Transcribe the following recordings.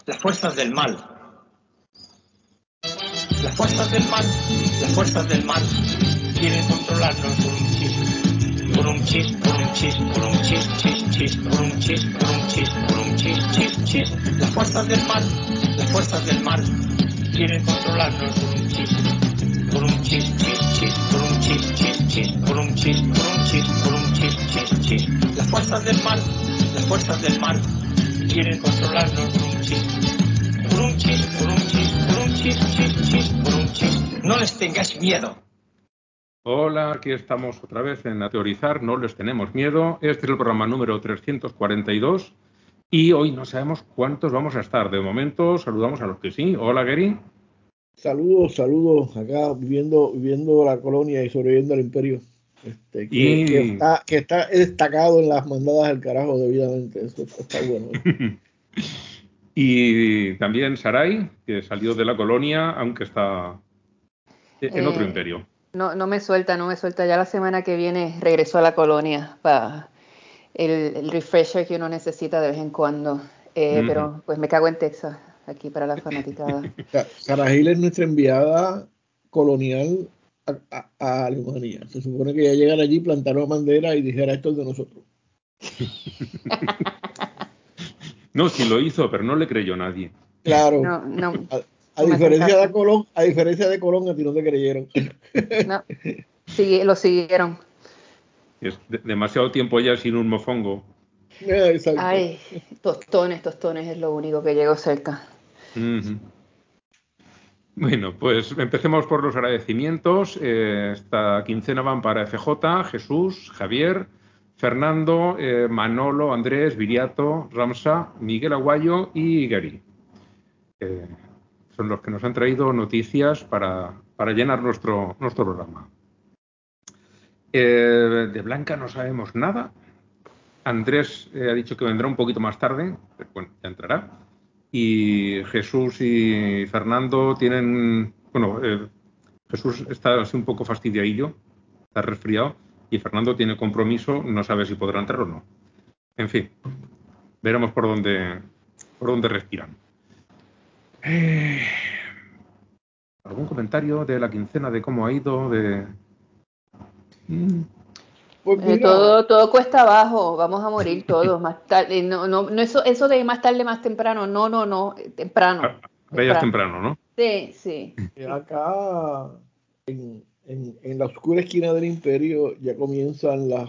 Las fuerzas del mal. Las fuerzas del mal. Las fuerzas del mal quieren controlarnos por un chis. Por un chis, por un chis, por un chis, chis, chis, por un chis, por un chis, por un chis, chis, chis. Las fuerzas del mal. Las fuerzas del mal quieren controlarnos por un chis. Por un chis, chis, chis, por un chis, chis, chis, por un chis, por un chis, por un chis, chis, chis. Las fuerzas del mal. Las fuerzas del mal quieren controlarnos por un chis. Por un chis, por un chis, por un chis, chis, chis, por un chis. No les tengáis miedo. Hola, aquí estamos otra vez en A Teorizar, no les tenemos miedo. Este es el programa número 342 y hoy no sabemos cuántos vamos a estar. De momento saludamos a los que sí. Hola, Gary. Saludos, acá viviendo la colonia y sobreviviendo al imperio. Que está destacado en las mandadas del carajo debidamente. Eso está bueno. Y también Sarai, que salió de la colonia, aunque está en otro imperio. No me suelta. Ya la semana que viene regreso a la colonia para el refresher que uno necesita de vez en cuando. Pero pues me cago en Texas, aquí para la fanaticada. Sarah Gil es nuestra enviada colonial a Alemania. Se supone que ya llegan allí, plantaron bandera y dijera esto es de nosotros. No, sí lo hizo, pero no le creyó nadie. Claro. No, a diferencia de Colón, a ti no te creyeron. No, sí, lo siguieron. Es demasiado tiempo ya sin un mofongo. Exacto. Ay, tostones es lo único que llegó cerca. Bueno, pues empecemos por los agradecimientos. Esta quincena van para FJ, Jesús, Javier, Fernando, Manolo, Andrés, Viriato, Ramsa, Miguel Aguayo y Gary. Son los que nos han traído noticias para llenar nuestro programa. De Blanca no sabemos nada. Andrés ha dicho que vendrá un poquito más tarde. Bueno, ya entrará. Y Jesús y Fernando tienen... Bueno, Jesús está así un poco fastidiadillo, está resfriado, y Fernando tiene compromiso, no sabe si podrá entrar o no. En fin, veremos por dónde respiran. ¿Algún comentario de la quincena, de cómo ha ido? Pues todo cuesta abajo, vamos a morir todos más tarde. No, eso de más tarde, más temprano, no, temprano. Ahora ya es temprano, ¿no? Sí. Acá, en la oscura esquina del imperio, ya comienzan lo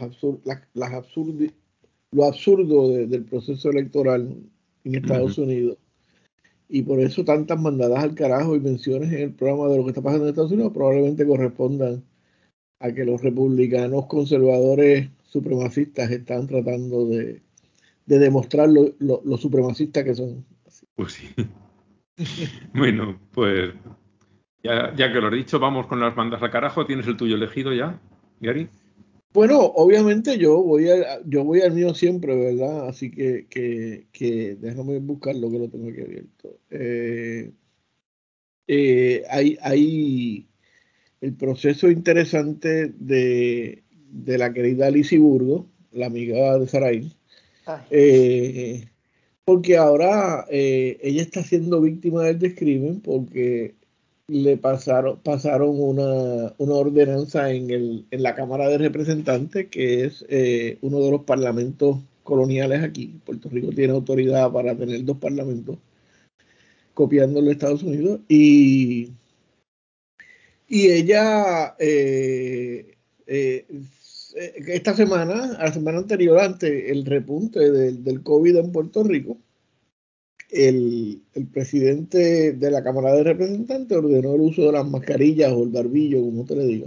absurdo del proceso electoral en Estados Unidos. Y por eso tantas mandadas al carajo y menciones en el programa de lo que está pasando en Estados Unidos probablemente correspondan a que los republicanos conservadores supremacistas están tratando de demostrar lo supremacistas que son. Pues sí. Bueno, pues ya que lo he dicho, vamos con las mandas al carajo. ¿Tienes el tuyo elegido ya, Gary? Bueno, obviamente yo voy al mío siempre, ¿verdad? Así que déjame buscar lo que lo tengo aquí abierto. Hay el proceso interesante de la querida Lizzie Burgos, la amiga de Sarai, porque ahora ella está siendo víctima del descrimen porque le pasaron una ordenanza en la Cámara de Representantes, que es uno de los parlamentos coloniales aquí. Puerto Rico tiene autoridad para tener 2 parlamentos, copiándolo de Estados Unidos, y ella esta semana, la semana anterior, ante el repunte del COVID en Puerto Rico, el presidente de la Cámara de Representantes ordenó el uso de las mascarillas o el barbillo, como te le diga,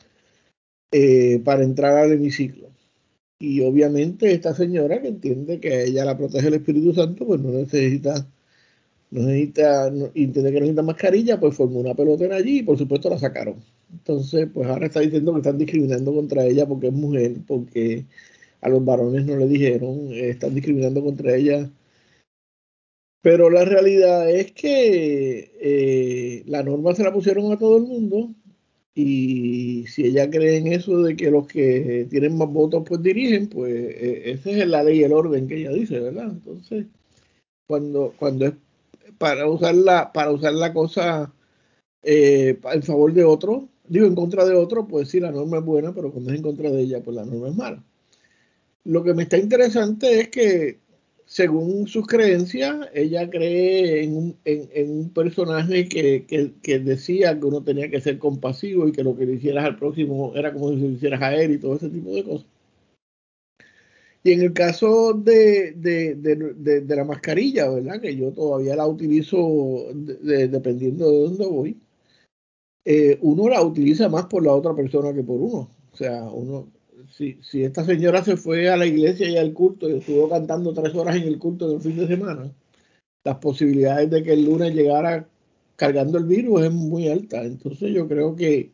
para entrar al hemiciclo. Y obviamente esta señora, que entiende que a ella la protege el Espíritu Santo, pues entiende que no necesita mascarilla, pues formó una pelotera allí y por supuesto la sacaron. Entonces, pues ahora está diciendo que están discriminando contra ella porque es mujer, porque a los varones no le dijeron, están discriminando contra ella. Pero la realidad es que la norma se la pusieron a todo el mundo, y si ella cree en eso de que los que tienen más votos pues dirigen, pues esa es la ley y el orden que ella dice, ¿verdad? Entonces, cuando es para usar la cosa en favor de otro, digo en contra de otro, pues sí, la norma es buena, pero cuando es en contra de ella, pues la norma es mala. Lo que me está interesante es que, según sus creencias, ella cree en un personaje que decía que uno tenía que ser compasivo y que lo que le hicieras al próximo era como si lo hicieras a él y todo ese tipo de cosas. Y en el caso de la mascarilla, ¿verdad? Que yo todavía la utilizo dependiendo de dónde voy, uno la utiliza más por la otra persona que por uno. O sea, si esta señora se fue a la iglesia y al culto y estuvo cantando 3 horas en el culto en el fin de semana, las posibilidades de que el lunes llegara cargando el virus es muy alta. Entonces yo creo que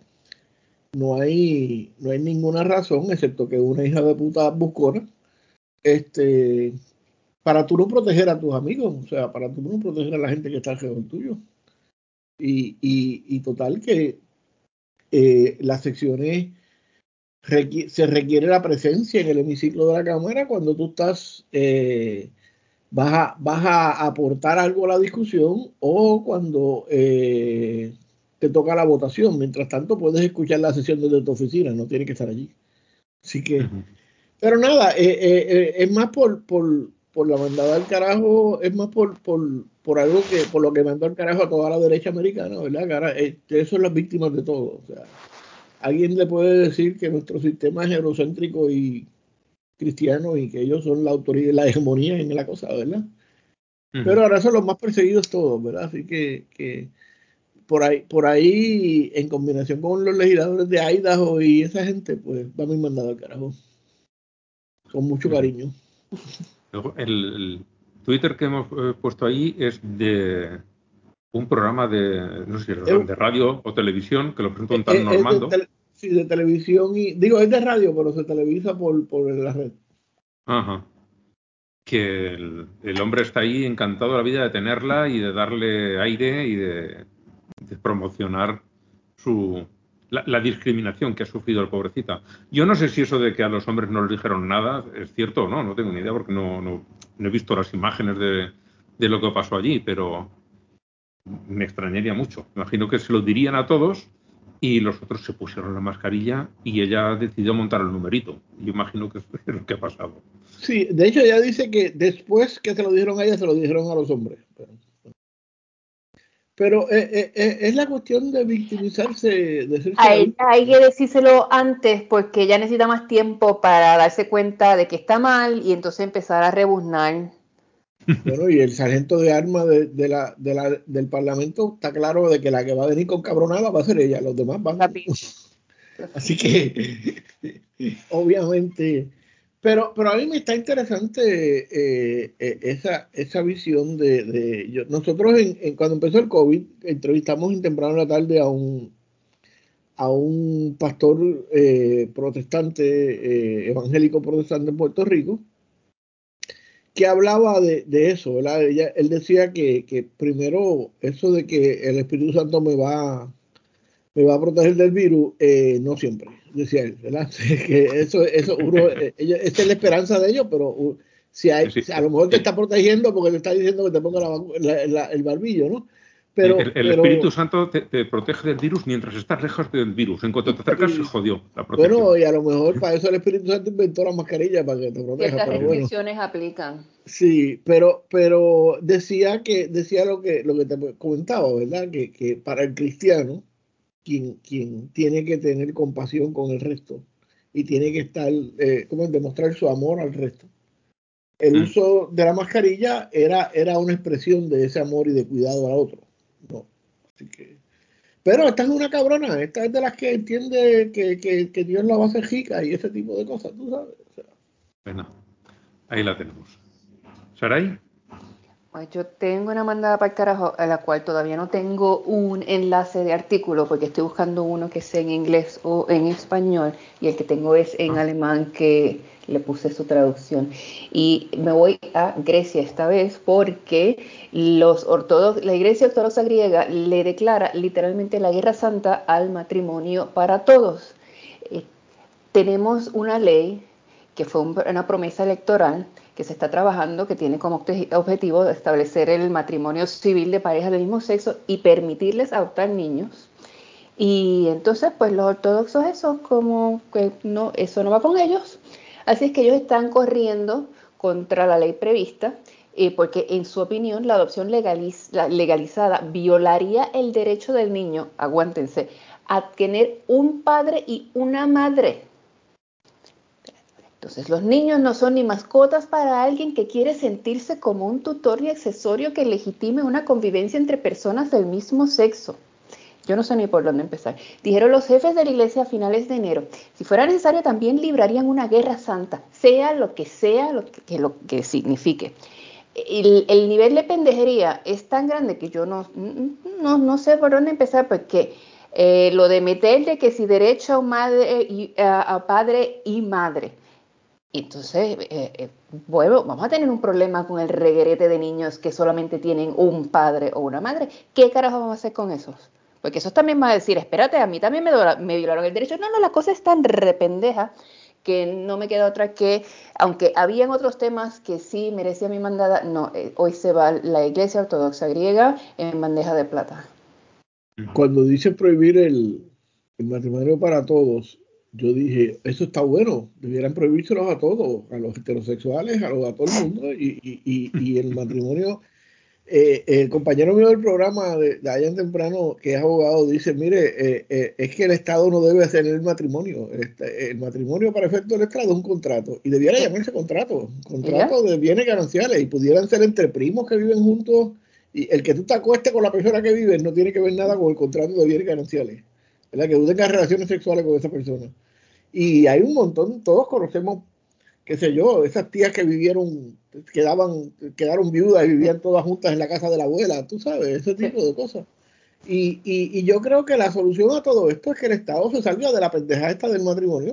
no hay ninguna razón, excepto que una hija de puta buscona, este, para tú no proteger a tus amigos, o sea, para tú no proteger a la gente que está alrededor tuyo. Y total que las secciones se requiere la presencia en el hemiciclo de la Cámara cuando tú estás, vas a aportar algo a la discusión o cuando te toca la votación. Mientras tanto, puedes escuchar la sesión desde tu oficina, no tienes que estar allí. Así que, pero nada, es más por la mandada al carajo, es más por algo que, por lo que mandó al carajo a toda la derecha americana, ¿verdad? Que ahora, eso son las víctimas de todo. O sea, alguien le puede decir que nuestro sistema es eurocéntrico y cristiano y que ellos son la autoridad, la hegemonía en la cosa, ¿verdad? Pero ahora son los más perseguidos todos, ¿verdad? Así que por ahí, en combinación con los legisladores de Idaho y esa gente, pues va mi mandado al carajo. Con mucho cariño. Luego, el Twitter que hemos puesto ahí es de un programa no sé si es de radio o televisión, que lo presenta un tal Normando. Sí, de televisión y digo, es de radio, pero se televisa por la red. Ajá. Que el hombre está ahí encantado de la vida de tenerla y de darle aire y de promocionar la discriminación que ha sufrido el pobrecita. Yo no sé si eso de que a los hombres no les dijeron nada es cierto o no, no tengo ni idea porque no he visto las imágenes de lo que pasó allí, pero me extrañaría mucho. Me imagino que se lo dirían a todos y los otros se pusieron la mascarilla y ella decidió montar el numerito. Yo imagino que es lo que ha pasado. Sí, de hecho ella dice que después que se lo dijeron a ella, se lo dijeron a los hombres. Pero es la cuestión de victimizarse, de hay que decírselo antes porque ella necesita más tiempo para darse cuenta de que está mal y entonces empezar a rebuznar. Bueno, y el sargento de armas del Parlamento está claro de que la que va a venir con cabronada va a ser ella, los demás van. Así que, obviamente, pero a mí me está interesante esa visión nosotros cuando empezó el COVID, entrevistamos en temprano en la tarde a un pastor protestante, evangélico protestante en Puerto Rico, que hablaba de eso, ¿verdad? Él decía que primero eso de que el Espíritu Santo me va a proteger del virus, no siempre, decía él, ¿verdad? Que esa es la esperanza de ellos, pero si a lo mejor te está protegiendo porque te está diciendo que te ponga el barbillo, ¿no? El Espíritu Santo te protege del virus mientras estás lejos del virus. En cuanto te acercas, se jodió la protección. Bueno, y a lo mejor para eso el Espíritu Santo inventó la mascarilla para que te proteja. Ciertas restricciones aplican. Sí, pero decía lo que te comentaba, ¿verdad? Que para el cristiano, quien tiene que tener compasión con el resto y tiene que estar, como demostrar su amor al resto. El uso de la mascarilla era una expresión de ese amor y de cuidado al otro. No. Así que, pero esta es una cabrona, esta es de las que entiende que Dios la va a hacer rica y ese tipo de cosas, tú sabes. O sea. Bueno, ahí la tenemos. ¿Saray? Pues yo tengo una mandada para el carajo a la cual todavía no tengo un enlace de artículo porque estoy buscando uno que sea en inglés o en español y el que tengo es en alemán que le puse su traducción. Y me voy a Grecia esta vez porque la Iglesia Ortodoxa griega le declara literalmente la guerra santa al matrimonio para todos. Tenemos una ley que fue una promesa electoral que se está trabajando, que tiene como objetivo establecer el matrimonio civil de parejas del mismo sexo y permitirles adoptar niños. Y entonces, pues los ortodoxos eso, como que no, eso no va con ellos. Así es que ellos están corriendo contra la ley prevista, porque en su opinión la adopción legalizada violaría el derecho del niño, aguántense, a tener un padre y una madre. Entonces los niños no son ni mascotas para alguien que quiere sentirse como un tutor y accesorio que legitime una convivencia entre personas del mismo sexo. Yo no sé ni por dónde empezar. Dijeron los jefes de la iglesia a finales de enero, si fuera necesario también librarían una guerra santa, sea lo que signifique. El nivel de pendejería es tan grande que yo no sé por dónde empezar, porque lo de meterle que si derecho a padre y madre. Entonces, bueno, vamos a tener un problema con el reguerete de niños que solamente tienen un padre o una madre. ¿Qué carajo vamos a hacer con esos? Porque esos también van a decir, espérate, a mí también me violaron el derecho. No, la cosa es tan rependeja que no me queda otra que, aunque habían otros temas que sí merecía mi mandada, no, hoy se va la Iglesia Ortodoxa Griega en bandeja de plata. Cuando dice prohibir el matrimonio para todos, yo dije, eso está bueno, debieran prohibírselos a todos, a los heterosexuales, a todo el mundo, y el matrimonio. El compañero mío del programa de allá en temprano, que es abogado, dice, mire, es que el Estado no debe hacer el matrimonio. El matrimonio para efecto del Estado es un contrato, y debiera llamarse contrato de bienes gananciales, y pudieran ser entre primos que viven juntos, y el que tú te acuestes con la persona que vives no tiene que ver nada con el contrato de bienes gananciales, ¿verdad? Que tú tengas relaciones sexuales con esa persona. Y hay un montón, todos conocemos, qué sé yo, esas tías que quedaron viudas y vivían todas juntas en la casa de la abuela, tú sabes, ese tipo de cosas. Y yo creo que la solución a todo esto es que el Estado se salga de la pendeja esta del matrimonio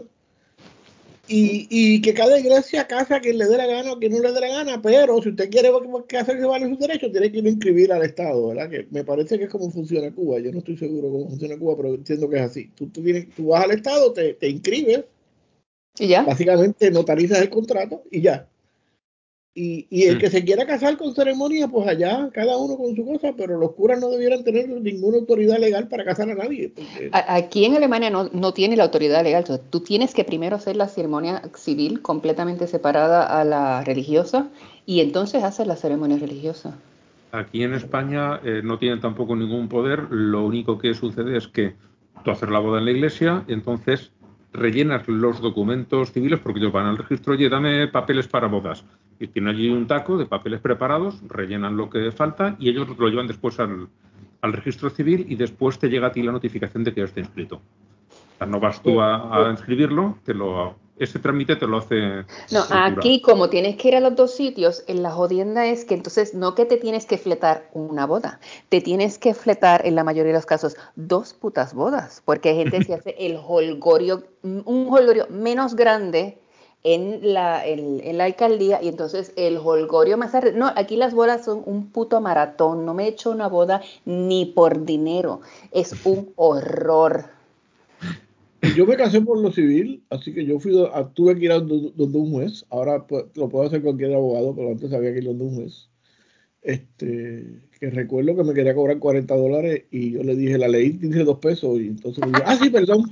y que cada iglesia case a quien le dé la gana o quien no le dé la gana, pero si usted quiere que hacerse valer sus derechos, tiene que ir a inscribir al Estado, ¿verdad? Que me parece que es como funciona Cuba. Yo no estoy seguro cómo funciona Cuba, pero entiendo que es así. Tú vas al Estado, te inscribes, ¿Y ya? básicamente notarizas el contrato y ya. Y el que se quiera casar con ceremonia, pues allá, cada uno con su cosa, pero los curas no debieran tener ninguna autoridad legal para casar a nadie. Porque... Aquí en Alemania no tiene la autoridad legal. Entonces, tú tienes que primero hacer la ceremonia civil completamente separada a la religiosa y entonces hacer la ceremonia religiosa. Aquí en España no tienen tampoco ningún poder. Lo único que sucede es que tú haces la boda en la iglesia y entonces rellenas los documentos civiles porque ellos van al registro, oye, dame papeles para bodas. Y tienen allí un taco de papeles preparados, rellenan lo que falta y ellos lo llevan después al registro civil y después te llega a ti la notificación de que ya está inscrito. O sea, no vas tú a inscribirlo, ese trámite te lo hace No, el cura. aquí como tienes que ir a los dos sitios, en la jodienda es que entonces no que te tienes que fletar una boda, te tienes que fletar en la mayoría de los casos 2 putas bodas, porque hay gente que hace un holgorio menos grande en la alcaldía y entonces el holgorio más tarde. No, aquí las bodas son un puto maratón, no me he hecho una boda ni por dinero, es un horror. Yo me casé por lo civil, así que yo tuve que ir donde un juez. Ahora pues, lo puedo hacer cualquier abogado, pero antes había que ir donde un juez. Que recuerdo que me quería cobrar $40 y yo le dije, la ley dice $2 y entonces me dijo, sí, perdón.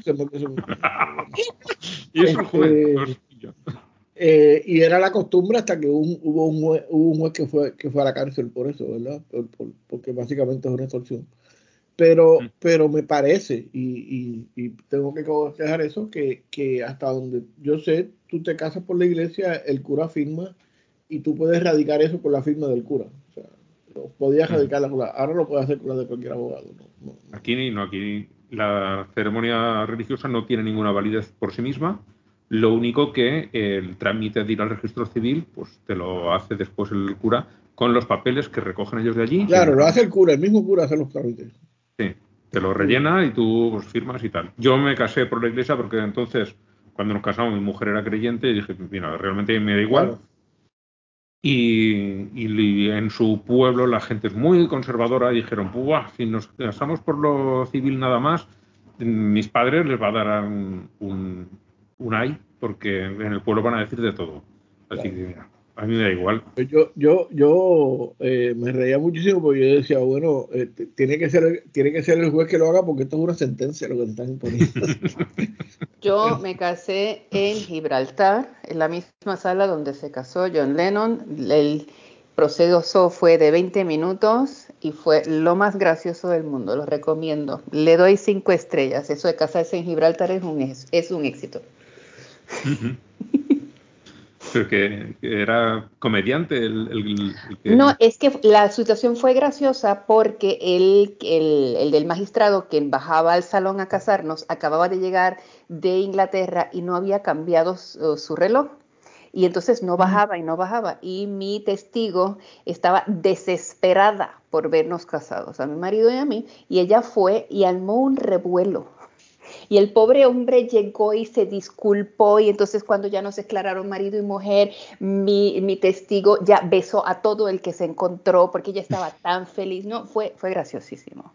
Y es un juez. Y era la costumbre hasta que hubo un juez que fue a la cárcel por eso, ¿verdad? Porque básicamente es una extorsión. Pero me parece, y tengo que dejar eso, que hasta donde yo sé, tú te casas por la iglesia, el cura firma y tú puedes radicar eso con la firma del cura. O sea, podías radicarla ahora lo puedes hacer con la de cualquier abogado. No. Aquí la ceremonia religiosa no tiene ninguna validez por sí misma. Lo único que el trámite de ir al registro civil, pues te lo hace después el cura con los papeles que recogen ellos de allí. Claro, lo hace el cura, el mismo cura hace los trámites. Sí, te lo rellena y tú pues, firmas y tal. Yo me casé por la iglesia porque entonces, cuando nos casamos, mi mujer era creyente y dije, mira, realmente me da igual. Claro. Y en su pueblo la gente es muy conservadora y dijeron, ¡buah! Si nos casamos por lo civil nada más, mis padres les va a dar un ay, porque en el pueblo van a decir de todo. Así Claro. que mira. A mí me da igual. Yo me reía muchísimo porque yo decía, bueno, tiene que ser el juez que lo haga porque esto es una sentencia lo que te están imponiendo. Yo me casé en Gibraltar, en la misma sala donde se casó John Lennon. El proceso fue de 20 minutos y fue lo más gracioso del mundo. Lo recomiendo. Le doy 5 estrellas. Eso de casarse en Gibraltar es un éxito. Pero que era comediante el que... No, es que la situación fue graciosa porque el del magistrado que bajaba al salón a casarnos acababa de llegar de Inglaterra y no había cambiado su reloj. Y entonces no bajaba y no bajaba. Y mi testigo estaba desesperada por vernos casados, a mi marido y a mí. Y ella fue y armó un revuelo. Y el pobre hombre llegó y se disculpó y entonces cuando ya nos declararon marido y mujer, mi testigo ya besó a todo el que se encontró porque ella estaba tan feliz. No, fue graciosísimo.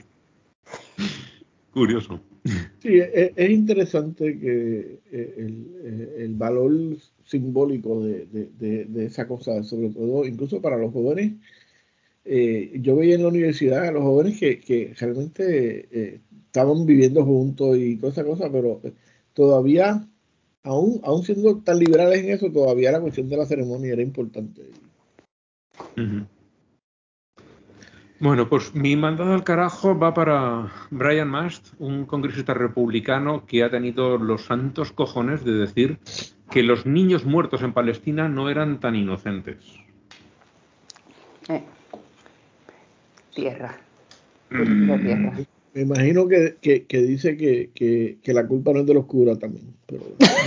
Curioso. Sí, es interesante que el valor simbólico de esa cosa, sobre todo incluso para los jóvenes. Yo veía en la universidad a los jóvenes que realmente estaban viviendo juntos y toda esa cosa, pero todavía, aún siendo tan liberales en eso, todavía la cuestión de la ceremonia era importante. Uh-huh. Bueno, pues mi mandado al carajo va para Brian Mast, un congresista republicano que ha tenido los santos cojones de decir que los niños muertos en Palestina no eran tan inocentes. Tierra. Política tierra. Me imagino que dice que la culpa no es de los curas también. Pero...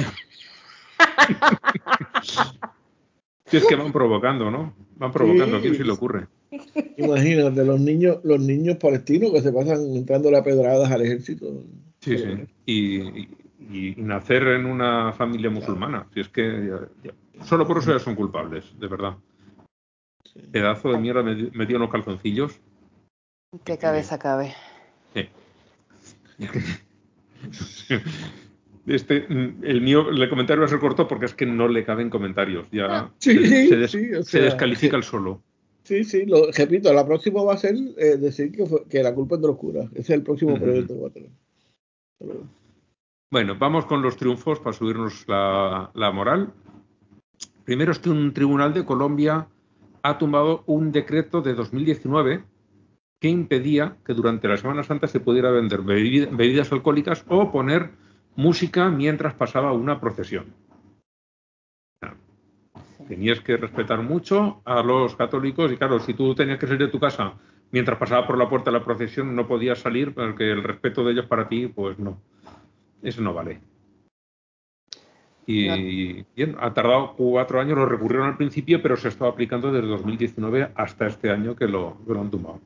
Si es que van provocando, ¿no? Van provocando. ¿A quién se le ocurre? Imagínate, los niños palestinos que se pasan entrándole a pedradas al ejército. Sí, sí. Y nacer en una familia musulmana. Si es que solo por eso ya son culpables, de verdad. Sí. Pedazo de mierda me dio unos calzoncillos. ¿Qué cabeza cabe? Sí. El mío, el comentario se cortó porque es que no le caben comentarios. Ya se descalifica el solo. Sí, repito, la próxima va a ser decir que la culpa es de los curas. Ese es el próximo proyecto que va a tener. Bueno, vamos con los triunfos para subirnos la moral. Primero es que un tribunal de Colombia ha tumbado un decreto de 2019 que impedía que durante la Semana Santa se pudiera vender bebidas alcohólicas o poner música mientras pasaba una procesión. Tenías que respetar mucho a los católicos y claro, si tú tenías que salir de tu casa mientras pasaba por la puerta de la procesión no podías salir porque el respeto de ellos para ti, pues no. Eso no vale. Y bien, ha tardado 4 años, lo recurrieron al principio, pero se ha estado aplicando desde 2019 hasta este año que lo han tumbado.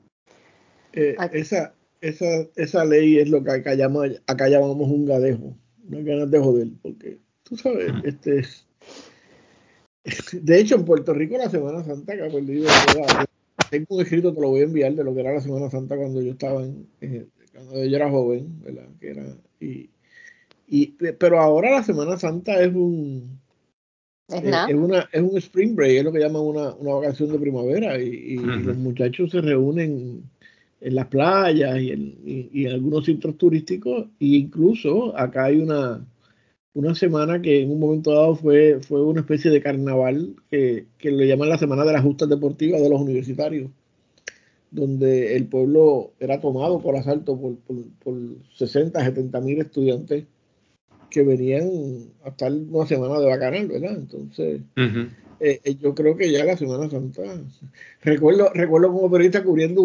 Esa ley es lo que acá llamamos un gadejo, no ganas de joder, porque tú sabes, de hecho en Puerto Rico la Semana Santa que ha perdido, tengo un escrito, te lo voy a enviar de lo que era la Semana Santa cuando yo estaba cuando yo era joven, ¿verdad? Que era, pero ahora la Semana Santa es un spring break, es lo que llaman una vacación de primavera y los muchachos se reúnen en las playas y en algunos sitios turísticos e incluso acá hay una semana que en un momento dado fue una especie de carnaval que le llaman la Semana de las Justas Deportivas de los universitarios, donde el pueblo era tomado por asalto por 60, 70 mil estudiantes que venían a estar una semana de bacanal, ¿verdad? Entonces, yo creo que ya la Semana Santa, recuerdo como periodista cubriendo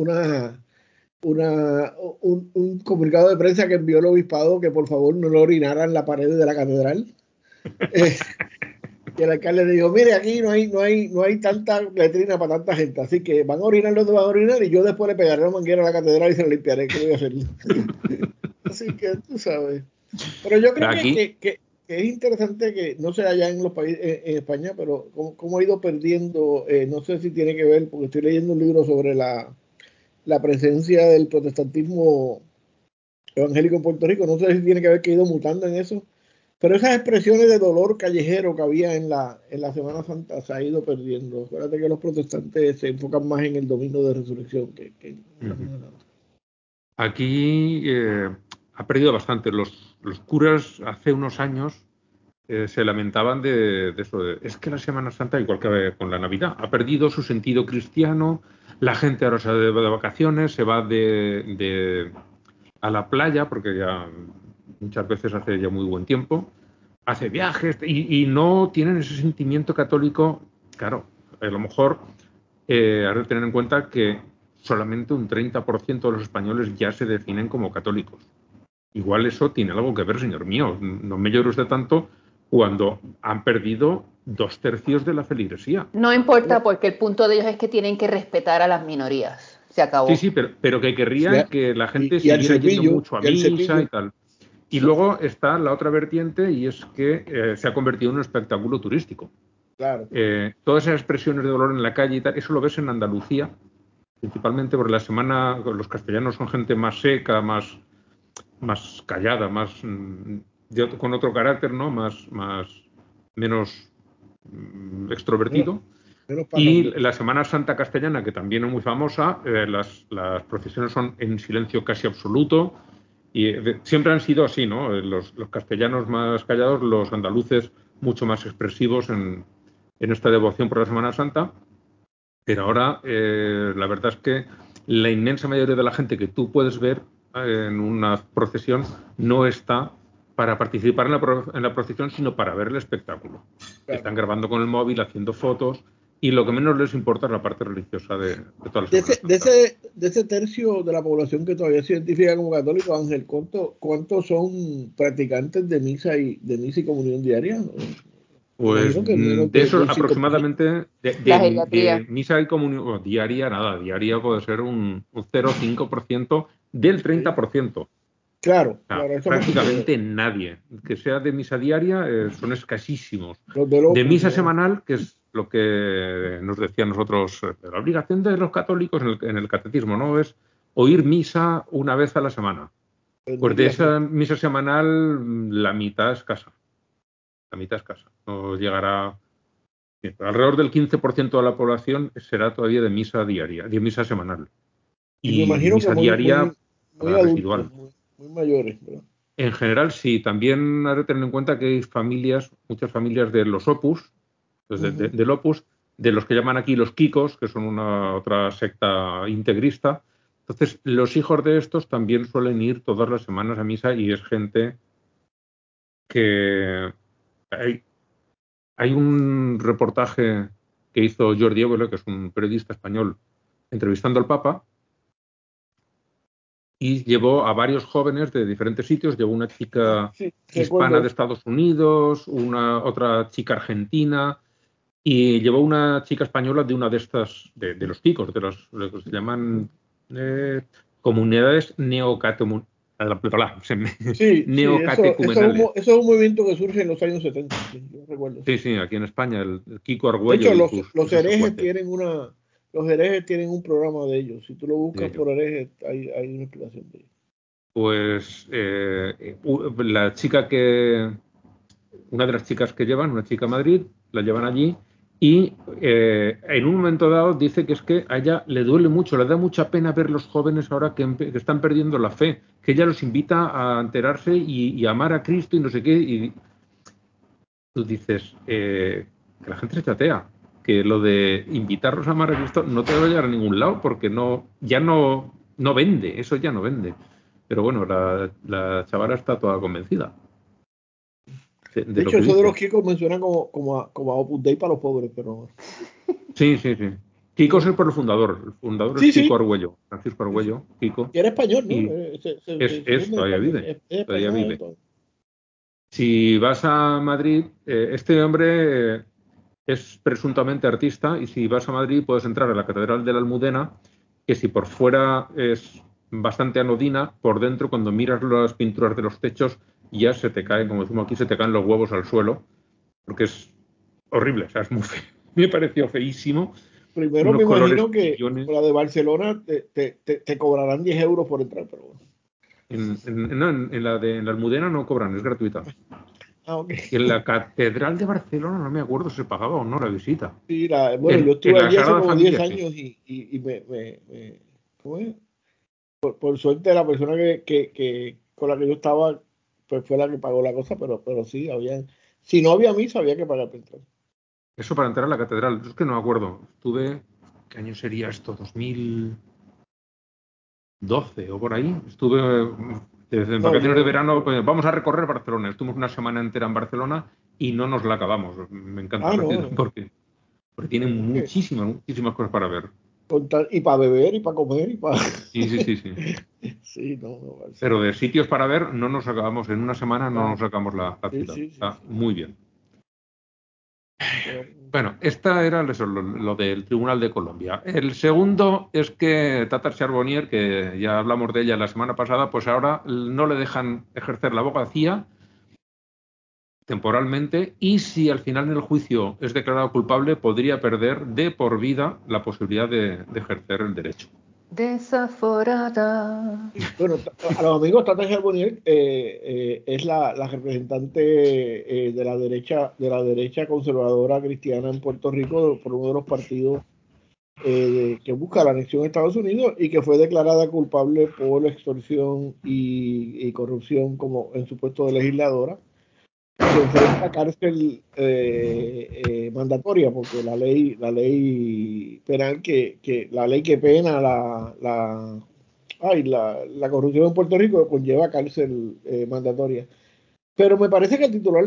un comunicado de prensa que envió el obispado que por favor no lo orinaran en la pared de la catedral. Y el alcalde le dijo, mire, aquí no hay tanta letrina para tanta gente, así que van a orinar donde van a orinar y yo después le pegaré una manguera a la catedral y se la limpiaré, ¿qué voy a hacer? Así que tú sabes. Pero yo creo que es interesante que, no sé allá en los países, en España, pero cómo ha ido perdiendo, no sé si tiene que ver, porque estoy leyendo un libro sobre la presencia del protestantismo evangélico en Puerto Rico, no sé si tiene que ver que ha ido mutando en eso, Pero esas expresiones de dolor callejero que había en la Semana Santa se ha ido perdiendo. Acuérdate que los protestantes se enfocan más en el domingo de resurrección que en la Semana Santa. Aquí ha perdido bastante. Los curas hace unos años se lamentaban de eso. Es que la Semana Santa, igual que con la Navidad, ha perdido su sentido cristiano. La gente ahora se va de vacaciones, se va a la playa, porque ya muchas veces hace ya muy buen tiempo, hace viajes y no tienen ese sentimiento católico. Claro, a lo mejor hay que tener en cuenta que solamente un 30% de los españoles ya se definen como católicos. Igual eso tiene algo que ver, señor mío. No me llore usted tanto cuando han perdido 2/3 de la feligresía. No importa, porque el punto de ellos es que tienen que respetar a las minorías. Se acabó. Sí, pero que querrían que la gente y al siguiera yendo cepillo, mucho a y al misa cepillo. y tal. Y luego está la otra vertiente, y es que se ha convertido en un espectáculo turístico. Claro. Todas esas expresiones de dolor en la calle y tal, eso lo ves en Andalucía, principalmente porque la semana los castellanos son gente más seca, más callada, con otro carácter, ¿no? Menos extrovertido. Y la Semana Santa castellana, que también es muy famosa, las procesiones son en silencio casi absoluto. Y siempre han sido así, ¿no? Los castellanos más callados, los andaluces mucho más expresivos en esta devoción por la Semana Santa. Pero ahora la verdad es que la inmensa mayoría de la gente que tú puedes ver en una procesión no está para participar en la procesión, sino para ver el espectáculo. Claro. Están grabando con el móvil, haciendo fotos, y lo que menos les importa es la parte religiosa de toda la Semana Santa. De ese tercio de la población que todavía se identifica como católico, Ángel, ¿cuántos son practicantes de misa y comunión diaria? Pues de esos aproximadamente de misa y comunión diaria, nada, diaria puede ser un 0,5% del 30%. Claro, o sea, prácticamente nadie. Que sea de misa diaria son escasísimos. De misa semanal, que es lo que nos decían nosotros, la obligación de los católicos en el catecismo, ¿no? Es oír misa una vez a la semana. Pues de esa misa semanal, la mitad escasa. La mitad escasa. No llegará. Alrededor del 15% de la población será todavía de misa diaria, de misa semanal. Y me imagino misa que diaria muy adultos, residual. Muy mayores, ¿verdad? En general, sí. También hay que tener en cuenta que hay muchas familias de los Opus, pues del Opus, de los que llaman aquí los Kikos, que son otra secta integrista. Entonces, los hijos de estos también suelen ir todas las semanas a misa, y es gente que... Hay un reportaje que hizo Jordi Évole, que es un periodista español, entrevistando al Papa, y llevó a varios jóvenes de diferentes sitios. Llevó una chica hispana de Estados Unidos, otra chica argentina, y llevó una chica española de una de estas, de los Kikos, de lo que se llaman comunidades neocatecumenales. Eso es un movimiento que surge en los años 70, yo recuerdo. Sí, aquí en España, el Kiko Argüello. De hecho, los herejes tienen un programa de ellos. Si tú lo buscas por herejes, hay una explicación de ellos. Pues una de las chicas que llevan, una chica a Madrid, la llevan allí, y en un momento dado dice que es que a ella le duele mucho, le da mucha pena ver los jóvenes ahora que están perdiendo la fe, que ella los invita a enterarse y a amar a Cristo y no sé qué. Y tú dices que la gente se chatea, que lo de invitarlos a amar a Cristo no te va a llegar a ningún lado, porque ya no vende, eso ya no vende. Pero bueno, la chavala está toda convencida. De hecho, eso de los Kikos me suena como a Opus Dei para los pobres, pero... Sí. Kikos es por el fundador. El fundador es Kiko Argüello, Francisco Argüello, Kiko. Y era español, ¿no? Todavía vive. Todavía vive. Si vas a Madrid, este hombre es presuntamente artista, y si vas a Madrid puedes entrar a la Catedral de la Almudena, que si por fuera es bastante anodina, por dentro, cuando miras las pinturas de los techos, ya se te caen, como decimos aquí, se te caen los huevos al suelo, porque es horrible, o sea, es muy feo. Me pareció feísimo. Primero me imagino que por la de Barcelona te cobrarán 10 euros por entrar, pero bueno. En la Almudena no cobran, es gratuita. Ok. En la Catedral de Barcelona no me acuerdo si se pagaba o no la visita. Sí, bueno, yo En estuve la allí hace Sagrada como 10 Familia, sí. años y ¿cómo es? Por suerte la persona que con la que yo estaba pues fue la que pagó la cosa, pero sí, si no había misa había que pagar por entrar. Eso para entrar a la catedral. Yo es que no me acuerdo. Estuve, ¿qué año sería esto? 2012 o por ahí. Estuve en No, vacaciones de verano, pues vamos a recorrer Barcelona. Estuvimos una semana entera en Barcelona y no nos la acabamos. Me encanta la ciudad no. porque tiene Es que muchísimas cosas para ver. y para beber y para comer y para... Sí. Sí, no, Pero de Barcelona. sitios para ver no nos acabamos. En una semana no nos Claro. sacamos la Sí, ciudad. sí, sí, Está sí. muy bien. Pero, Bueno, esta era lo del Tribunal de Colombia. El segundo es que Tatar Charbonnier, que ya hablamos de ella la semana pasada, pues ahora no le dejan ejercer la abogacía temporalmente y si al final en el juicio es declarado culpable podría perder de por vida la posibilidad de ejercer el derecho. Desaforada. bueno, a los amigos Tata Charbonnier es la representante de la derecha conservadora cristiana en Puerto Rico por uno de los partidos que busca la anexión de Estados Unidos y que fue declarada culpable por extorsión y corrupción como en su puesto de legisladora. Se enfrenta a cárcel mandatoria porque la ley penal la ley que pena la corrupción en Puerto Rico conlleva cárcel mandatoria. Pero me parece que el titular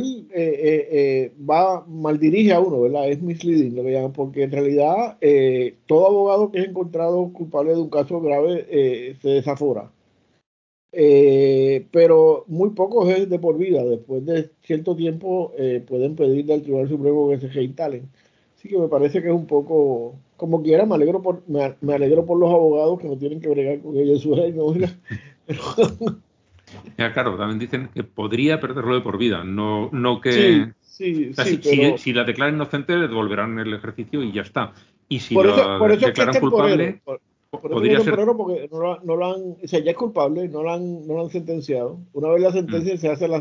maldirige a uno, ¿verdad? Es misleading lo que llaman, porque en realidad todo abogado que es encontrado culpable de un caso grave se desafora. Pero muy pocos es de por vida. Después de cierto tiempo pueden pedirle al Tribunal Supremo que se reinstalen. Así que me parece que es un poco, como quiera, me alegro por los abogados que no tienen que bregar con ellos en su reino, ¿verdad? Pero, Ya, claro, también dicen que podría perderlo de por vida, no sí, que... sí, O sea, sí, pero si la declaran inocente, le devolverán el ejercicio y ya está. Y si por la eso es que es declaran temporero. culpable, Por eso es que es podría ser... temporero porque no lo han, o sea, ya es culpable, no lo han sentenciado. Una vez la sentencia se hace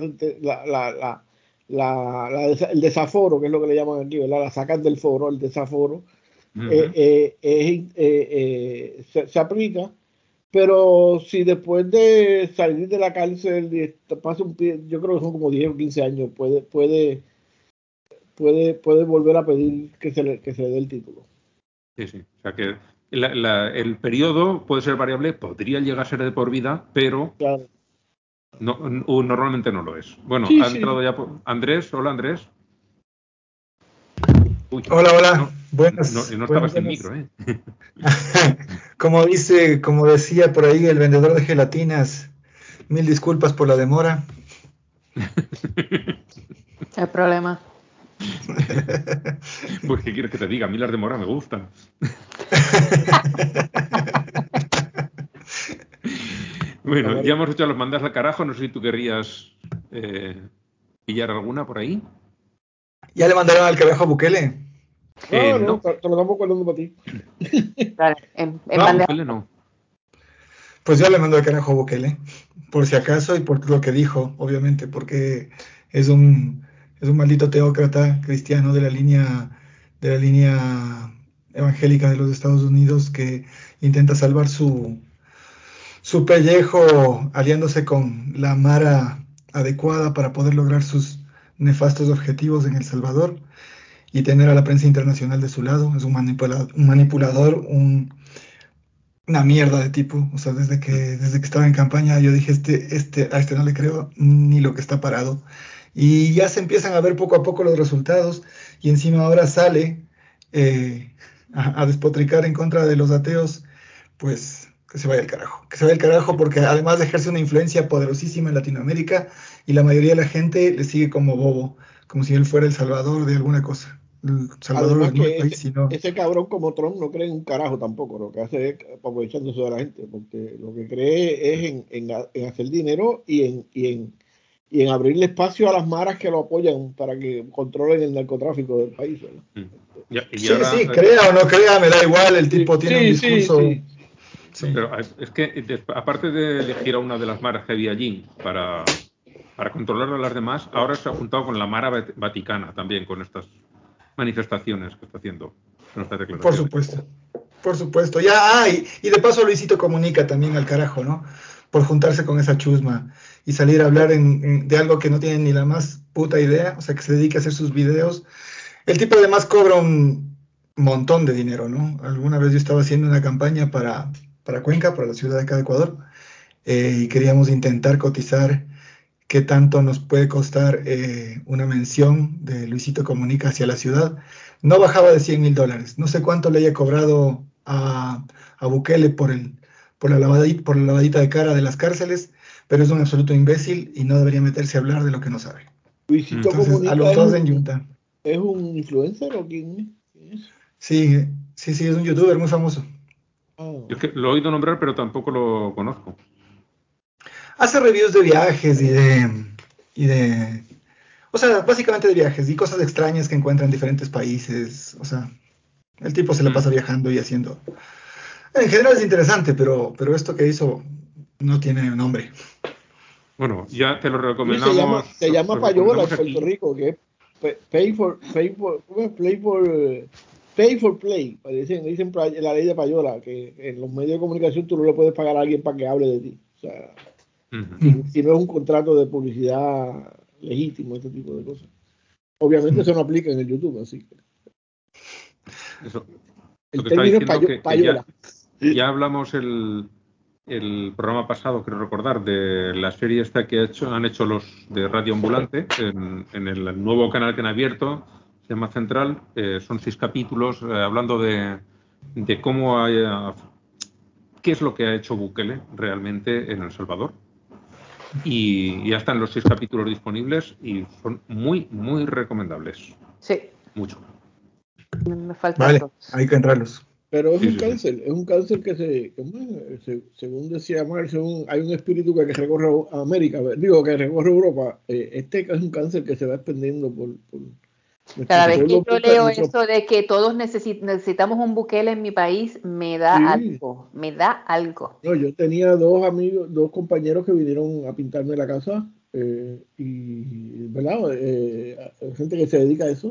el desaforo, que es lo que le llaman aquí, ¿verdad? La sacan del foro, el desaforo, se aplica, pero si después de salir de la cárcel pasa yo creo que son como 10 o 15 años, puede volver a pedir que se le dé el título. Sí. O sea que el periodo puede ser variable, podría llegar a ser de por vida, pero Claro. normalmente no lo es. Bueno, Sí, ha sí. entrado ya Andrés. Hola, Andrés. Uy, Hola, buenas, no estaba buenas, sin buenas. micro, ¿eh? Como decía por ahí el vendedor de gelatinas, mil disculpas por la demora. El problema. Pues, ¿qué quieres que te diga? A mí las de mora me gustan. Bueno, ya hemos hecho los mandas al carajo. No sé si tú querrías pillar alguna por ahí. ¿Ya le mandaron al carajo a Bukele? No, No, te lo estamos guardando para ti. Claro, en a No, bandeja. Bukele no. pues yo le mando al carajo a Bukele, por si acaso y por lo que dijo, obviamente, porque es un maldito teócrata cristiano de la línea evangélica de los Estados Unidos que intenta salvar su pellejo aliándose con la mara adecuada para poder lograr sus nefastos objetivos en El Salvador y tener a la prensa internacional de su lado. Es un manipulador, una mierda de tipo. O sea, desde que estaba en campaña yo dije, a este no le creo ni lo que está parado. Y ya se empiezan a ver poco a poco los resultados y encima ahora sale a despotricar en contra de los ateos, pues que se vaya al carajo. Que se vaya al carajo porque además ejerce una influencia poderosísima en Latinoamérica y la mayoría de la gente le sigue como bobo, como si él fuera el salvador de alguna cosa. El salvador Además no el que país, sino... ese cabrón como Trump no cree en un carajo tampoco, lo que hace es aprovechándose de la gente, porque lo que cree es en hacer dinero y en abrirle espacio a las maras que lo apoyan para que controlen el narcotráfico del país, ¿verdad? Y Sí, ahora, sí, crea o no crea, me da igual, el Sí, tipo tiene un discurso... sí. Sí. pero es que aparte de elegir a una de las maras que había allí para controlar a las demás, ahora se ha juntado con la Mara Vaticana también, con estas manifestaciones que está haciendo. Por supuesto. Ya, y de paso Luisito Comunica también al carajo, ¿no? Por juntarse con esa chusma y salir a hablar de algo que no tiene ni la más puta idea, o sea, que se dedique a hacer sus videos. El tipo además cobra un montón de dinero, ¿no? Alguna vez yo estaba haciendo una campaña para Cuenca, para la ciudad de acá de Ecuador, y queríamos intentar cotizar qué tanto nos puede costar una mención de Luisito Comunica hacia la ciudad. No bajaba de $100,000. No sé cuánto le haya cobrado a Bukele por la lavadita de cara de las cárceles, pero es un absoluto imbécil y no debería meterse a hablar de lo que no sabe. Luisito Entonces, Comunica a los dos en Junta. ¿Es un influencer o quién es? Sí, es un youtuber muy famoso. Yo es que lo he oído nombrar, pero tampoco lo conozco. Hace reviews de viajes o sea, básicamente de viajes y cosas extrañas que encuentra en diferentes países. O sea, el tipo se la pasa viajando y haciendo. En general es interesante, pero esto que hizo no tiene nombre. Bueno, ya te lo Sí, recomendamos. se llama lo Payola en recomendamos Puerto aquí. Rico, que es pay for play. Dicen la ley de Payola, que en los medios de comunicación tú no le puedes pagar a alguien para que hable de ti. O sea, si no es un contrato de publicidad legítimo, este tipo de cosas. Obviamente eso no aplica en el YouTube, así que. Eso. El Lo que está término diciendo es payola. ya hablamos el programa pasado, creo recordar, de la serie esta que han hecho los de Radio Ambulante en el nuevo canal que han abierto, se llama Central. Son 6 capítulos hablando de cómo qué es lo que ha hecho Bukele realmente en El Salvador. Y ya están los 6 capítulos disponibles y son muy, muy recomendables. Sí. Mucho. Me faltan Vale, 2. hay que entrarlos. Pero es Sí, un sí, cáncer, sí. es un cáncer que según decía Marx, hay un espíritu que recorre América, que recorre Europa. Este es un cáncer que se va extendiendo por Cada nuestro vez que pueblo. yo leo eso de que todos necesitamos un Bukele en mi país, me da Sí. algo, me da algo. No, yo tenía 2 compañeros que vinieron a pintarme la casa, y, ¿verdad? Gente que se dedica a eso.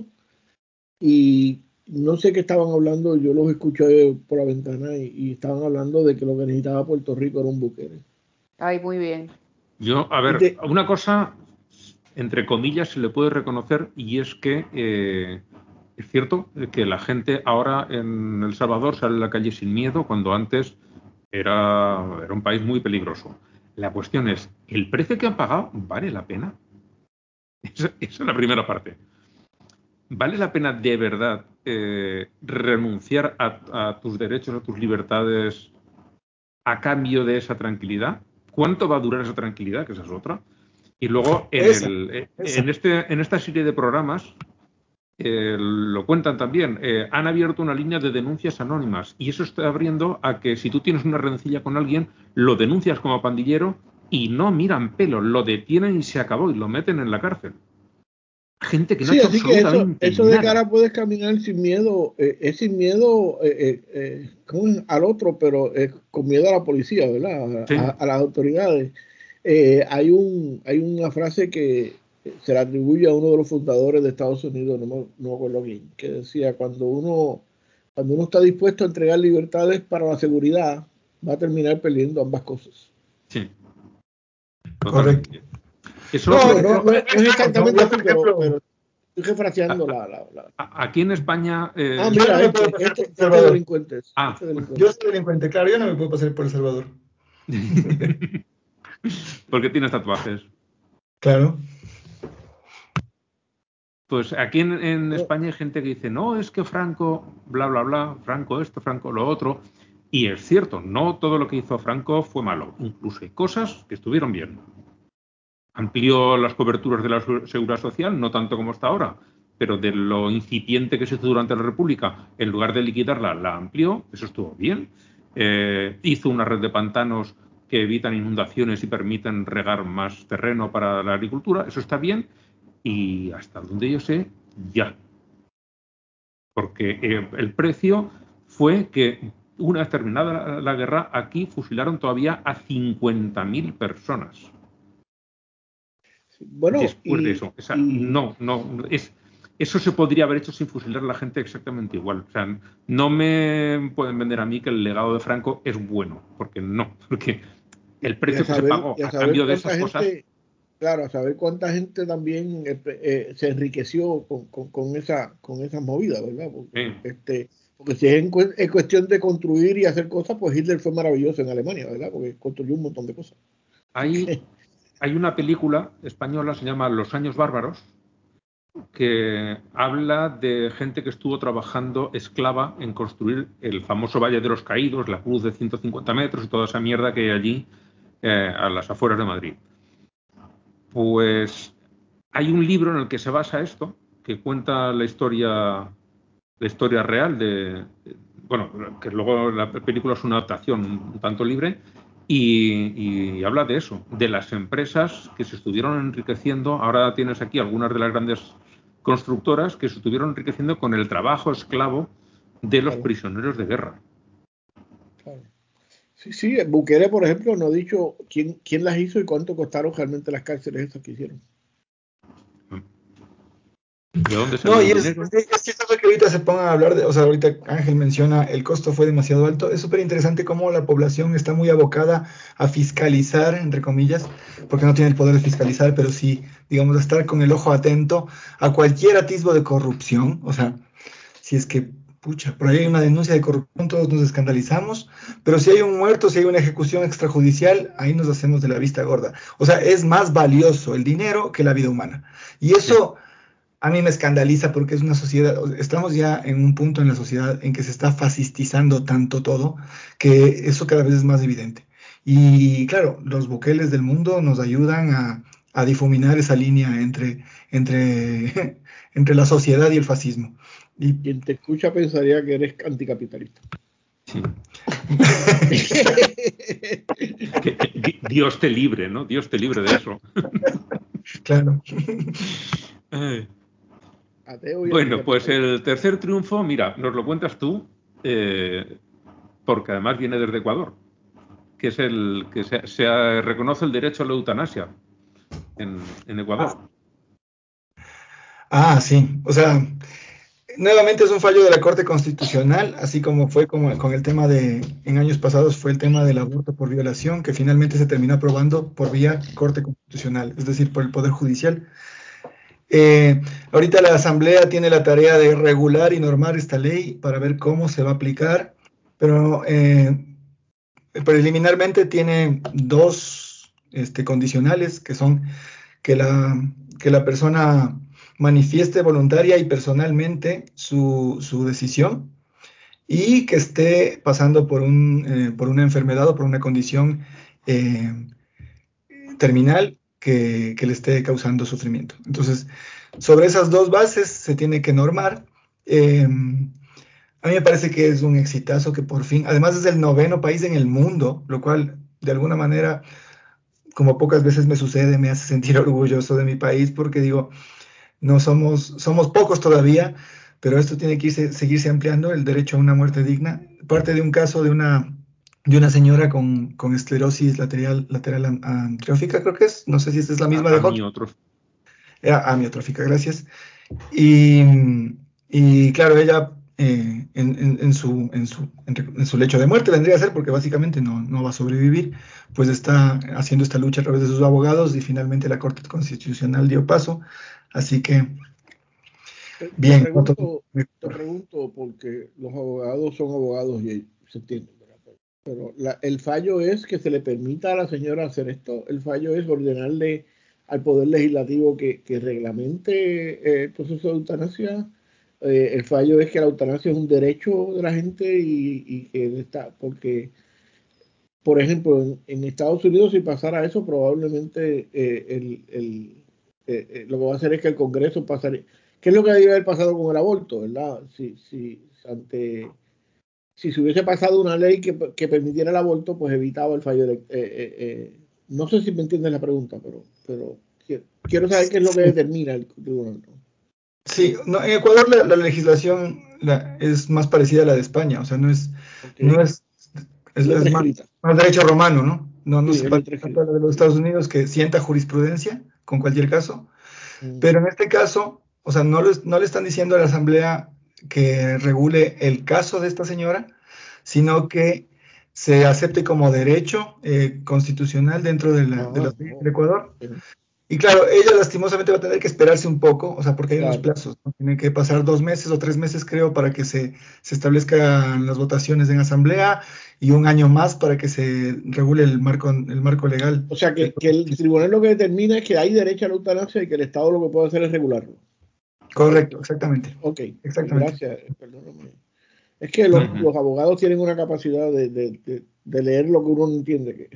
Y no sé qué estaban hablando, yo los escuché por la ventana y estaban hablando de que lo que necesitaba Puerto Rico era un Bukele. Ay, muy bien. Yo, a ver, una cosa, entre comillas, se le puede reconocer y es que es cierto que la gente ahora en El Salvador sale a la calle sin miedo cuando antes era un país muy peligroso. La cuestión es, ¿el precio que han pagado vale la pena? Esa es la primera parte. ¿Vale la pena de verdad renunciar a tus derechos, a tus libertades a cambio de esa tranquilidad? ¿Cuánto va a durar esa tranquilidad? Que esa es otra. Y luego en esta serie de programas lo cuentan también, han abierto una línea de denuncias anónimas y eso está abriendo a que si tú tienes una rencilla con alguien, lo denuncias como pandillero y no miran pelo, lo detienen y se acabó y lo meten en la cárcel. Gente que no ha Sí, hecho así que absolutamente eso de nada. cara puedes caminar sin miedo, es sin miedo al otro, pero con miedo a la policía, ¿verdad? Sí. A las autoridades. Hay una frase que se le atribuye a uno de los fundadores de Estados Unidos, no me acuerdo quién, que decía, cuando uno está dispuesto a entregar libertades para la seguridad, va a terminar perdiendo ambas cosas. Sí. Correcto. Totalmente. Eso, No es exactamente así, pero estoy a- refraseando aquí en España. mira, Yo no me puedo pasar por El Salvador. delincuente. Yo soy delincuente, claro, yo no me puedo pasar por El Salvador. Porque tienes tatuajes. Claro. Pues aquí en España hay gente que dice, no, es que Franco, bla, bla, bla, Franco esto, Franco lo otro. Y es cierto, no todo lo que hizo Franco fue malo. Incluso hay cosas que estuvieron bien. Amplió las coberturas de la seguridad social, no tanto como está ahora, pero de lo incipiente que se hizo durante la República, en lugar de liquidarla, la amplió, eso estuvo bien. Hizo una red de pantanos que evitan inundaciones y permiten regar más terreno para la agricultura, eso está bien. Y hasta donde yo sé, ya. Porque el precio fue que una vez terminada la guerra, aquí fusilaron todavía a 50.000 personas. Bueno, después de eso. O sea, eso se podría haber hecho sin fusilar a la gente exactamente igual. O sea, no me pueden vender a mí que el legado de Franco es bueno, porque no, porque el precio que se pagó a cambio de esas cosas. Claro, a saber cuánta gente también se enriqueció con esa movida, ¿verdad? Porque si es cuestión de construir y hacer cosas, pues Hitler fue maravilloso en Alemania, ¿verdad? Porque construyó un montón de cosas. Hay una película española, se llama Los años bárbaros, que habla de gente que estuvo trabajando esclava en construir el famoso Valle de los Caídos, la cruz de 150 metros y toda esa mierda que hay allí a las afueras de Madrid. Pues hay un libro en el que se basa esto, que cuenta la historia real que luego la película es una adaptación un tanto libre y habla de eso, de las empresas que se estuvieron enriqueciendo. Ahora tienes aquí algunas de las grandes constructoras que se estuvieron enriqueciendo con el trabajo esclavo de los prisioneros de guerra. Claro. Sí, Bukele, por ejemplo, no ha dicho quién las hizo y cuánto costaron realmente las cárceles esas que hicieron. ¿De dónde salió el dinero? Es chistoso que ahorita se pongan a hablar o sea, ahorita Ángel menciona el costo fue demasiado alto. Es súper interesante cómo la población está muy abocada a fiscalizar, entre comillas, porque no tiene el poder de fiscalizar, pero sí, digamos, a estar con el ojo atento a cualquier atisbo de corrupción. O sea, si es que, pucha, por ahí hay una denuncia de corrupción, todos nos escandalizamos, pero si hay un muerto, si hay una ejecución extrajudicial, ahí nos hacemos de la vista gorda. O sea, es más valioso el dinero que la vida humana. Y eso... Sí. A mí me escandaliza porque es una sociedad, estamos ya en un punto en la sociedad en que se está fascistizando tanto todo, que eso cada vez es más evidente. Y claro, los Bukeles del mundo nos ayudan a difuminar esa línea entre la sociedad y el fascismo. Y quien te escucha pensaría que eres anticapitalista. Sí. Dios te libre, ¿no? Dios te libre de eso. Claro. Bueno, pues el tercer triunfo, mira, nos lo cuentas tú, porque además viene desde Ecuador, que es el que se reconoce el derecho a la eutanasia en Ecuador. Sí, o sea, nuevamente es un fallo de la Corte Constitucional, así como fue con el tema en años pasados fue el tema del aborto por violación, que finalmente se terminó aprobando por vía Corte Constitucional, es decir, por el Poder Judicial. Ahorita la Asamblea tiene la tarea de regular y normar esta ley para ver cómo se va a aplicar, pero preliminarmente tiene dos condicionales, que son que la persona manifieste voluntaria y personalmente su decisión y que esté pasando por una enfermedad o por una condición terminal que le esté causando sufrimiento. Entonces, sobre esas dos bases se tiene que normar. A mí me parece que es un exitazo que por fin, además es el 9º país en el mundo, lo cual de alguna manera, como pocas veces me sucede, me hace sentir orgulloso de mi país porque digo, no somos pocos todavía, pero esto tiene que seguirse ampliando, el derecho a una muerte digna. Parte de un caso de una señora con esclerosis lateral amiotrófica, creo que es, no sé si esta es la misma de Hodgkin. Amiotrófica, gracias. Y claro, ella en su lecho de muerte vendría a ser, porque básicamente no va a sobrevivir, pues está haciendo esta lucha a través de sus abogados y finalmente la Corte Constitucional dio paso. Así que, bien. Te pregunto porque los abogados son abogados y se entiende, ¿verdad? Pero el fallo es que se le permita a la señora hacer esto. El fallo es ordenarle al Poder Legislativo que reglamente el proceso de eutanasia. El fallo es que la eutanasia es un derecho de la gente y que está, porque, por ejemplo, en Estados Unidos, si pasara eso, probablemente lo que va a hacer es que el Congreso pasaría. ¿Qué es lo que debe haber pasado con el aborto, verdad? Si se hubiese pasado una ley que permitiera el aborto, pues evitaba el fallo no sé si me entiendes la pregunta, pero quiero saber qué es lo que determina el tribunal, ¿no? Sí, no, en Ecuador la legislación es más parecida a la de España, o sea, es más derecho romano, ¿no? No Sí, se parece tanto a la de los Estados Unidos, que sienta jurisprudencia, con cualquier caso. Pero en este caso, o sea, no le están diciendo a la Asamblea que regule el caso de esta señora, sino que se acepte como derecho constitucional dentro de los leyes del Ecuador. Y claro, ella lastimosamente va a tener que esperarse un poco, o sea, porque hay unos plazos, ¿no? Tiene que pasar 2 meses o 3 meses, creo, para que se establezcan las votaciones en asamblea y 1 año más para que se regule el marco legal. O sea, que el tribunal lo que determina es que hay derecho a la eutanasia y que el Estado lo que puede hacer es regularlo. Correcto, exactamente. Ok, exactamente. Gracias, perdóname. Es que los abogados tienen una capacidad de leer lo que uno no entiende.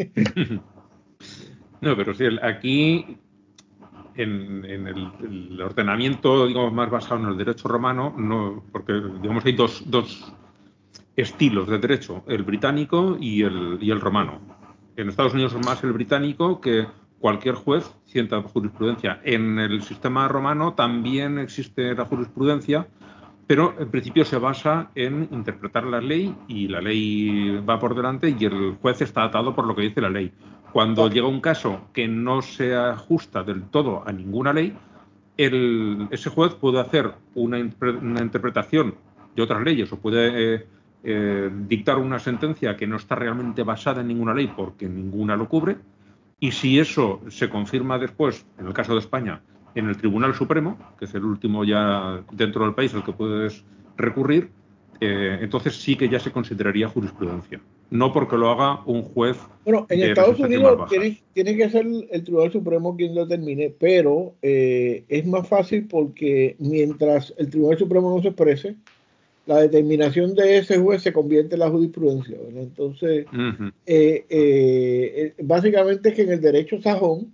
No, pero sí, aquí en el ordenamiento, digamos, más basado en el derecho romano, no, porque digamos hay dos estilos de derecho, el británico y el romano. En Estados Unidos es más el británico, que cualquier juez sienta jurisprudencia. En el sistema romano también existe la jurisprudencia, pero en principio se basa en interpretar la ley y la ley va por delante y el juez está atado por lo que dice la ley. Cuando llega un caso que no se ajusta del todo a ninguna ley, ese juez puede hacer una interpretación de otras leyes o puede dictar una sentencia que no está realmente basada en ninguna ley porque ninguna lo cubre, y si eso se confirma después, en el caso de España, en el Tribunal Supremo, que es el último ya dentro del país al que puedes recurrir, entonces sí que ya se consideraría jurisprudencia. No porque lo haga un juez. Bueno, en de Estados las más Unidos bajas. tiene que ser el Tribunal Supremo quien lo determine, pero es más fácil porque mientras el Tribunal Supremo no se exprese, la determinación de ese juez se convierte en la jurisprudencia, ¿verdad? Entonces, básicamente es que en el derecho sajón,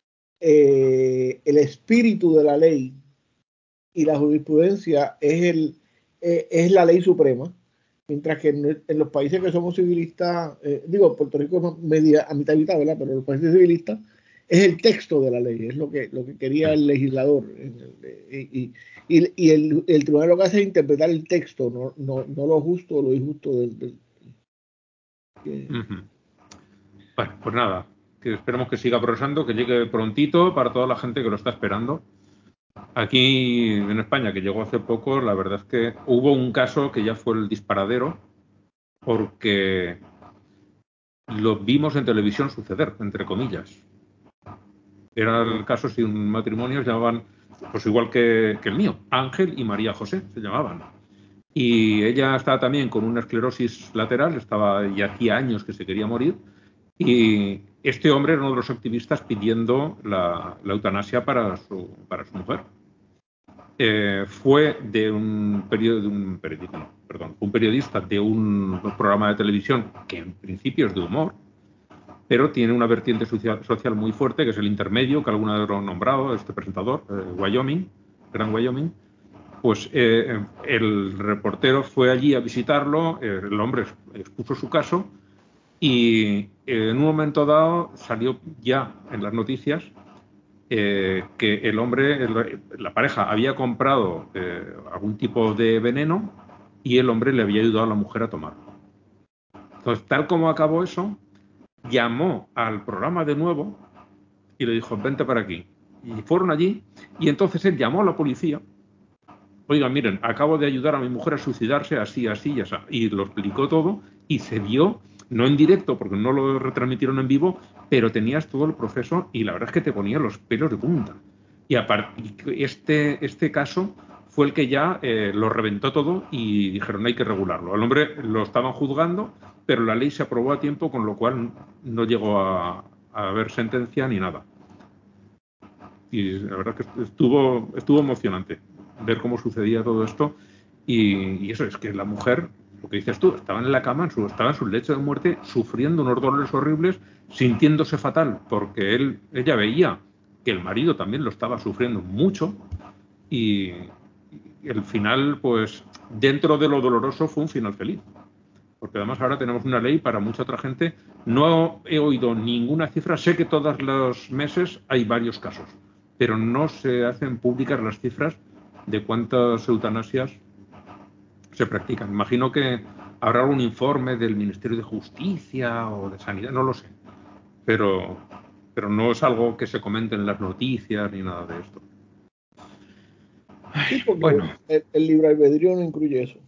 el espíritu de la ley y la jurisprudencia es la ley suprema, mientras que en los países que somos civilistas, Puerto Rico es a mitad y mitad, ¿verdad? Pero los países civilistas es el texto de la ley, es lo que quería el legislador. Y el tribunal lo que hace es interpretar el texto, no lo justo o lo injusto Bueno, pues nada, que esperemos que siga progresando, que llegue prontito para toda la gente que lo está esperando. Aquí en España, que llegó hace poco, la verdad es que hubo un caso que ya fue el disparadero, porque lo vimos en televisión suceder, entre comillas. Era el caso si un matrimonio se llamaban, pues igual que el mío, Ángel y María José se llamaban. Y ella estaba también con una esclerosis lateral, estaba ya hacía años que se quería morir, y este hombre era uno de los activistas pidiendo la eutanasia para su mujer. Fue de un periodista de un programa de televisión que en principio es de humor, pero tiene una vertiente social muy fuerte, que es el intermedio, que alguna vez lo han nombrado, este presentador, Gran Wyoming. Pues el reportero fue allí a visitarlo, el hombre expuso su caso y en un momento dado salió ya en las noticias que el hombre, la pareja, había comprado algún tipo de veneno y el hombre le había ayudado a la mujer a tomarlo. Entonces, tal como acabó eso, llamó al programa de nuevo y le dijo, vente para aquí. Y fueron allí y entonces él llamó a la policía. Oiga, miren, acabo de ayudar a mi mujer a suicidarse así, así y así. Y lo explicó todo y se vio, no en directo porque no lo retransmitieron en vivo, pero tenías todo el proceso y la verdad es que te ponía los pelos de punta. Y este caso fue el que ya lo reventó todo y dijeron hay que regularlo. Al hombre lo estaban juzgando, pero la ley se aprobó a tiempo, con lo cual no llegó a haber sentencia ni nada. Y la verdad que estuvo emocionante ver cómo sucedía todo esto. Y eso es que la mujer, lo que dices tú, estaba en la cama, estaba en su lecho de muerte, sufriendo unos dolores horribles, sintiéndose fatal, porque ella veía que el marido también lo estaba sufriendo mucho. Y el final, pues, dentro de lo doloroso, fue un final feliz. Porque además ahora tenemos una ley para mucha otra gente. No he oído ninguna cifra, sé que todos los meses hay varios casos, pero no se hacen públicas las cifras de cuántas eutanasias se practican. Imagino que habrá algún informe del Ministerio de Justicia o de Sanidad, no lo sé. Pero pero no es algo que se comente en las noticias ni nada de esto. Sí, porque Bueno. el libre albedrío no incluye eso.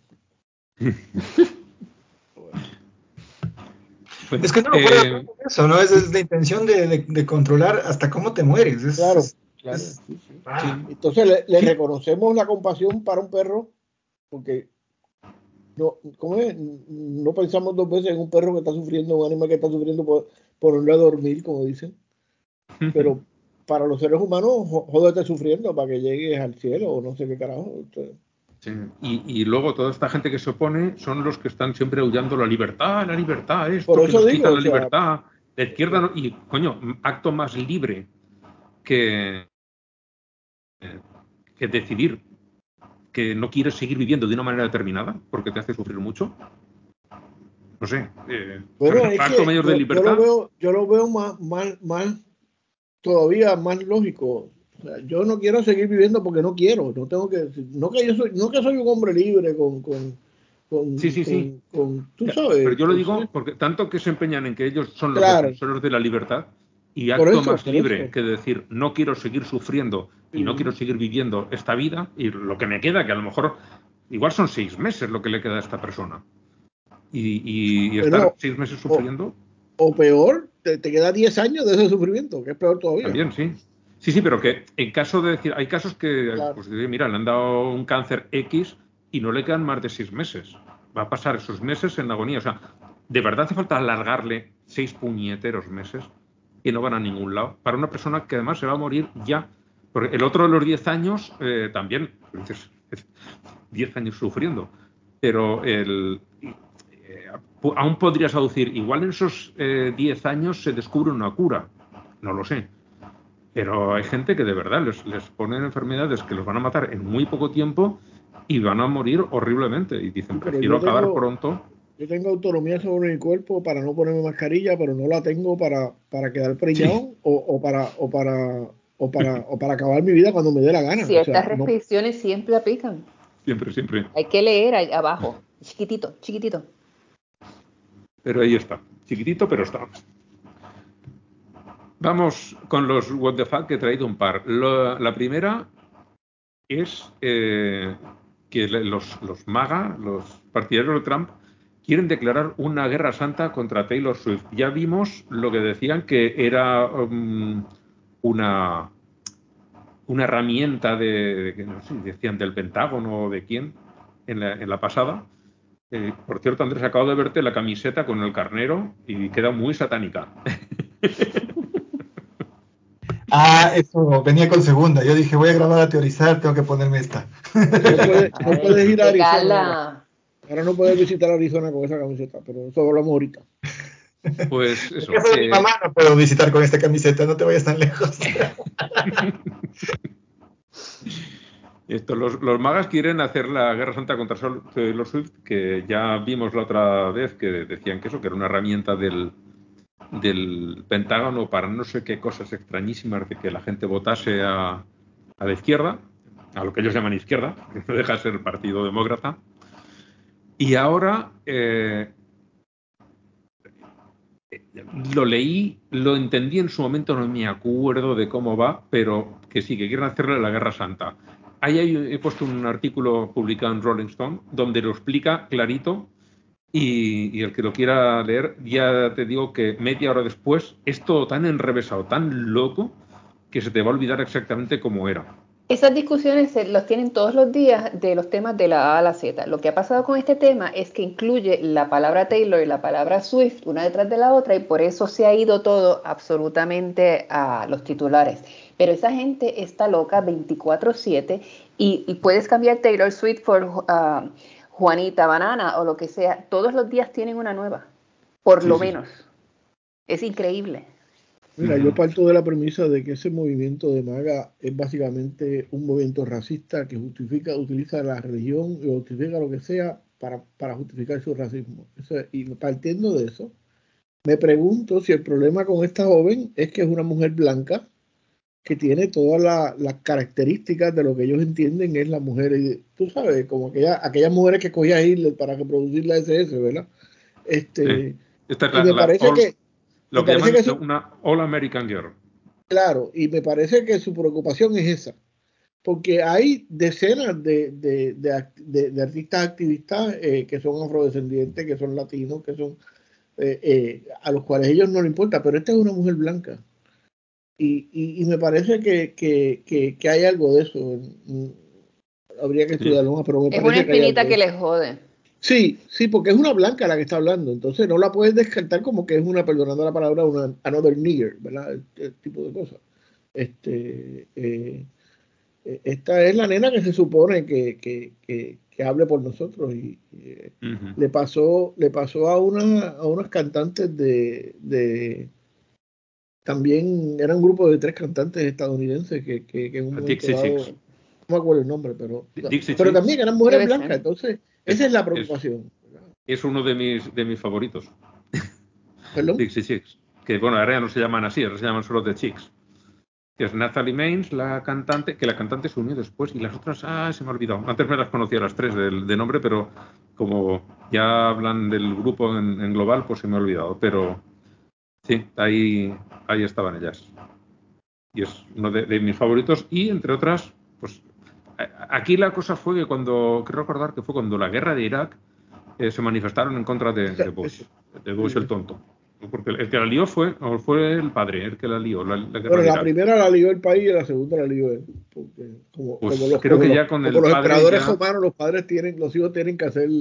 Es que no, fuera de eso, ¿no? Es la intención de controlar hasta cómo te mueres. Claro. Sí. Entonces le reconocemos la compasión para un perro, porque no pensamos dos veces en un perro que está sufriendo, un animal que está sufriendo por no ir a dormir, como dicen. Pero para los seres humanos, jódete sufriendo para que llegues al cielo o no sé qué carajo. Sí. Y luego toda esta gente que se opone son los que están siempre aullando la libertad, esto por que eso nos digo, quitan la libertad. La izquierda no, y coño, acto más libre que decidir que no quieres seguir viviendo de una manera determinada porque te hace sufrir mucho. No sé. Bueno, es acto que mayor de libertad. yo lo veo más todavía más lógico. O sea, yo no quiero seguir viviendo porque no quiero, no tengo que, no que soy un hombre libre Sí. tú sabes. Pero yo lo Entonces, digo porque tanto que se empeñan en que ellos son los claro, defensores de la libertad y por acto eso, más por libre eso. que decir no quiero seguir sufriendo y no quiero seguir viviendo esta vida y lo que me queda, que a lo mejor igual son 6 meses lo que le queda a esta persona y Bueno, estar 6 meses sufriendo. O peor, te queda 10 años de ese sufrimiento, que es peor todavía. También, sí. Sí, pero que en caso de decir, hay casos que, Claro. pues mira, le han dado un cáncer X y no le quedan más de 6 meses. Va a pasar esos meses en agonía. O sea, ¿de verdad hace falta alargarle 6 puñeteros meses que no van a ningún lado? Para una persona que además se va a morir ya. Porque el otro de los 10 años también, dices, 10 años sufriendo. Pero aún podrías aducir, igual en esos 10 años se descubre una cura. No lo sé. Pero hay gente que de verdad les ponen enfermedades que los van a matar en muy poco tiempo y van a morir horriblemente. Y dicen, prefiero acabar pronto. Yo tengo autonomía sobre mi cuerpo para no ponerme mascarilla, pero no la tengo para quedar preñado o para acabar mi vida cuando me dé la gana. Ciertas restricciones siempre aplican. Siempre. Hay que leer ahí abajo, chiquitito. Pero ahí está, chiquitito, pero está. Vamos con los what the fuck, que he traído un par. La primera es que los MAGA, los partidarios de Trump, quieren declarar una guerra santa contra Taylor Swift. Ya vimos lo que decían que era una herramienta no sé, decían del Pentágono o de quién en la pasada. Por cierto, Andrés, acabo de verte la camiseta con el carnero y queda muy satánica. Eso venía con segunda. Yo dije, voy a grabar a teorizar, tengo que ponerme esta. No puedes ir a Arizona. Ahora no puedes visitar Arizona con esa camiseta, pero eso hablamos ahorita. Pues eso. En casa de mi mamá no puedo visitar con esta camiseta, no te vayas tan lejos. Los magas quieren hacer la guerra santa contra Taylor Swift, que ya vimos la otra vez que decían que era una herramienta del Pentágono para no sé qué cosas extrañísimas de que la gente votase a la izquierda, a lo que ellos llaman izquierda, que no deja de ser el Partido Demócrata. Y ahora lo leí, lo entendí en su momento, no me acuerdo de cómo va, pero que sí, que quieren hacerle la guerra santa. Ahí he puesto un artículo publicado en Rolling Stone donde lo explica clarito y el que lo quiera leer, ya te digo que media hora después es todo tan enrevesado, tan loco, que se te va a olvidar exactamente cómo era. Esas discusiones los tienen todos los días de los temas de la A a la Z. Lo que ha pasado con este tema es que incluye la palabra Taylor y la palabra Swift una detrás de la otra y por eso se ha ido todo absolutamente a los titulares. Pero esa gente está loca 24/7 y puedes cambiar Taylor Swift por Juanita Banana o lo que sea. Todos los días tienen una nueva, por lo menos. Es increíble. Mira, yo parto de la premisa de que ese movimiento de MAGA es básicamente un movimiento racista que utiliza la religión y justifica lo que sea para justificar su racismo. Y partiendo de eso, me pregunto si el problema con esta joven es que es una mujer blanca que tiene todas las características de lo que ellos entienden es la mujer. Tú sabes, como aquellas mujeres que cogía Hitler para reproducir la SS, ¿verdad? Esta es y me parece que lo que llaman una All American Girl. Claro, y me parece que su preocupación es esa, porque hay decenas de artistas activistas que son afrodescendientes, que son latinos, que son a los cuales a ellos no les importa, pero esta es una mujer blanca. Y me parece que hay algo de eso. Habría que estudiarlo más, pero me es parece una espinita que que les jode. Sí, porque es una blanca la que está hablando, entonces no la puedes descartar como que es una, perdonando la palabra, una another nigger, ¿verdad? Este tipo de cosas. Esta es la nena que se supone que hable por nosotros y le pasó a unas cantantes también era un grupo de 3 cantantes estadounidenses que en un momento Dixie dado, Chicks. no me acuerdo el nombre, pero Dixie también Chicks eran mujeres Debe blancas, ser. entonces esa es la preocupación. Es uno de mis favoritos. ¿Perdón? Dixie Chicks. Que bueno, ahora ya no se llaman así, ahora se llaman solo The Chicks. Que es Natalie Maines, la cantante, que la cantante se unió después y las otras, se me ha olvidado. Antes me las conocía las 3 de nombre, pero como ya hablan del grupo en global, pues se me ha olvidado. Pero sí, ahí estaban ellas. Y es uno de mis favoritos. Y entre otras, pues aquí la cosa fue que creo recordar que fue cuando la guerra de Irak se manifestaron en contra de Bush el tonto. Porque el que la lió fue el padre, el que la lió, la guerra Bueno, de la Irak. primera la lió el país y la segunda la lió él. Porque Pues creo que ya con el padre emperadores ya... romanos, los hijos tienen que hacer...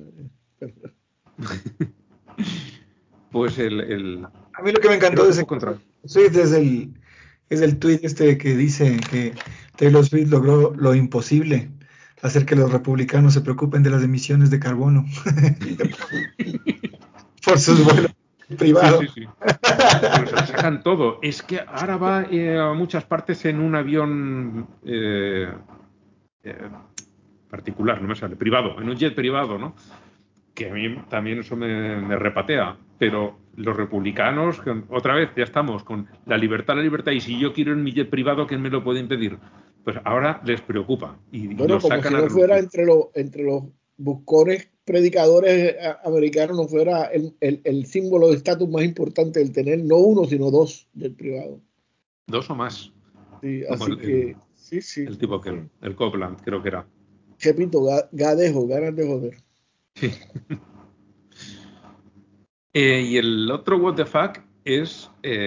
Pues A mí lo que me encantó creo que de ese fue contra... Swift es el tweet que dice que Taylor Swift logró lo imposible, hacer que los republicanos se preocupen de las emisiones de carbono por sus vuelos privados. Sí. Pero se lo sacan todo. Es que ahora va a muchas partes en un avión particular, no me sale, privado, en un jet privado, ¿no? Que a mí también eso me repatea. Pero los republicanos, otra vez, ya estamos con la libertad, y si yo quiero en mi jet privado, ¿quién me lo puede impedir? Pues ahora les preocupa y Bueno, lo como sacan si a no fuera relucir. entre los buscones predicadores americanos, no fuera el símbolo de estatus más importante el tener no uno, sino 2 del privado. 2 o más. Sí, Como así que, sí. el tipo que el Copland, creo que era. Repito, gadejo, ganas de joder. Sí. Y el otro what the fuck es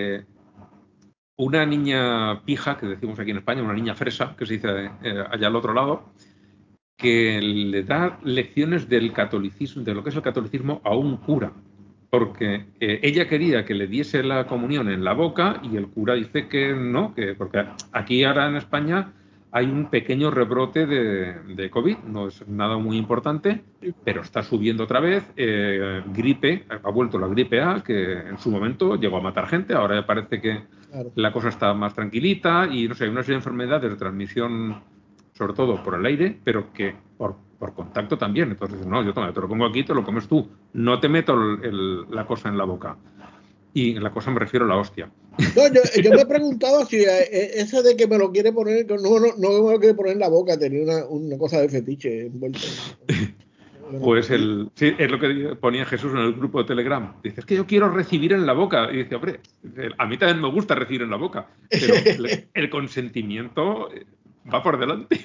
una niña pija, que decimos aquí en España, una niña fresa, que se dice allá al otro lado, que le da lecciones del catolicismo, de lo que es el catolicismo, a un cura. Porque ella quería que le diese la comunión en la boca y el cura dice que no, porque aquí ahora en España hay un pequeño rebrote de COVID, no es nada muy importante, pero está subiendo otra vez. Gripe, ha vuelto la gripe A, que en su momento llegó a matar gente, ahora ya parece que la cosa está más tranquilita y no sé, hay una serie de enfermedades de transmisión, sobre todo por el aire, pero que por contacto también. Entonces, no, yo te lo pongo aquí, te lo comes tú. No te meto la cosa en la boca. Y en la cosa me refiero a la hostia. No, yo me preguntaba si ese de que me lo quiere poner, no me lo quiere poner en la boca, tenía una cosa de fetiche envuelta. Pues sí, es lo que ponía Jesús en el grupo de Telegram. Dice, es que yo quiero recibir en la boca. Y dice, hombre, a mí también me gusta recibir en la boca, pero el consentimiento va por delante.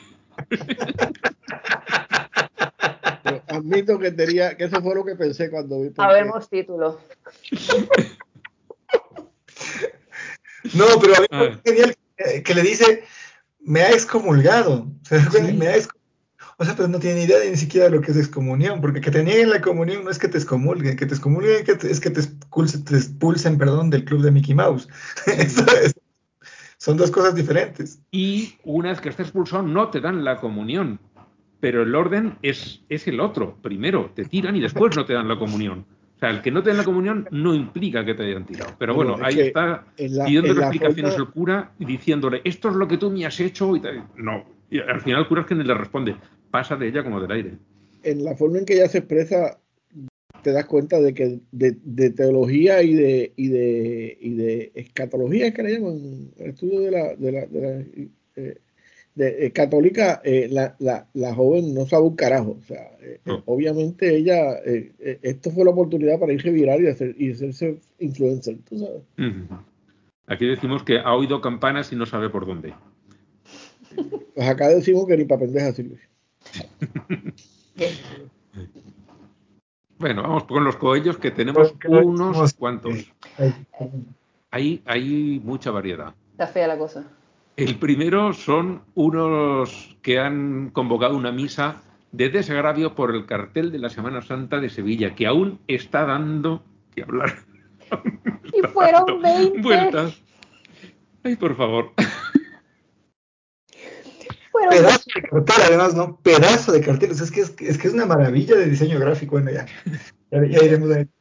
Pero admito que eso fue lo que pensé cuando vi. Habemos título. No, pero a mí me parece genial que le dice, me ha excomulgado. ¿Se da cuenta? Sí. O sea, pero no tiene ni idea ni siquiera de lo que es excomunión, porque que te nieguen la comunión no es que te excomulguen, que te excomulguen es que te expulsen, perdón, del club de Mickey Mouse. Son 2 cosas diferentes. Y una vez que estés expulsado no te dan la comunión, pero el orden es el otro. Primero te tiran y después no te dan la comunión. O sea, el que no te den la comunión no implica que te hayan tirado. Pero bueno, Es ahí que está en pidiéndole la explicaciones forma, al cura y diciéndole, esto es lo que tú me has hecho. Y tal. No. Y al final el cura es quien le responde, pasa de ella como del aire. en la forma en que ella se expresa, te das cuenta de que de teología y de escatología, es que le llaman, el estudio católica, la joven no sabe un carajo. O sea, No. obviamente ella, esto fue la oportunidad para irse viral y hacerse influencer, tú sabes. Aquí decimos que ha oído campanas y no sabe por dónde. Pues acá decimos que ni para pendeja sirve. Bueno, vamos con los coellos, que tenemos unos cuantos. Hay mucha variedad. Está fea la cosa. El primero son unos que han convocado una misa de desagravio por el cartel de la Semana Santa de Sevilla, que aún está dando que hablar. Y fueron 20. Vueltas. Ay, por favor. Pedazo de cartel, además, ¿no? Pedazo de cartel. O sea, es que es una maravilla de diseño gráfico. Bueno, ya iremos a él.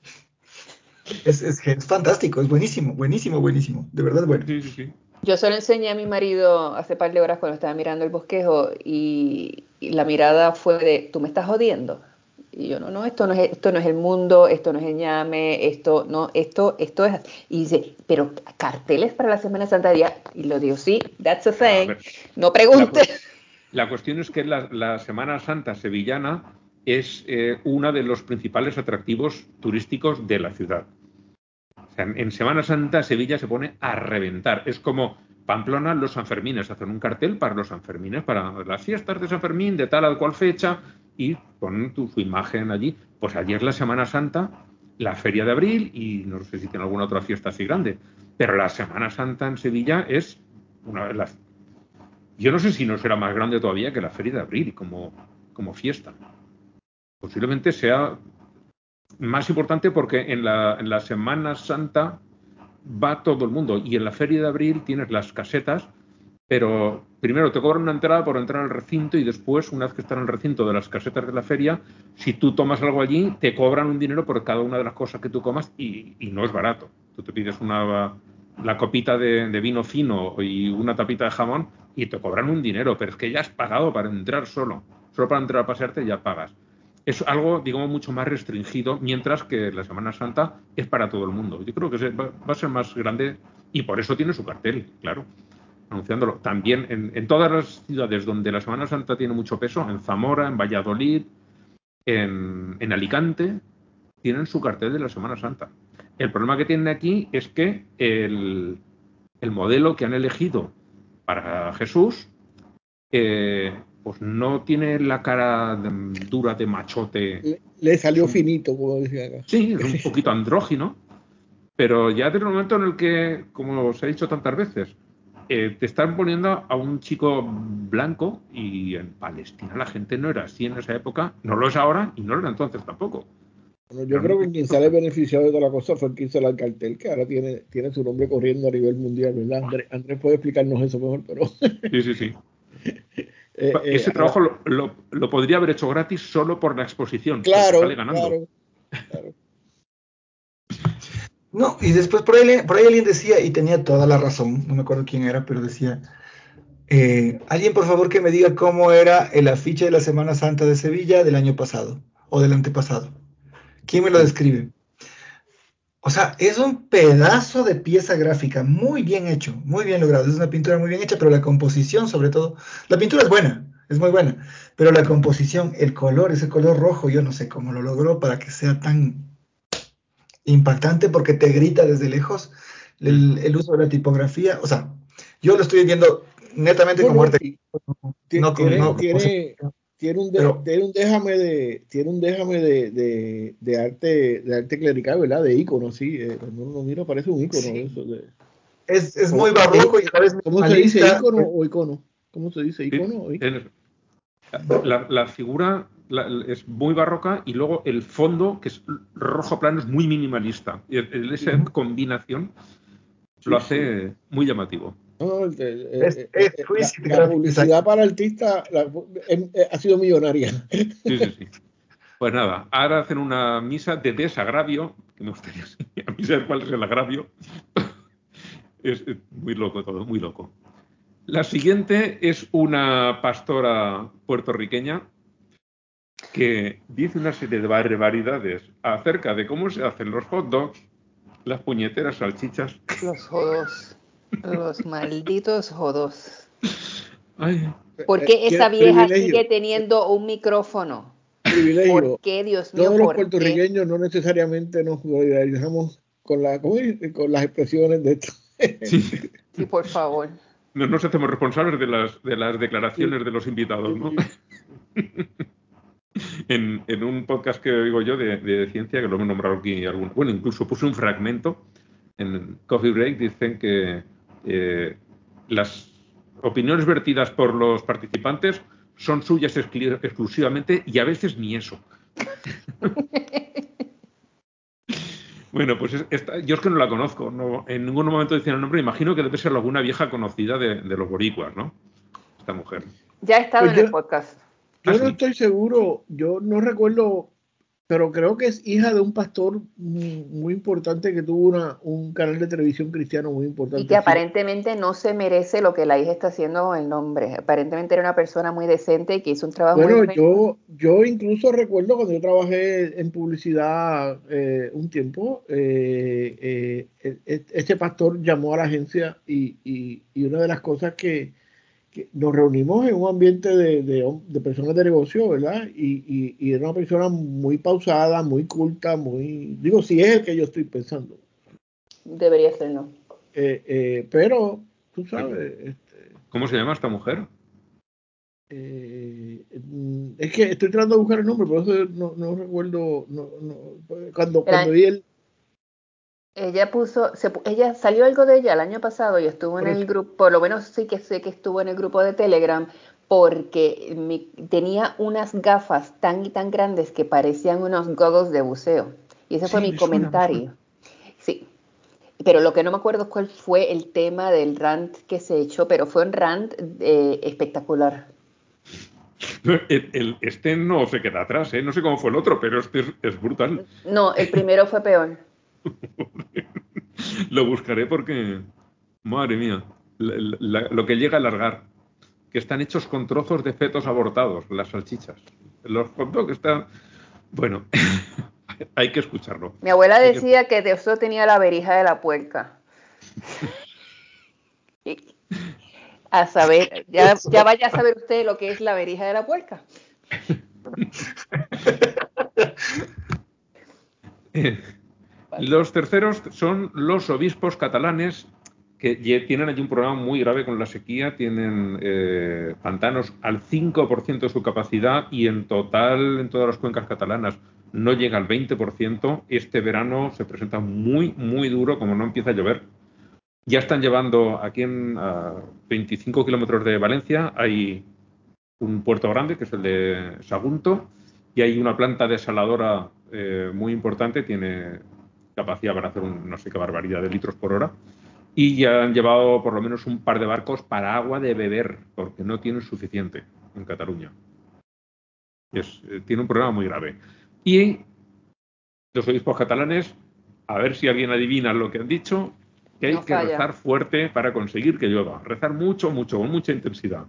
Es fantástico, es buenísimo, buenísimo, buenísimo. De verdad, bueno. Sí. Yo se lo enseñé a mi marido hace par de horas cuando estaba mirando el bosquejo y la mirada fue de, ¿tú me estás jodiendo? Y yo, no, esto no es el mundo, esto no es el ñame, esto es... Y dice, pero carteles para la Semana Santa día. Y lo digo, sí, that's a thing. No preguntes. La cuestión es que la Semana Santa sevillana es uno de los principales atractivos turísticos de la ciudad. O sea, en Semana Santa Sevilla se pone a reventar. Es como Pamplona, los Sanfermines. Hacen un cartel para los Sanfermines, para las fiestas de San Fermín, de tal a cual fecha, y ponen su imagen allí. Pues allí es la Semana Santa, la Feria de Abril, y no sé si tiene alguna otra fiesta así grande. Pero la Semana Santa en Sevilla es una de las... Yo no sé si no será más grande todavía que la Feria de Abril como fiesta. Posiblemente sea más importante porque en la Semana Santa va todo el mundo y en la Feria de Abril tienes las casetas, pero primero te cobran una entrada por entrar al recinto y después, una vez que estás en el recinto de las casetas de la feria, si tú tomas algo allí, te cobran un dinero por cada una de las cosas que tú comas y no es barato. Tú te pides la copita de vino fino y una tapita de jamón y te cobran un dinero, pero es que ya has pagado para entrar solo para entrar a pasearte ya pagas. Es algo, digamos, mucho más restringido, mientras que la Semana Santa es para todo el mundo. Yo creo que va a ser más grande y por eso tiene su cartel, claro, anunciándolo. También en todas las ciudades donde la Semana Santa tiene mucho peso, en Zamora, en Valladolid, en Alicante, tienen su cartel de la Semana Santa. El problema que tienen aquí es que el modelo que han elegido para Jesús pues no tiene la cara dura de machote. Le salió finito, como decía acá. Sí, es un poquito andrógino, pero ya desde el momento en el que, como os he dicho tantas veces, te están poniendo a un chico blanco, y en Palestina la gente no era así en esa época, no lo es ahora y no lo era entonces tampoco. Bueno, yo creo que quien sale beneficiado de toda la cosa fue el que hizo el cartel, que ahora tiene su nombre corriendo a nivel mundial, ¿verdad? Andrés puede explicarnos eso mejor, pero... Sí. Ese trabajo lo podría haber hecho gratis solo por la exposición. Claro, sale ganando. Claro. No, y después por ahí alguien decía, y tenía toda la razón, no me acuerdo quién era, pero decía, alguien por favor que me diga cómo era el afiche de la Semana Santa de Sevilla del año pasado, o del antepasado. ¿Quién me lo describe? O sea, es un pedazo de pieza gráfica, muy bien hecho, muy bien logrado. Es una pintura muy bien hecha, pero la composición, sobre todo, la pintura es buena, es muy buena, pero la composición, el color, ese color rojo, yo no sé cómo lo logró para que sea tan impactante, porque te grita desde lejos el uso de la tipografía. O sea, yo lo estoy viendo netamente como arte. Tiene un déjame de arte clerical, ¿verdad? De ícono, sí. Cuando uno lo mira parece un ícono. Sí. Eso es muy barroco y a la vez ¿Cómo se dice, ícono o icono? ¿Cómo se dice, ícono o icono? La figura es muy barroca y luego el fondo, que es rojo plano, es muy minimalista. Y esa combinación lo hace muy llamativo. No, la publicidad para el artista ha sido millonaria. Sí. Pues nada, ahora hacen una misa de desagravio, que me gustaría a mí saber cuál es el agravio. Es muy loco todo, muy loco. La siguiente es una pastora puertorriqueña que dice una serie de barbaridades acerca de cómo se hacen los hot dogs, las puñeteras salchichas. Los jodos. Los malditos jodos. Ay. ¿Por qué esa vieja privilegio, sigue teniendo un micrófono? privilegio. ¿Por qué, Dios mío? Todos los ¿por qué? puertorriqueños no necesariamente nos solidarizamos con las expresiones de esto. Sí. Sí, por favor. No nos hacemos responsables de las declaraciones de los invitados, ¿no? En un podcast que oigo yo de ciencia, que lo hemos nombrado aquí, bueno, incluso puse un fragmento en Coffee Break, dicen que las opiniones vertidas por los participantes son suyas exclusivamente y a veces ni eso. Bueno, pues yo es que no la conozco, no, en ningún momento dicen el nombre, imagino que debe ser alguna vieja conocida de los boricuas, ¿no? Esta mujer. Ya ha estado Pues en el podcast. Yo no sí. estoy seguro, yo no recuerdo, pero creo que es hija de un pastor muy importante que tuvo un canal de televisión cristiano muy importante. Y que aparentemente no se merece lo que la hija está haciendo con el nombre. Aparentemente era una persona muy decente y que hizo un trabajo muy bueno. Yo incluso recuerdo cuando yo trabajé en publicidad un tiempo, este pastor llamó a la agencia y una de las cosas que nos reunimos en un ambiente de personas de negocio, ¿verdad? Y era una persona muy pausada, muy culta, digo, si es el que yo estoy pensando. Debería ser, ¿no? Pero, tú sabes... ¿Cómo se llama esta mujer? Es que estoy tratando de buscar el nombre, por eso no recuerdo, cuando vi el... Ella salió algo de ella el año pasado y estuvo en el grupo, por lo menos sí que sé que estuvo en el grupo de Telegram, porque tenía unas gafas tan y tan grandes que parecían unos goggles de buceo. Y ese fue mi comentario. Sí, pero lo que no me acuerdo es cuál fue el tema del rant que se echó, pero fue un rant espectacular. Este no se queda atrás, ¿eh? No sé cómo fue el otro, pero este es brutal. No, el primero fue peor. Lo buscaré porque, madre mía, lo que llega a alargar, que están hechos con trozos de fetos abortados, las salchichas. Los hot dogs están... Bueno, hay que escucharlo. Mi abuela decía que de eso tenía la verija de la puerca. A saber, ya vaya a saber usted lo que es la verija de la puerca. Los terceros son los obispos catalanes que tienen allí un problema muy grave con la sequía, tienen pantanos al 5% de su capacidad y en total en todas las cuencas catalanas no llega al 20%. Este verano se presenta muy, muy duro como no empieza a llover. Ya están llevando aquí a 25 kilómetros de Valencia, hay un puerto grande que es el de Sagunto y hay una planta desaladora muy importante, tiene capacidad para hacer no sé qué barbaridad de litros por hora. Y ya han llevado por lo menos un par de barcos para agua de beber, porque no tienen suficiente en Cataluña. Tiene un problema muy grave. Y los obispos catalanes, a ver si alguien adivina lo que han dicho, que hay que rezar fuerte para conseguir que llueva. Rezar mucho, mucho, con mucha intensidad.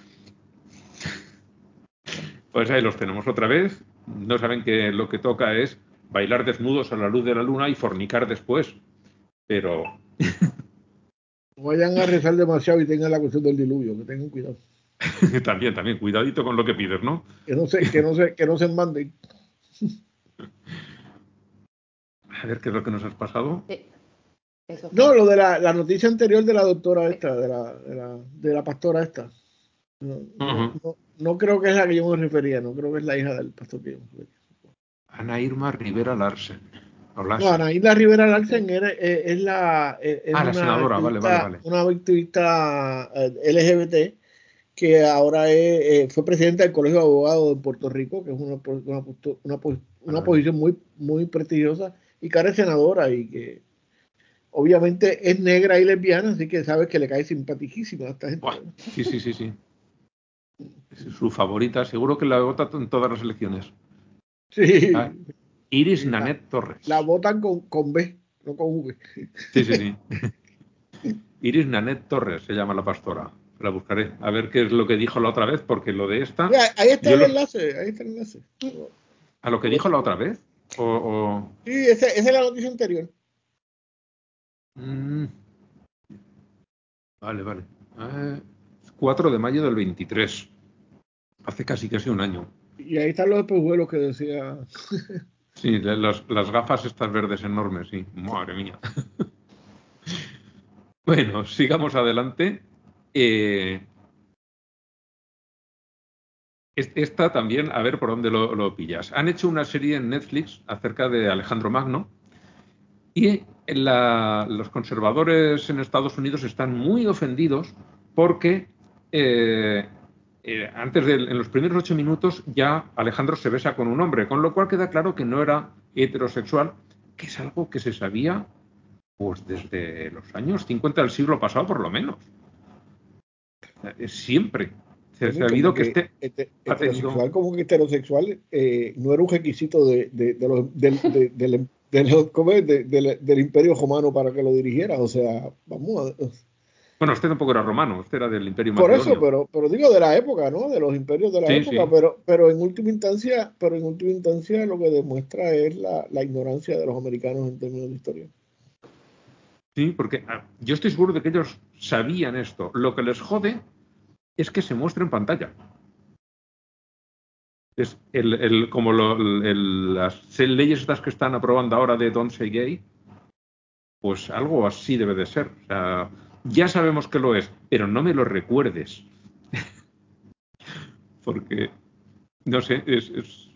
Pues ahí los tenemos otra vez. No saben que lo que toca es bailar desnudos a la luz de la luna y fornicar después. Pero... No vayan a rezar demasiado y tengan la cuestión del diluvio, que tengan cuidado. También, cuidadito con lo que pides, ¿no? Que no se manden. A ver qué es lo que nos has pasado. Sí. No, lo de la noticia anterior de la doctora esta, de la pastora esta. No creo que es la que yo me refería, no creo que es la hija del pastor que yo me refería. Ana Irma Rivera Larsen. No, Ana Isla Rivera Larsen es la senadora, vale. Una activista LGBT que ahora fue presidenta del Colegio de Abogados de Puerto Rico, que es una posición muy, muy prestigiosa, y que ahora es senadora y que obviamente es negra y lesbiana, así que sabes que le cae simpaticísima a esta gente. Buah, sí. Es su favorita, seguro que la vota en todas las elecciones. Sí. Iris sí, Nanet Torres. La votan con B, no con V. Sí. Iris Nanet Torres se llama la pastora. La buscaré a ver qué es lo que dijo la otra vez, porque lo de esta... Mira, ahí está el enlace. ¿A lo que dijo la otra vez? Sí, esa es la noticia anterior. Vale. 4 de mayo del 23. Hace casi un año. Y ahí están los espejuelos que decía. Sí, las gafas estas verdes enormes, sí. Madre mía. Bueno, sigamos adelante. Esta también, a ver por dónde lo pillas. Han hecho una serie en Netflix acerca de Alejandro Magno y los conservadores en Estados Unidos están muy ofendidos porque en los primeros 8 minutos ya Alejandro se besa con un hombre, con lo cual queda claro que no era heterosexual, que es algo que se sabía pues desde los años 50 del siglo pasado por lo menos. Siempre se ha sabido que ha tenido... Heterosexual como que heterosexual no era un requisito del Imperio Romano para que lo dirigiera. O sea, vamos a... Bueno, este tampoco era romano, este era del Imperio Por eso, Macedonio. pero digo de la época, ¿no? De los imperios de la Sí, época, sí. pero en última instancia lo que demuestra es la ignorancia de los americanos en términos de historia. Sí, porque yo estoy seguro de que ellos sabían esto. Lo que les jode es que se muestre en pantalla. Es como las leyes estas que están aprobando ahora de Don't Say Gay, pues algo así debe de ser. O sea, ya sabemos que lo es, pero no me lo recuerdes. Porque, no sé, es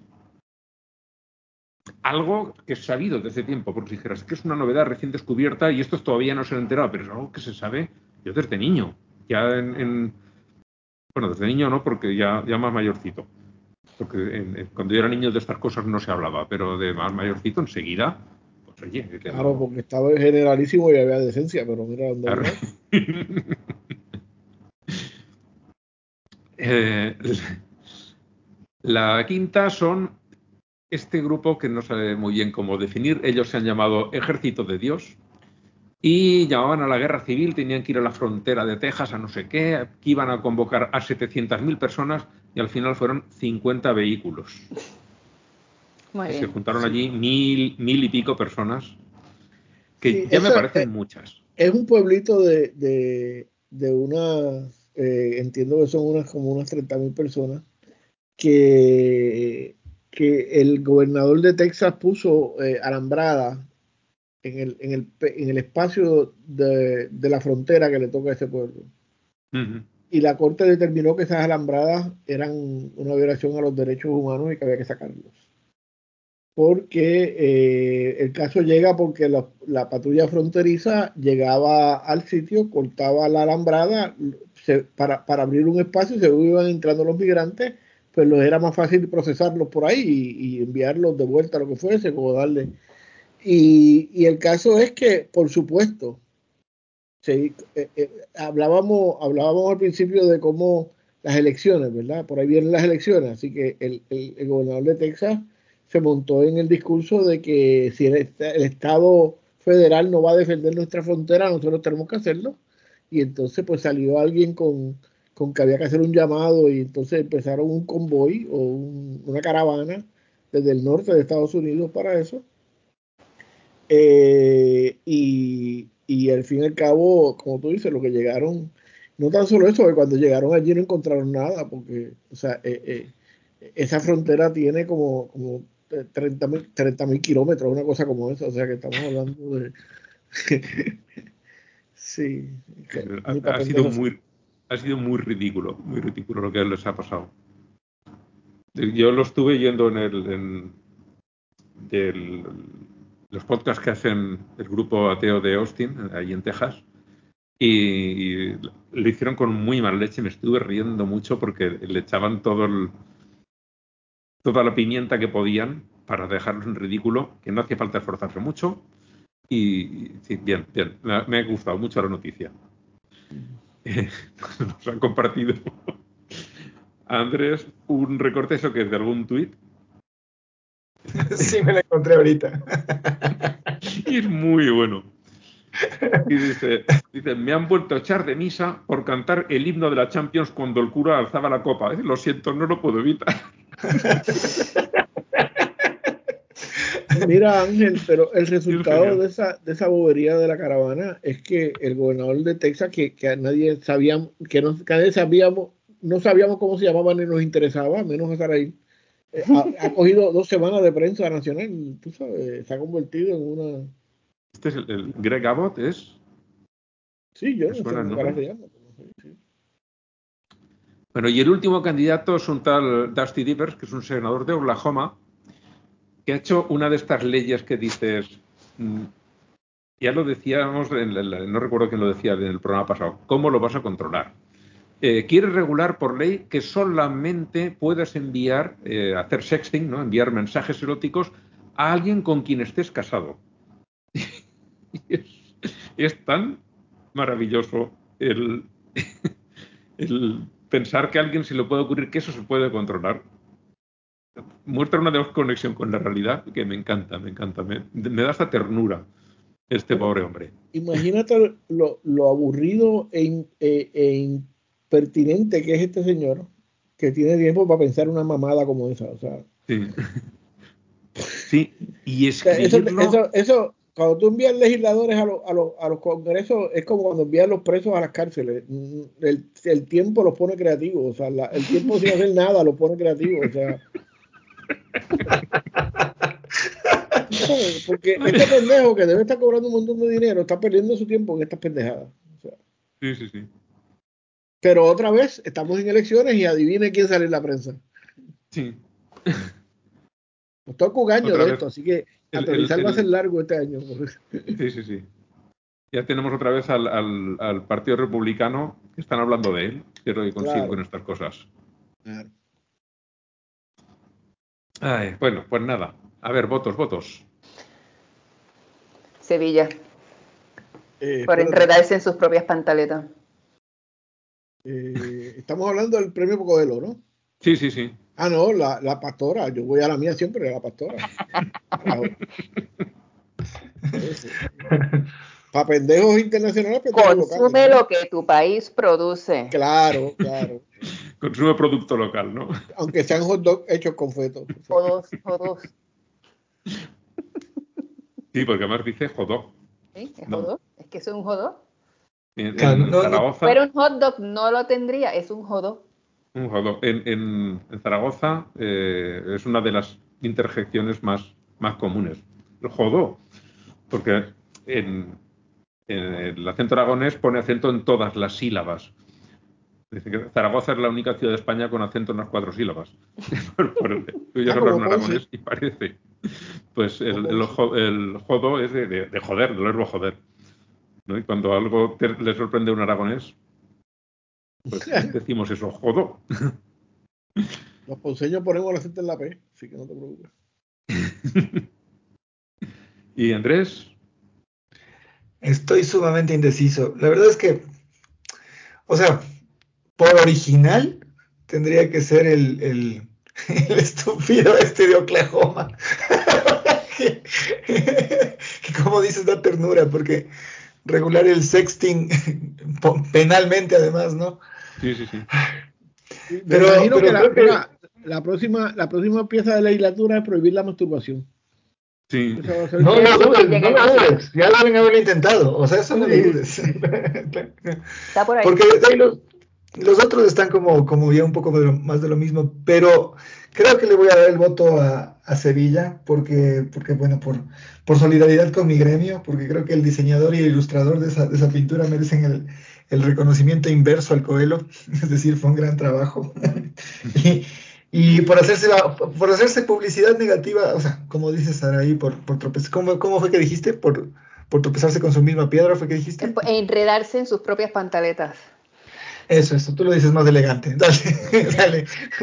algo que es sabido desde tiempo, porque si dijeras que es una novedad recién descubierta y estos todavía no se han enterado, pero es algo que se sabe yo desde niño. Ya bueno, desde niño no, porque ya más mayorcito. Porque cuando yo era niño de estas cosas no se hablaba, pero de más mayorcito enseguida, pues oye, Claro, porque estaba generalísimo y había decencia, pero mira dónde claro. La quinta son este grupo que no sabe muy bien cómo definir. Ellos se han llamado Ejército de Dios y llamaban a la guerra civil, tenían que ir a la frontera de Texas a no sé qué, que iban a convocar a 700.000 personas y al final fueron 50 vehículos. Muy Y se bien. juntaron Sí. allí mil y pico personas, que Sí, ya me parecen muchas. es un pueblito de unas, entiendo que son como unas 30.000 personas, que el gobernador de Texas puso alambrada en el espacio de la frontera que le toca a ese pueblo. Uh-huh. Y la corte determinó que esas alambradas eran una violación a los derechos humanos y que había que sacarlos. Porque el caso llega porque la patrulla fronteriza llegaba al sitio, cortaba la alambrada para abrir un espacio y según iban entrando los migrantes, pues los era más fácil procesarlos por ahí y enviarlos de vuelta a lo que fuese, como darle. Y el caso es que, por supuesto, hablábamos al principio de cómo las elecciones, ¿verdad? Por ahí vienen las elecciones, así que el gobernador de Texas se montó en el discurso de que si el Estado federal no va a defender nuestra frontera, nosotros tenemos que hacerlo. Y entonces pues salió alguien con que había que hacer un llamado y entonces empezaron un convoy o una caravana desde el norte de Estados Unidos para eso. Y al fin y al cabo, como tú dices, lo que llegaron, no tan solo eso, que cuando llegaron allí no encontraron nada, porque, o sea, esa frontera tiene como 30.000 kilómetros, una cosa como esa, o sea que estamos hablando de... sí, ni para Ha sido pendejo. muy ridículo lo que les ha pasado. Yo lo estuve yendo en los podcasts que hacen el grupo ateo de Austin, ahí en Texas, y lo hicieron con muy mala leche. Me estuve riendo mucho porque le echaban toda la pimienta que podían para dejarlos en ridículo, que no hacía falta esforzarse mucho. Y sí, bien. Me ha gustado mucho la noticia. Nos han compartido Andrés un recorte, eso que es de algún tuit. Sí, me la encontré ahorita. Y es muy bueno. Y dice, me han vuelto a echar de misa por cantar el himno de la Champions cuando el cura alzaba la copa. Lo siento, no lo puedo evitar. Mira, Ángel, pero el Es resultado genial. de esa bobería de la caravana es que el gobernador de Texas, que nadie sabíamos, que nadie sabíamos, no sabíamos cómo se llamaba ni nos interesaba, menos estar ahí, ha cogido 2 semanas de prensa nacional, tú sabes, se ha convertido en una... Este es el Greg Abbott, ¿es? Sí, yo ¿Me no sé suena el cómo cara nombre? se llama. Pero sí, sí. Bueno, y el último candidato es un tal Dusty Divers, que es un senador de Oklahoma, que ha hecho una de estas leyes que dices, ya lo decíamos, no recuerdo quién lo decía en el programa pasado, ¿cómo lo vas a controlar? Quiere regular por ley que solamente puedas enviar, hacer sexting, ¿no? Enviar mensajes eróticos a alguien con quien estés casado. Y es tan maravilloso el pensar que a alguien se le puede ocurrir que eso se puede controlar. Muestra una desconexión con la realidad que me encanta, me encanta. Me da esta ternura este Bueno, pobre hombre. imagínate lo aburrido e impertinente que es este señor, que tiene tiempo para pensar una mamada como esa. O sea, Sí, sí. Y Eso, escribirlo, eso, cuando tú envías legisladores a los congresos, es como cuando envías los presos a las cárceles. El tiempo los pone creativos, o sea, el tiempo sin hacer nada los pone creativos, o sea, ¿sabes? Porque este pendejo que debe estar cobrando un montón de dinero está perdiendo su tiempo en estas pendejadas. O sea, sí, sí, sí. pero otra vez, estamos en elecciones y adivine quién sale en la prensa. Sí, Nos toca un año otra de vez. esto, así que El, aterrizar va a ser largo este año. sí, sí, sí. Ya tenemos otra vez al Partido Republicano que están hablando de él. ¿Qué es lo que consigue con Claro, estas cosas? claro. Ay, bueno, pues nada. A ver, votos, votos. Sevilla, por Espérate. enredarse en sus propias pantaletas. Estamos hablando del premio Cocodelo, ¿no? Sí, sí, sí. Ah, no, la pastora. Yo voy a la mía siempre, a la pastora. Carajo. Para pendejos internacionales, pendejos locales, Consume ¿no? lo que tu país produce. Claro, claro. Consume producto local, ¿no? Aunque sean hot dogs hechos con feto. O sea, Jodos, jodos. Sí, porque además dice jodó. ¿Sí? ¿Es No. jodó? ¿Es que es un jodó? Claro, En Fuera Zaragoza, un hot dog no lo tendría, es un jodó. un jodó. En Zaragoza es una de las interjecciones más comunes. El jodó. Porque en el acento aragonés pone acento en todas las sílabas. Dice que Zaragoza es la única ciudad de España con acento en las 4 sílabas. Tú ya hablas como un Ponce. aragonés y parece. Pues Como Ponce. el jodo es de joder, del verbo joder, ¿no? Y cuando algo le sorprende a un aragonés, pues decimos eso, jodo. Los ponceños ponemos el acento en la P, así que no te preocupes. Y Andrés, estoy sumamente indeciso. La verdad es que, o sea, por original tendría que ser el estúpido este de Oklahoma. que como dices, da ternura, porque regular el sexting penalmente además, ¿no? sí, sí, sí. Y me imagino que Pero creo que mira, la próxima pieza de legislatura es prohibir la masturbación. Sí, Esa va a ser no Eso lo sí que dudes, no llega lo encima. dudes, ya lo deben haber intentado, o sea, eso no lo sí, dudes. Está por ahí. Porque de ahí los otros están como ya un poco más de lo mismo, pero creo que le voy a dar el voto a Sevilla, porque bueno, por solidaridad con mi gremio, porque creo que el diseñador y el ilustrador de esa pintura merecen el reconocimiento inverso al Coelho, es decir, fue un gran trabajo. y, y por hacerse publicidad negativa, o sea, como dices Saraí, por tropezar, ¿cómo fue que dijiste? Por tropezarse con su misma piedra, ¿fue que dijiste? Enredarse en sus propias pantaletas. Eso, tú lo dices más elegante. Dale, dale.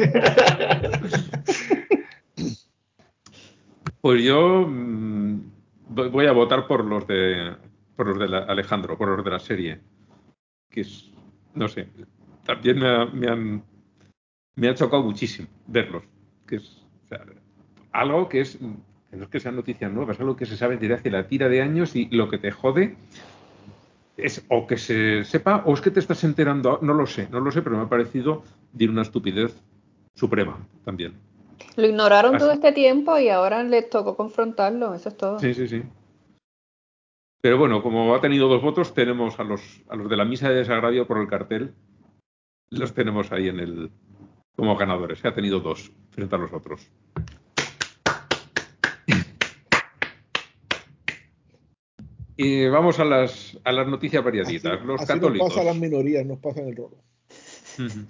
pues yo voy a votar por los de Alejandro, por los de la serie, que es, no sé, también me ha chocado muchísimo verlos, que es o sea, algo que no es que sean noticias nuevas, es algo que se sabe desde hace la tira de años y lo que te jode es o que se sepa o es que te estás enterando, no lo sé, pero me ha parecido de una estupidez suprema también. Lo ignoraron todo Así. este tiempo y ahora les tocó confrontarlo, eso es todo. Sí, sí, sí. Pero bueno, como ha tenido 2 votos, tenemos a los de la misa de desagravio por el cartel, los tenemos ahí como ganadores. Ha tenido 2 frente a los otros. Y vamos a las noticias variaditas. Los Así nos pasa a las católicos. minorías, nos pasa en el rolo. Ujú.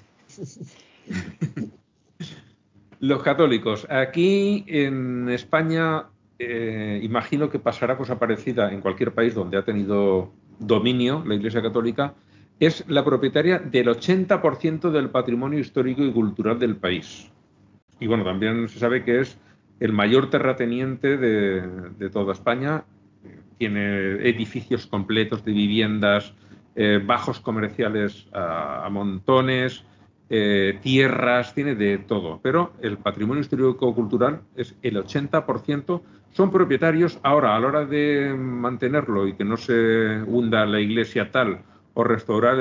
Los católicos. Aquí en España, imagino que pasará cosa parecida en cualquier país donde ha tenido dominio la Iglesia Católica. Es la propietaria del 80% del patrimonio histórico y cultural del país. Y bueno, también se sabe que es el mayor terrateniente de toda España. Tiene edificios completos de viviendas, bajos comerciales a montones, tierras, tiene de todo. Pero el patrimonio histórico-cultural es el 80%. Son propietarios. Ahora, a la hora de mantenerlo y que no se hunda la iglesia tal o restaurar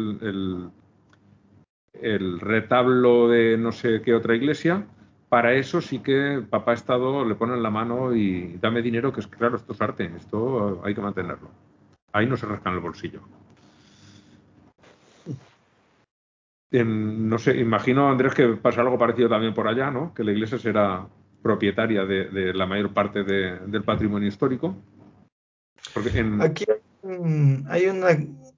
el retablo de no sé qué otra iglesia, para eso sí que papá Estado le pone en la mano y dame dinero, que es claro, esto es arte, esto hay que mantenerlo. Ahí no se rascan el bolsillo. No sé, imagino, Andrés, que pasa algo parecido también por allá, ¿no? Que la iglesia será propietaria de la mayor parte del patrimonio histórico. Porque Aquí hay una,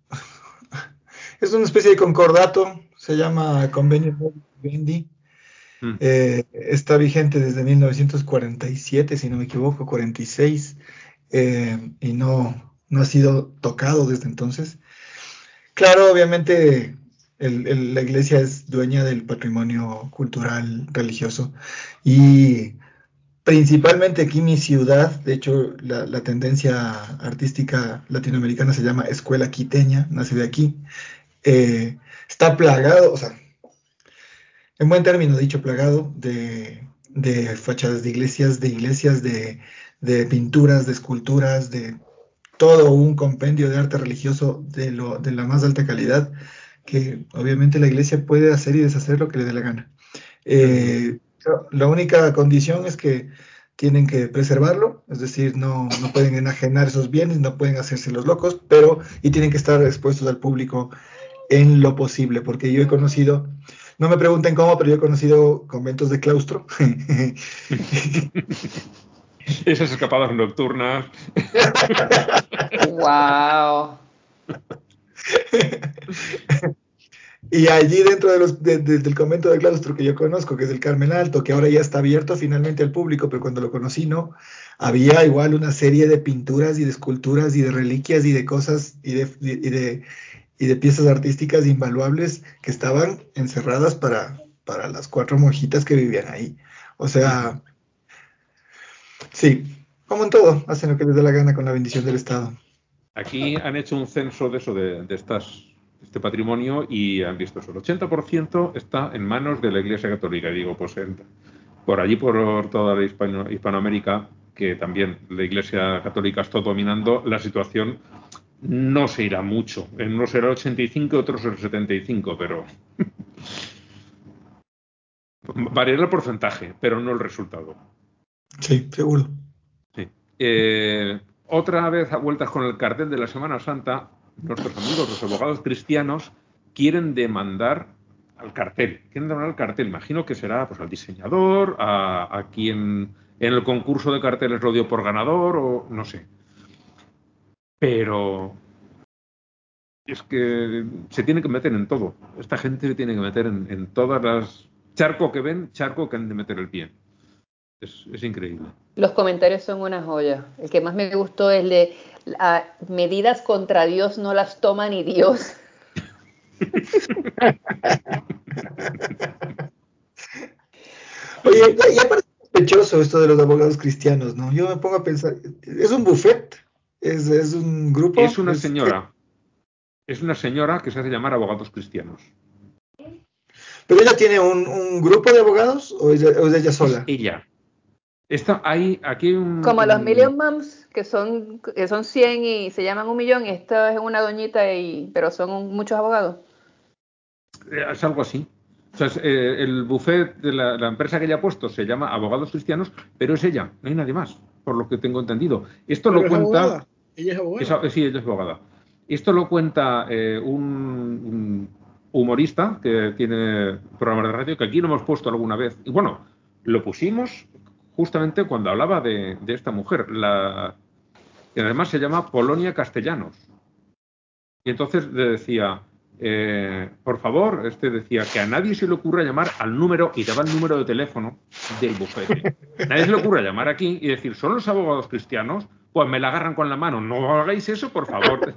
es una especie de concordato, se llama Convenio Vivendi. Está vigente desde 1947, si no me equivoco, 46, y no ha sido tocado desde entonces. Claro, obviamente la iglesia es dueña del patrimonio cultural religioso y principalmente aquí en mi ciudad, de hecho la tendencia artística latinoamericana se llama escuela quiteña, nace de aquí, está plagado, o sea, en buen término dicho, plagado de fachadas de iglesias, de pinturas, de esculturas, de todo un compendio de arte religioso de la más alta calidad, que obviamente la iglesia puede hacer y deshacer lo que le dé la gana. La única condición es que tienen que preservarlo, es decir, no pueden enajenar esos bienes, no pueden hacerse los locos, y tienen que estar expuestos al público en lo posible, porque yo he conocido, no me pregunten cómo, pero yo he conocido conventos de claustro. Esas escapadas nocturnas. Wow. Y allí dentro del convento de claustro que yo conozco, que es el Carmel Alto, que ahora ya está abierto finalmente al público, pero cuando lo conocí no, había igual una serie de pinturas y de esculturas y de reliquias y de cosas y de piezas artísticas invaluables que estaban encerradas para las 4 monjitas que vivían ahí. O sea, sí, como en todo, hacen lo que les da la gana con la bendición del Estado. Aquí han hecho un censo de eso, de este patrimonio, y han visto eso. El 80% está en manos de la Iglesia Católica. Digo, pues por allí, por toda la Hispanoamérica, que también la Iglesia Católica está dominando, la situación no se irá mucho. En unos será el 85, otros el 75, pero variará el porcentaje, pero no el resultado. Sí, seguro. Sí. Otra vez a vueltas con el cartel de la Semana Santa, nuestros amigos, los abogados cristianos, quieren demandar al cartel. Quieren demandar al cartel. Imagino que será pues al diseñador, a quien en el concurso de carteles lo dio por ganador, o no sé. Pero es que se tiene que meter en todo. Esta gente se tiene que meter en todas las... Charco que ven, charco que han de meter el pie. Es increíble. Los comentarios son una joya. El que más me gustó es de medidas contra Dios no las toma ni Dios. Oye, ya parece sospechoso esto de los abogados cristianos, ¿no? Yo me pongo a pensar, ¿es un buffet? ¿Es un grupo? Es una señora. Es una señora que se hace llamar abogados cristianos. ¿Pero ella tiene un grupo de abogados o es ella Es sola? ella. Aquí hay Como los Million Moms, que son 100 y se llaman 1 millón, y esta es una doñita, pero son muchos abogados. es algo así. O sea, el buffet de la empresa que ella ha puesto se llama Abogados Cristianos, pero es ella, no hay nadie más, por lo que tengo entendido. Esto Pero lo es cuenta... abogada. Ella es abogada. Sí, ella es abogada. Esto lo cuenta un humorista que tiene programas de radio, que aquí lo hemos puesto alguna vez. Y bueno, lo pusimos justamente cuando hablaba de esta mujer, que además se llama Polonia Castellanos. Y entonces le decía, por favor, decía que a nadie se le ocurra llamar al número, y daba el número de teléfono del bufete. Nadie se le ocurra llamar aquí y decir, ¿son los abogados cristianos? Pues me la agarran con la mano. No hagáis eso, por favor.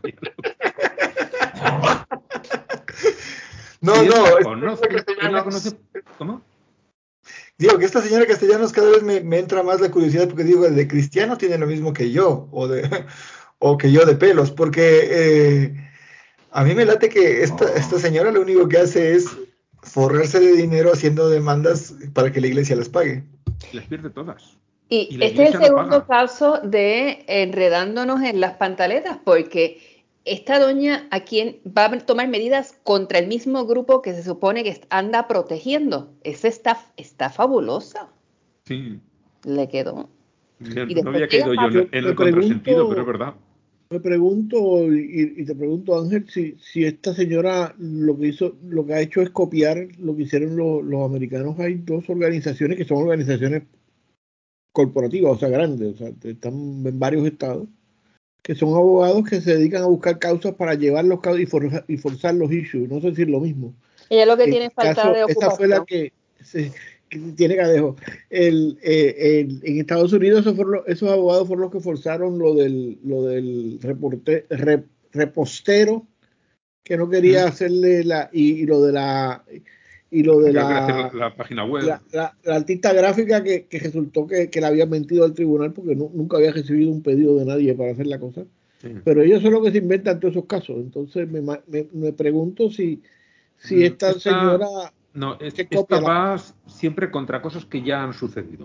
No, Y no, él la conoce. ¿Cómo? Digo que esta señora Castellanos cada vez me entra más la curiosidad porque digo, el de cristiano tiene lo mismo que yo, o que yo de pelos, porque a mí me late que esta señora lo único que hace es forrarse de dinero haciendo demandas para que la iglesia las pague. Les pierde todas. Y la este es el iglesia no segundo paga. caso de enredándonos en las pantaletas, porque esta doña a quien va a tomar medidas contra el mismo grupo que se supone que anda protegiendo. Esa está fabulosa. Sí. Le quedó. Y No después había llega caído yo en el contrasentido, pero es verdad. Me pregunto, y te pregunto, Ángel, si esta señora lo que ha hecho es copiar lo que hicieron los americanos. Hay dos organizaciones que son organizaciones corporativas, o sea, grandes, o sea, están en varios estados, que son abogados que se dedican a buscar causas para llevar los casos y forzar los issues. No sé si es lo mismo. Ella lo que En tiene el falta caso, de esa fue la ocupación. que tiene cadejo. En Estados Unidos esos abogados fueron los que forzaron lo del repostero que no quería hacerle y lo de la hacer la página web. la artista gráfica que resultó que le había mentido al tribunal porque nunca había recibido un pedido de nadie para hacer la cosa. Sí. Pero ellos son los que se inventan todos esos casos. Entonces me pregunto si esta señora... No, esta va siempre contra cosas que ya han sucedido.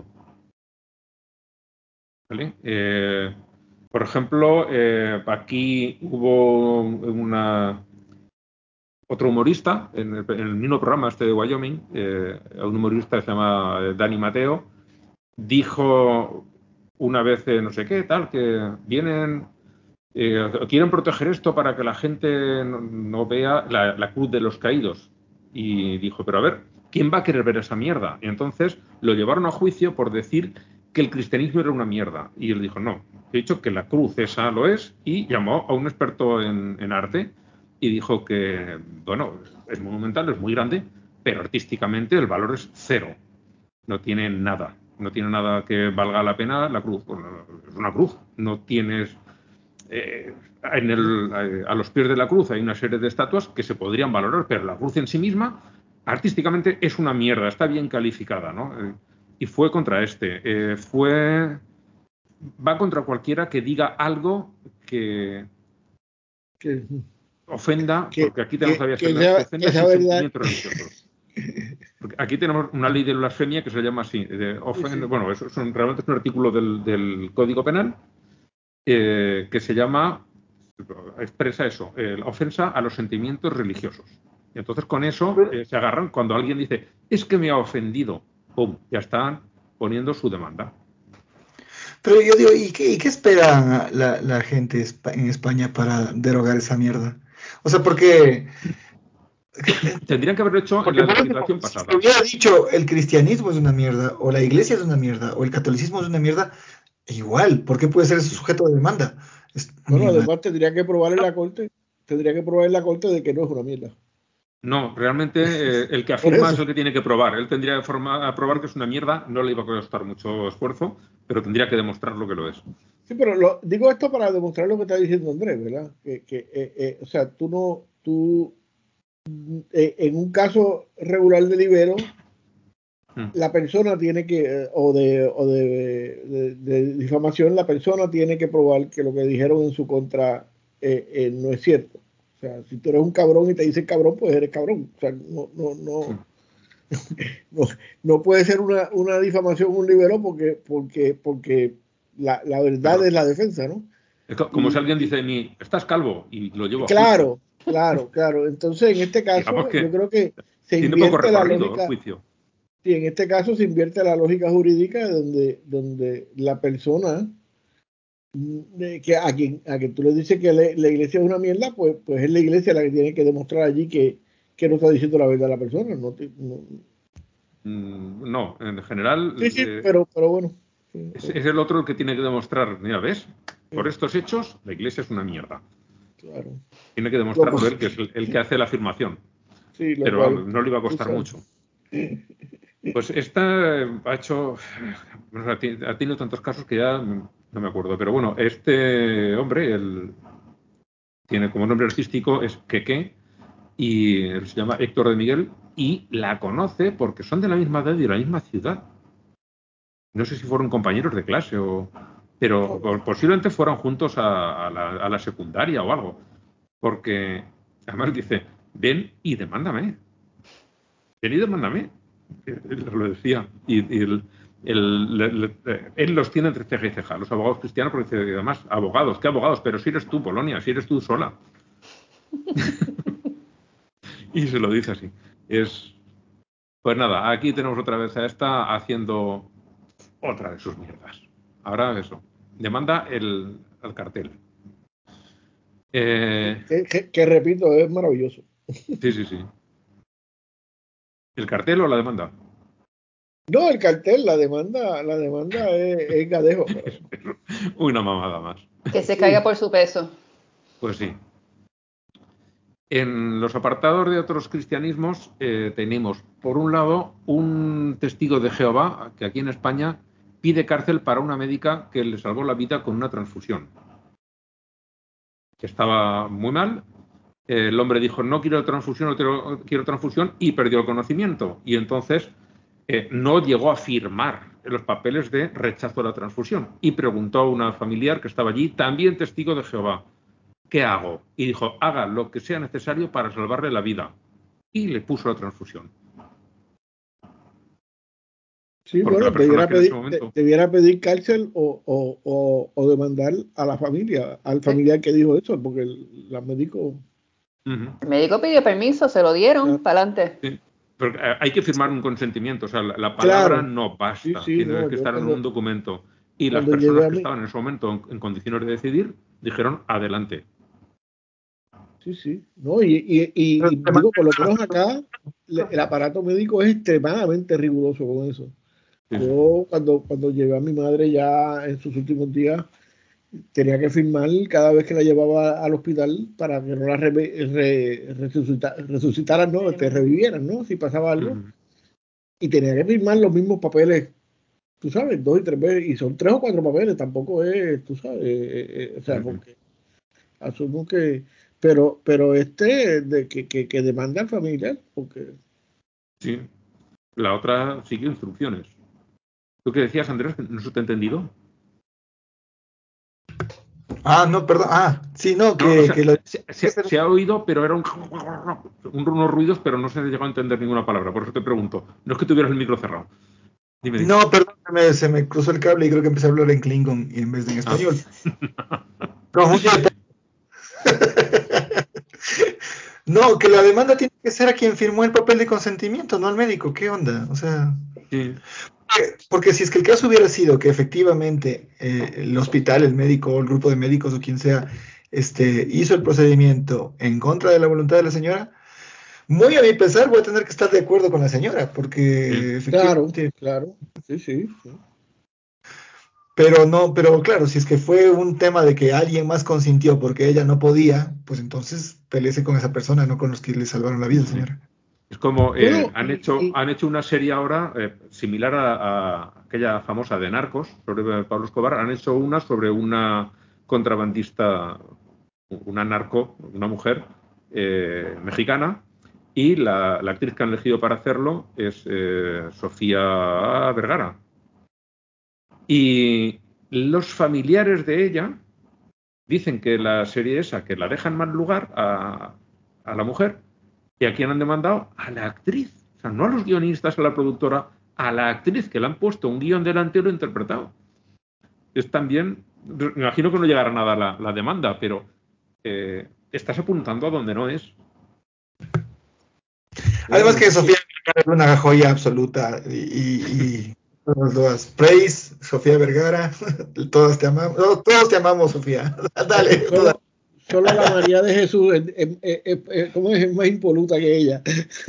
¿Vale? Por ejemplo, aquí hubo otro humorista en el mismo programa de Wyoming, un humorista que se llama Dani Mateo, dijo una vez no sé qué, tal, que vienen, quieren proteger esto para que la gente no vea la cruz de los caídos. Y dijo, pero a ver, ¿quién va a querer ver esa mierda? Y entonces lo llevaron a juicio por decir que el cristianismo era una mierda. Y él dijo, no, he dicho que la cruz esa lo es, y llamó a un experto en arte y dijo que, bueno, es monumental, es muy grande, pero artísticamente el valor es cero. No tiene nada. No tiene nada que valga la pena la cruz. Bueno, es una cruz. No tienes... a los pies de la cruz hay una serie de estatuas que se podrían valorar, pero la cruz en sí misma, artísticamente, es una mierda. Está bien calificada, ¿no? Y fue contra va contra cualquiera que diga algo que ofenda, porque aquí tenemos todavía que ofenda sus sentimientos religiosos. Porque aquí tenemos una ley de blasfemia que se llama así. Bueno, realmente es un artículo del Código Penal que se llama, expresa eso, la ofensa a los sentimientos religiosos. Y entonces con eso se agarran cuando alguien dice, es que me ha ofendido, ¡pum! Ya están poniendo su demanda. Pero yo digo, ¿y qué espera la gente en España para derogar esa mierda? O sea, porque... Tendrían que haberlo hecho en la legislación pasada. Si hubiera dicho el cristianismo es una mierda, o la iglesia es una mierda, o el catolicismo es una mierda, igual, ¿por qué puede ser ese sujeto de demanda? Bueno, además tendría que probar en la corte de que no es una mierda. No, realmente el que afirma es el que tiene que probar. Él tendría que probar que es una mierda, no le iba a costar mucho esfuerzo, pero tendría que demostrar lo que lo es. Sí, pero digo esto para demostrar lo que está diciendo Andrés, ¿verdad? O sea, en un caso regular de libero, la persona tiene que, o de difamación, la persona tiene que probar que lo que dijeron en su contra no es cierto. O sea, si tú eres un cabrón y te dicen cabrón, pues eres cabrón. O sea, no puede ser una difamación un libero porque la verdad es la defensa, ¿no? Es como si alguien dice de mí, estás calvo, y lo llevo a juicio. Claro. Entonces, en este caso, yo creo que tiene poco invierte la recorrido el lógica. juicio. Sí, en este caso se invierte la lógica jurídica donde la persona a quien tú le dices que la iglesia es una mierda, pues es la iglesia la que tiene que demostrar allí que no está diciendo la verdad a la persona. No, en general Sí, pero bueno. Sí, es el otro el que tiene que demostrar, mira, ¿ves? Por sí, estos hechos, la iglesia es una mierda. claro. Tiene que Lo demostrarlo cual- él, que es el que hace la afirmación. sí, lo Pero cual, vamos, no le iba a tú costar sabes. mucho. Pues esta ha hecho, ha tenido tantos casos que ya no me acuerdo. Pero bueno, este hombre, tiene como nombre artístico es Keke y se llama Héctor de Miguel y la conoce porque son de la misma edad y de la misma ciudad. No sé si fueron compañeros de clase pero posiblemente fueron juntos a la secundaria o algo. Porque además dice, ven y demándame. Ven y demándame. Él lo decía. Él los tiene entre ceja y ceja, los abogados cristianos, porque dice, además, abogados, ¿qué abogados? Pero si eres tú, Polonia, si eres tú sola. Y se lo dice así. Pues nada, aquí tenemos otra vez a esta haciendo otra de sus mierdas. Ahora eso. Demanda al cartel. Que repito, es maravilloso. Sí. ¿El cartel o la demanda? No, el cartel, la demanda es gadejo. Es una mamada más. Que se Sí. caiga por su peso. Pues sí. En los apartados de otros cristianismos tenemos, por un lado, un testigo de Jehová que aquí en España pide cárcel para una médica que le salvó la vida con una transfusión. Que estaba muy mal. El hombre dijo, no quiero transfusión, no quiero transfusión, y perdió el conocimiento. Y entonces no llegó a firmar los papeles de rechazo de la transfusión. Y preguntó a una familiar que estaba allí, también testigo de Jehová, ¿qué hago? Y dijo, haga lo que sea necesario para salvarle la vida. Y le puso la transfusión. Sí, Porque bueno, la persona que en ese momento... debiera pedir cárcel o demandar a la familia, al familiar que dijo eso, porque la médico... El médico pidió permiso, se lo dieron, para adelante. Sí, porque hay que firmar un consentimiento, o sea, la palabra Claro, no basta, sí, tiene no, que yo estar en un documento. Y las cuando llegué personas a que mí, estaban en ese momento en condiciones de decidir dijeron adelante. sí, no, y digo, por lo menos acá, el aparato médico es extremadamente riguroso con eso. Sí. Yo cuando llevé a mi madre ya en sus últimos días, tenía que firmar cada vez que la llevaba al hospital para que no la resucitaran, ¿no? Revivieran, ¿no? Si pasaba algo. Y tenía que firmar los mismos papeles, tú sabes, 2 y 3 veces, y son 3 o 4 papeles, tampoco es, tú sabes, o sea, porque asumo que, pero que demanda al familiar, porque... Sí, la otra sigue instrucciones. ¿Tú qué decías, Andrés? ¿No se te ha entendido? No, perdón. Sí, no, No, o sea, que lo... se ha oído, pero era unos ruidos, pero no se llegó a entender ninguna palabra. Por eso te pregunto. No es que tuvieras el micro cerrado. Dime. No, perdón, se me cruzó el cable y creo que empecé a hablar en Klingon y en vez de en español. No, que la demanda tiene que ser a quien firmó el papel de consentimiento, no al médico. ¿Qué onda? O sea, Sí. porque si es que el caso hubiera sido que efectivamente el hospital, el médico, el grupo de médicos o quien sea, hizo el procedimiento en contra de la voluntad de la señora, muy a mi pesar voy a tener que estar de acuerdo con la señora, porque efectivamente... Claro, sí. Pero claro, si es que fue un tema de que alguien más consintió porque ella no podía, pues entonces peleese con esa persona, no con los que le salvaron la vida, señora. Es como Bueno, han hecho una serie ahora similar a aquella famosa de Narcos sobre Pablo Escobar. Han hecho una sobre una contrabandista, una narco, una mujer mexicana, y la actriz que han elegido para hacerlo es Sofía Vergara. Y los familiares de ella dicen que la serie esa, que la deja en mal lugar a la mujer. ¿Y a quién han demandado? A la actriz. O sea, no a los guionistas, a la productora, a la actriz, que le han puesto un guión delante y lo ha interpretado. Es también, me imagino que no llegará a nada la demanda, pero estás apuntando a donde no es. Además que Sofía Vergara es una joya absoluta y todas. Praise, Sofía Vergara, todos te amamos, todos te amamos, Sofía. Dale. Solo la María de Jesús ¿cómo es más impoluta que ella?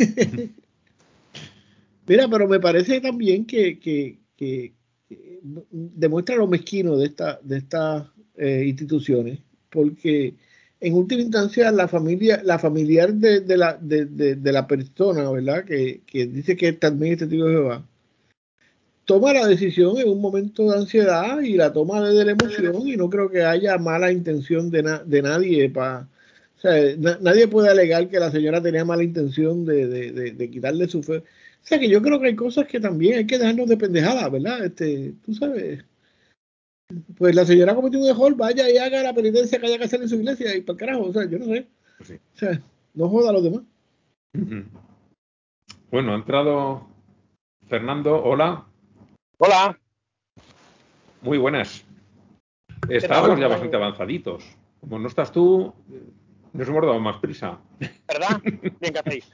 Mira, pero me parece también que demuestra lo mezquino de estas instituciones, porque en última instancia la familiar de la persona, ¿verdad? Que dice que es también testigo de Jehová, toma la decisión en un momento de ansiedad y la toma desde la emoción, y no creo que haya mala intención de nadie o sea, nadie puede alegar que la señora tenía mala intención de quitarle su fe. O sea, que yo creo que hay cosas que también hay que dejarnos de pendejadas, ¿verdad? Tú sabes, pues la señora cometió un error, vaya y haga la penitencia que haya que hacer en su iglesia y para el carajo, o sea, yo no sé. Pues sí. O sea, no joda a los demás. Bueno, ha entrado Fernando, hola. Hola. Muy buenas. Estábamos ya bastante avanzaditos. Como no estás tú, nos hemos dado más prisa. ¿Verdad? Bien, ¿qué hacéis?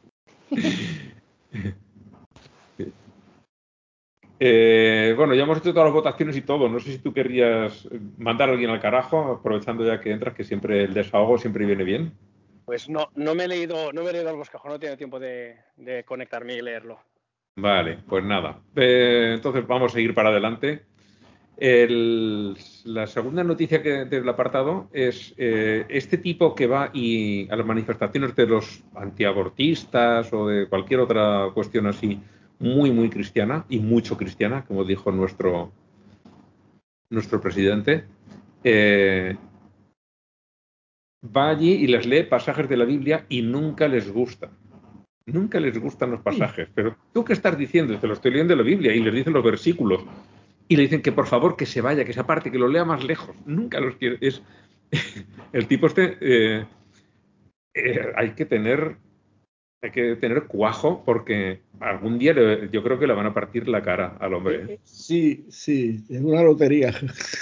Bueno, ya hemos hecho todas las votaciones y todo. No sé si tú querrías mandar a alguien al carajo, aprovechando ya que entras, que siempre el desahogo siempre viene bien. Pues no me he leído el bosquejo, no he tenido tiempo de conectarme y leerlo. Vale, pues nada. Entonces vamos a seguir para adelante. La segunda noticia del apartado es este tipo que va a las manifestaciones de los antiabortistas o de cualquier otra cuestión así muy, muy cristiana y mucho cristiana, como dijo nuestro presidente, va allí y les lee pasajes de la Biblia y nunca les gusta. Nunca les gustan los pasajes. Pero ¿tú qué estás diciendo? Te lo estoy leyendo de la Biblia y les dicen los versículos. Y le dicen que por favor que se vaya, que se aparte, que lo lea más lejos. Nunca los quiere. El tipo hay que tener cuajo porque algún día yo creo que le van a partir la cara al hombre. Sí, es una lotería.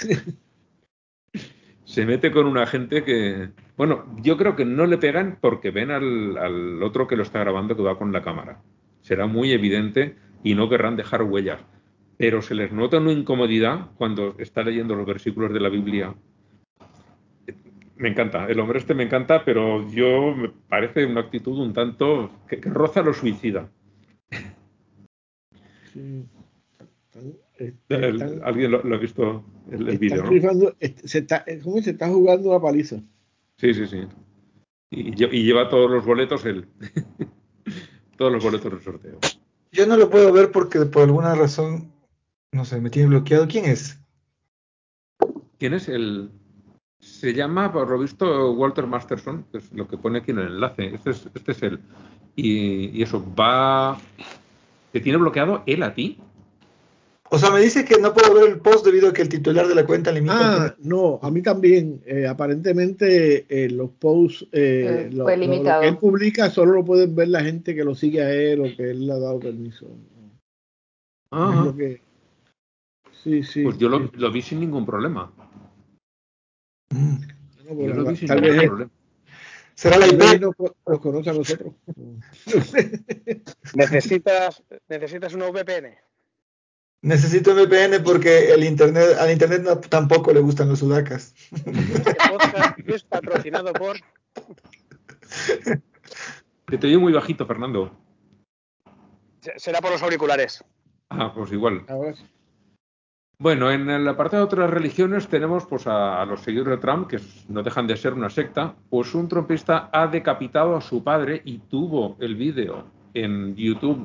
Se mete con una gente que... Bueno, yo creo que no le pegan porque ven al otro que lo está grabando que va con la cámara. Será muy evidente y no querrán dejar huellas. Pero se les nota una incomodidad cuando está leyendo los versículos de la Biblia. Me encanta, el hombre me encanta, pero me parece una actitud un tanto que roza lo suicida. Sí. ¿Alguien lo ha visto el vídeo, ¿no? Se está jugando una paliza. Sí. Y lleva todos los boletos él. Todos los boletos del sorteo. Yo no lo puedo ver porque por alguna razón, no sé, me tiene bloqueado. ¿Quién es? ¿Quién es el...? Se llama, por lo visto, Walter Masterson, que es lo que pone aquí en el enlace. Este es él. Y eso, ¿te tiene bloqueado él a ti? O sea, me dice que no puedo ver el post debido a que el titular de la cuenta limita. No, a mí también. Aparentemente los posts, lo que él publica solo lo pueden ver la gente que lo sigue a él o que él le ha dado permiso. Es lo que... Sí. Pues yo lo vi sin ningún problema. Yo lo vi sin ningún problema. ¿Será la IP? Nos conoce a nosotros. ¿Necesitas una VPN? Necesito VPN porque al internet tampoco le gustan los sudacas. Este podcast es patrocinado por... Te oigo muy bajito, Fernando. Será por los auriculares. Pues igual. Ahora sí. Bueno, en el apartado de otras religiones tenemos pues a los seguidores de Trump, que no dejan de ser una secta. Pues un trumpista ha decapitado a su padre y tuvo el vídeo en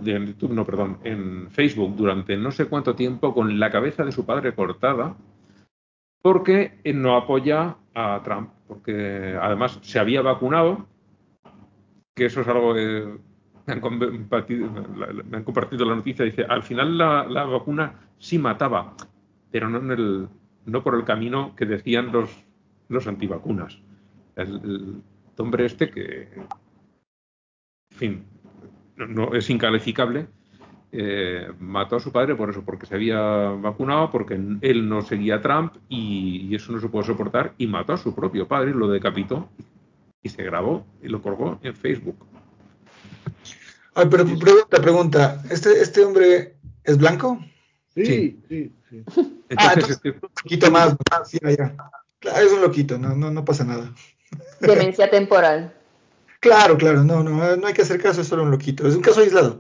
en Facebook durante no sé cuánto tiempo con la cabeza de su padre cortada porque no apoya a Trump, porque además se había vacunado, que eso es algo que me han compartido la noticia, dice, al final la vacuna sí mataba, pero no por el camino que decían los antivacunas. El hombre que, en fin, no es incalificable, mató a su padre por eso, porque se había vacunado, porque él no seguía a Trump y eso no se puede soportar, y mató a su propio padre, lo decapitó y se grabó y lo colgó en Facebook. Ay, pero pregunta, ¿este hombre es blanco? Sí. Entonces un poquito más, ¿no? Sí, ya. Claro, es un loquito, no pasa nada. Demencia temporal. Claro, no hay que hacer caso, es solo un loquito, es un caso aislado.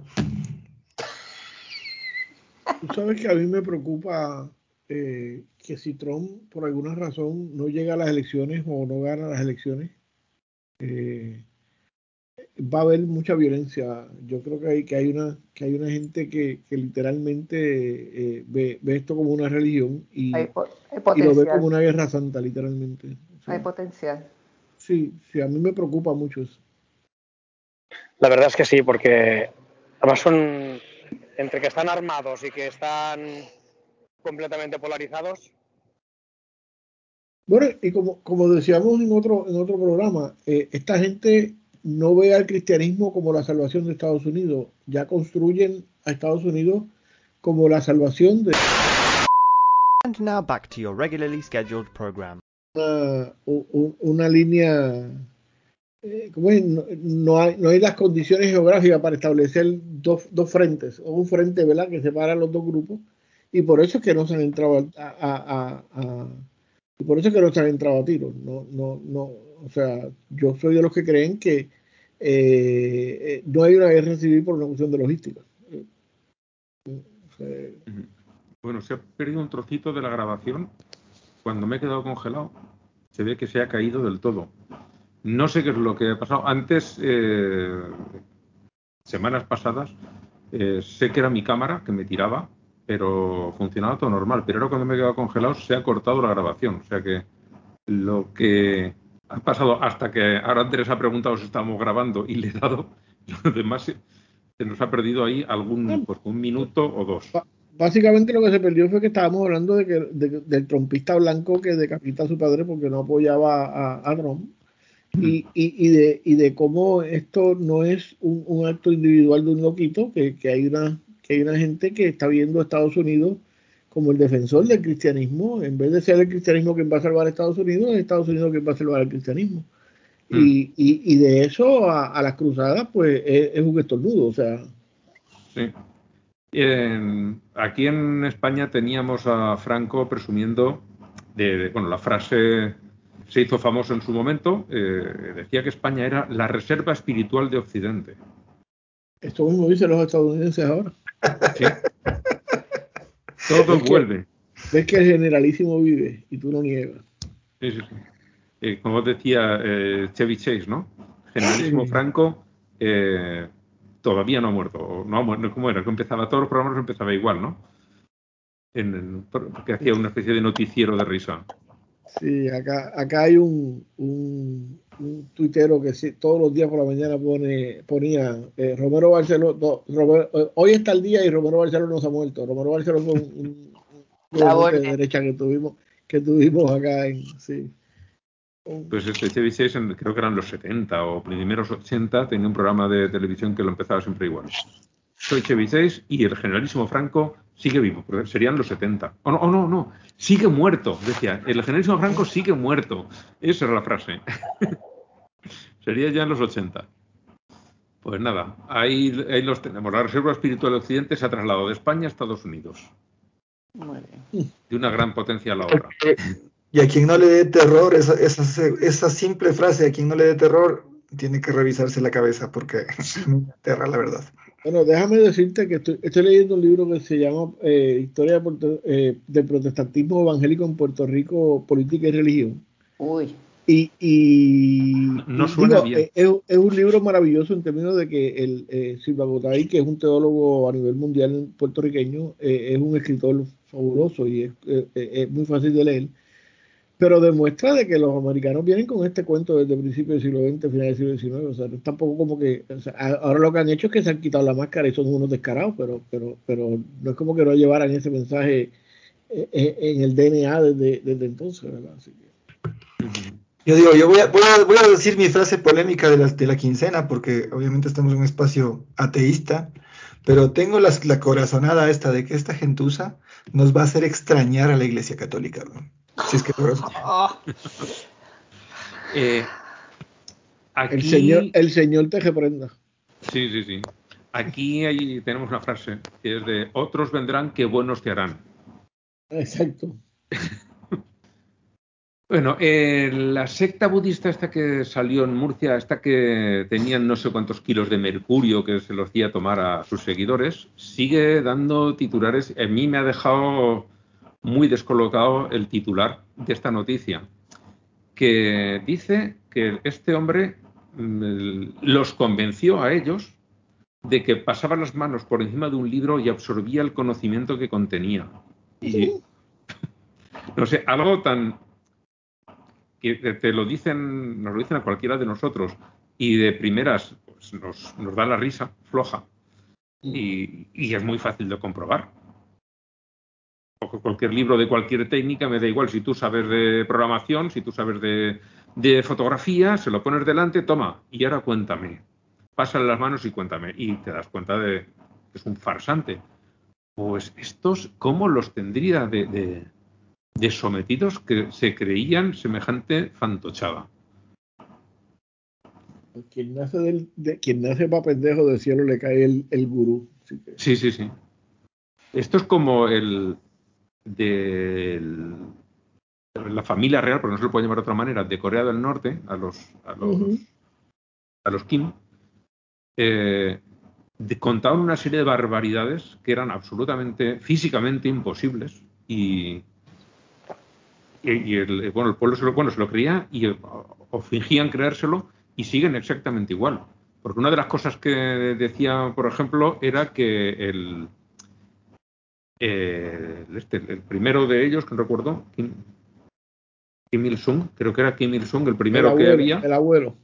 Tú sabes que a mí me preocupa que si Trump por alguna razón no llega a las elecciones o no gana las elecciones, va a haber mucha violencia. Yo creo que hay una gente que literalmente ve esto como una religión Hay y lo ve potencial. como una guerra santa, literalmente. O sea, Hay potencial. sí, a mí me preocupa mucho eso. La verdad es que sí, porque además son entre que están armados y que están completamente polarizados. Bueno, y como decíamos en otro programa, esta gente no ve al cristianismo como la salvación de Estados Unidos, ya construyen a Estados Unidos como la salvación de And now back to your regularly scheduled program. una línea, ¿cómo es? No hay las condiciones geográficas para establecer dos frentes, o un frente, ¿verdad?, que separa los dos grupos, y por eso es que no se han entrado y por eso es que no se han entrado a tiros. No, o sea, yo soy de los que creen que no hay una guerra civil por una cuestión de logística. Bueno, se ha perdido un trocito de la grabación. Cuando me he quedado congelado, se ve que se ha caído del todo. No sé qué es lo que ha pasado. Antes, semanas pasadas, sé que era mi cámara que me tiraba, pero funcionaba todo normal. Pero ahora cuando me he quedado congelado se ha cortado la grabación. O sea que lo que ha pasado hasta que ahora Andrés ha preguntado si estábamos grabando y le he dado, lo demás se nos ha perdido ahí pues, un minuto o dos. Básicamente lo que se perdió fue que estábamos hablando del trompista blanco que decapita a su padre porque no apoyaba a Trump. Y de cómo esto no es un acto individual de un loquito, que hay una gente que está viendo a Estados Unidos como el defensor del cristianismo. En vez de ser el cristianismo quien va a salvar a Estados Unidos, es Estados Unidos quien va a salvar al cristianismo. Y de eso a las cruzadas, pues es un estornudo, o sea. Sí. Aquí en España teníamos a Franco presumiendo bueno, la frase se hizo famoso en su momento, decía que España era la reserva espiritual de Occidente. Esto mismo dicen los estadounidenses ahora. Sí. Todo vuelve. Ves que el generalísimo vive y tú no niegas. Sí. Como decía Chevy Chase, ¿no? Generalísimo Franco todavía no ha muerto. No ha muerto, ¿cómo era? Que empezaba, todos los programas empezaba igual, ¿no? Porque hacía una especie de noticiero de risa. Sí, acá hay un tuitero que todos los días por la mañana ponía Romero Barceló, hoy está el día y Romero Barceló no se ha muerto. Romero Barceló fue un gobernante de derecha que tuvimos acá sí. Pues Chevy Chase, creo que eran los 70 o primeros 80, tenía un programa de televisión que lo empezaba siempre igual. Soy Chevy Chase y el generalísimo Franco sigue vivo, porque serían los 70. No, sigue muerto, decía. El generalísimo Franco sigue muerto. Esa era la frase. Sería ya en los 80. Pues nada, ahí los tenemos. La Reserva Espiritual de Occidente se ha trasladado de España a Estados Unidos. Muy bien. De una gran potencia a la otra. Y a quien no le dé terror, esa simple frase, a quien no le dé terror, tiene que revisarse la cabeza porque me aterra, la verdad. Bueno, déjame decirte que estoy leyendo un libro que se llama Historia del protestantismo evangélico en Puerto Rico, política y religión. Uy. No suena bien. Es un libro maravilloso en términos de que Silva Gotay, que es un teólogo a nivel mundial puertorriqueño, es un escritor fabuloso y es muy fácil de leer, pero demuestra de que los americanos vienen con este cuento desde el principio del siglo XX, final del siglo XIX. O sea, tampoco como que, o sea, ahora lo que han hecho es que se han quitado la máscara y son unos descarados, pero no es como que no llevaran ese mensaje en el DNA desde entonces, ¿verdad? Así que... Yo voy a decir mi frase polémica de la quincena, porque obviamente estamos en un espacio ateísta, pero tengo la corazonada esta de que esta gentuza nos va a hacer extrañar a la Iglesia Católica, ¿no? Si es que aquí... el Señor te reprenda. Sí. Aquí tenemos una frase que es de otros vendrán que buenos te harán. Exacto. Bueno, la secta budista esta que salió en Murcia, esta que tenían no sé cuántos kilos de mercurio que se lo hacía tomar a sus seguidores, sigue dando titulares. A mí me ha dejado muy descolocado el titular de esta noticia, que dice que este hombre los convenció a ellos de que pasaba las manos por encima de un libro y absorbía el conocimiento que contenía. Y no sé, algo tan que te lo dicen, nos lo dicen a cualquiera de nosotros y de primeras pues, nos da la risa floja y es muy fácil de comprobar. Cualquier libro de cualquier técnica, me da igual si tú sabes de programación, si tú sabes de fotografía, se lo pones delante, toma, y ahora cuéntame. Pásale las manos y cuéntame. Y te das cuenta de que es un farsante. Pues estos, ¿cómo los tendría de sometidos que se creían semejante fantochada? Quien nace para pendejo, del cielo le cae el gurú. Sí, sí, sí. Esto es como la familia real, porque no se lo puede llamar de otra manera, de Corea del Norte, a los Kim, contaban una serie de barbaridades que eran absolutamente, físicamente imposibles y el pueblo se lo creía o fingían creérselo y siguen exactamente igual. Porque una de las cosas que decía, por ejemplo, era que el primero de ellos, que no recuerdo, Kim Il-sung, creo que era Kim Il-sung, el primero que había, el abuelo.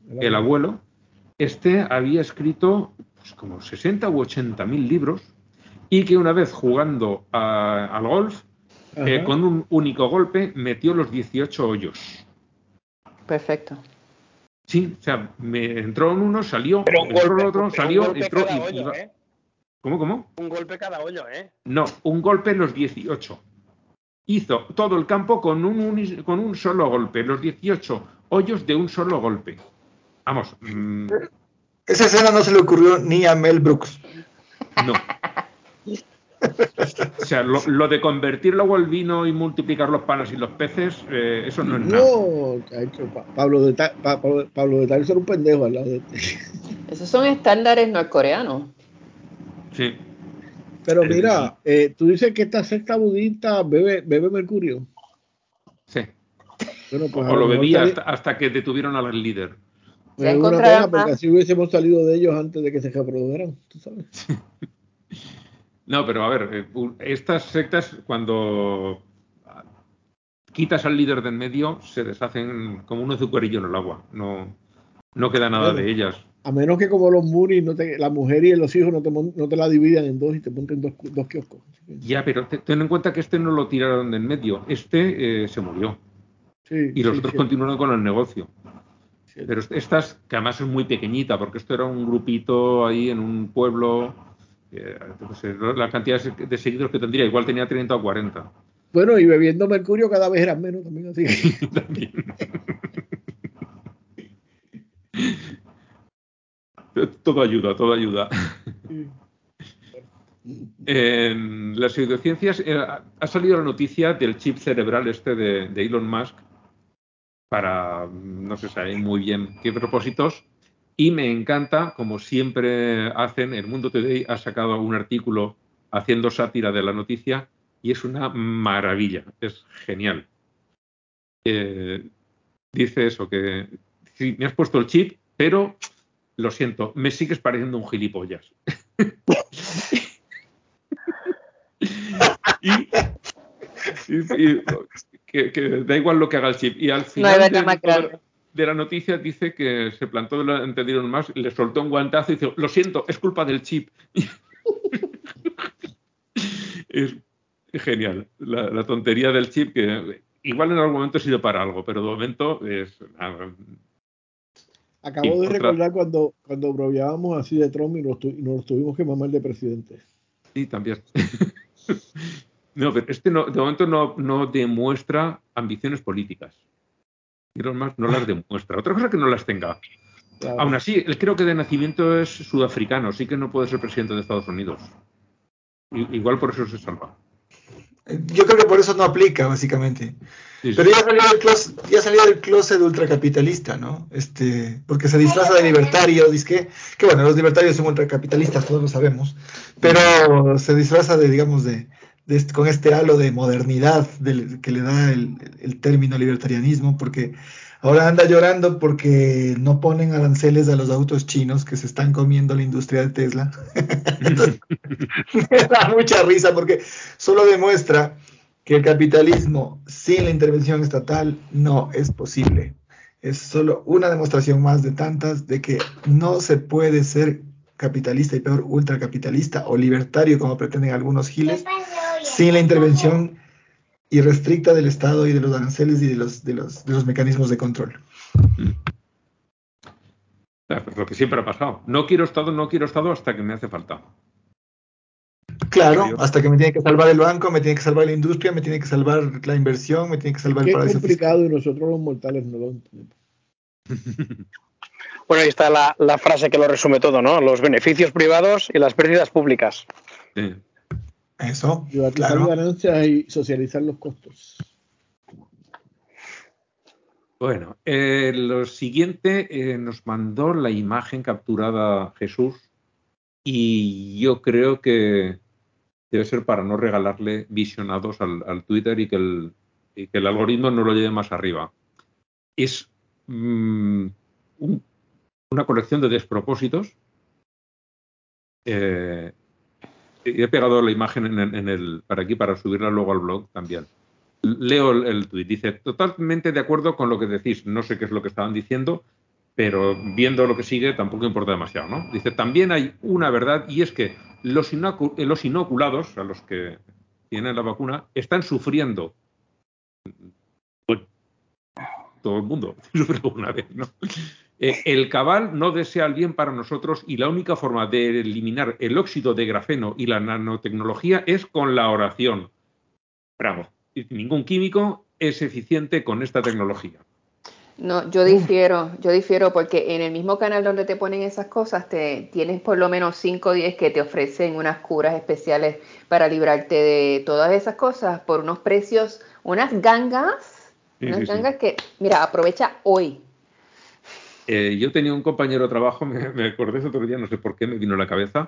había escrito pues, como 60 u 80.000 libros y que una vez jugando al golf, con un único golpe metió los 18 hoyos. Perfecto. Sí, o sea, me entró en uno, salió, pero entró en otro, salió, entró cada y hoyo, iba. ¿Cómo? Un golpe cada hoyo, No, un golpe en los 18. Hizo todo el campo con un solo golpe, los 18 hoyos de un solo golpe. Vamos. Esa escena no se le ocurrió ni a Mel Brooks. No. O sea, lo de convertir luego el vino y multiplicar los panes y los peces, eso no es nada. No, Pablo de Tarso era un pendejo al lado de Esos son estándares norcoreanos. Sí. Pero mira, tú dices que esta secta budista bebe mercurio. Sí. Bueno, pues O lo bebía hasta que detuvieron al líder. Pues es una pena porque así hubiésemos salido de ellos antes de que se reprodujeran, tú sabes. No, pero a ver, estas sectas cuando quitas al líder de en medio se deshacen como un azucarillo en el agua. No queda nada de ellas. A menos que como los Moonies, la mujer y los hijos no te la dividan en dos y te pongan dos kioscos. Ya, pero ten en cuenta que este no lo tiraron de en medio. Este se murió. Sí, y los otros cierto. continuaron con el negocio. Cierto. Pero estas, que además es muy pequeñita, porque esto era un grupito ahí en un pueblo, la cantidad de seguidores que tendría, igual tenía 30 o 40. Bueno, y bebiendo mercurio cada vez eran menos también, así que... También. Todo ayuda, todo ayuda. En las pseudociencias ha salido la noticia del chip cerebral de Elon Musk para, no se sabe muy bien qué propósitos, y me encanta, como siempre hacen, el Mundo Today ha sacado un artículo haciendo sátira de la noticia y es una maravilla, es genial. Dice eso, que sí, me has puesto el chip, pero lo siento, me sigues pareciendo un gilipollas. y que da igual lo que haga el chip. Y al final de la noticia dice que se plantó delante de Elon Musk, le soltó un guantazo y dice, lo siento, es culpa del chip. Es genial. La tontería del chip, que igual en algún momento ha sido para algo, pero de momento es... Acabo de recordar cuando bromeábamos así de Trump y nos tuvimos que mamar de presidente. Sí, también. No, pero este de momento no demuestra ambiciones políticas. Elon Musk no las demuestra. Otra cosa que no las tenga. Claro. Aún así, él creo que de nacimiento es sudafricano, sí que no puede ser presidente de Estados Unidos. Igual por eso se salva. Yo creo que por eso no aplica, básicamente. Sí, Pero sí. ya salió del closet ultracapitalista, ¿no? Porque se disfraza de libertario, que bueno, los libertarios son ultracapitalistas, todos lo sabemos, pero se disfraza de, digamos, con este halo de modernidad que le da el término libertarianismo, porque ahora anda llorando porque no ponen aranceles a los autos chinos que se están comiendo la industria de Tesla. Entonces, me da mucha risa porque solo demuestra que el capitalismo sin la intervención estatal no es posible. Es solo una demostración más de tantas de que no se puede ser capitalista y peor ultracapitalista o libertario como pretenden algunos giles sin la intervención irrestricta del Estado y de los aranceles y de los mecanismos de control. Pues lo que siempre ha pasado. No quiero Estado hasta que me hace falta. Claro, hasta que me tiene que salvar el banco, me tiene que salvar la industria, me tiene que salvar la inversión, me tiene que salvar el Es paraíso complicado fiscal. y nosotros los mortales no lo entendemos. Bueno, ahí está la frase que lo resume todo, ¿no? Los beneficios privados y las pérdidas públicas. Sí. Eso, Privatizar claro. ganancias y socializar los costos. Bueno, lo siguiente nos mandó la imagen capturada Jesús y yo creo que debe ser para no regalarle visionados al Twitter y que el algoritmo no lo lleve más arriba. Es una colección de despropósitos. He pegado la imagen para aquí para subirla luego al blog también. Leo el tuit. Dice, totalmente de acuerdo con lo que decís. No sé qué es lo que estaban diciendo, pero viendo lo que sigue tampoco importa demasiado, ¿no? Dice, también hay una verdad y es que los inoculados, a los que tienen la vacuna, están sufriendo. Pues, todo el mundo sufre alguna vez, ¿no? El cabal no desea el bien para nosotros y la única forma de eliminar el óxido de grafeno y la nanotecnología es con la oración. Bravo. Ningún químico es eficiente con esta tecnología. No, yo difiero porque en el mismo canal donde te ponen esas cosas, tienes por lo menos 5 o 10 que te ofrecen unas curas especiales para librarte de todas esas cosas por unos precios, unas gangas que, mira, aprovecha hoy. Yo tenía un compañero de trabajo, me acordé ese otro día, no sé por qué me vino a la cabeza,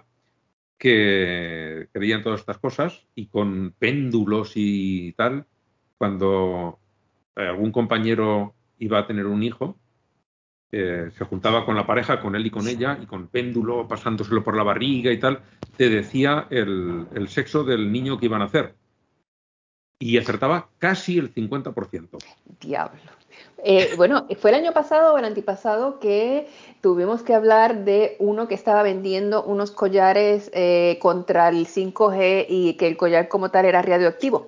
que creían todas estas cosas y con péndulos y tal, cuando algún compañero iba a tener un hijo, se juntaba con la pareja, con él y con ella, y con péndulo pasándoselo por la barriga y tal, te decía el sexo del niño que iban a hacer. Y acertaba casi el 50%. Diablo. Bueno, fue el año pasado o el antepasado que tuvimos que hablar de uno que estaba vendiendo unos collares contra el 5G y que el collar como tal era radioactivo.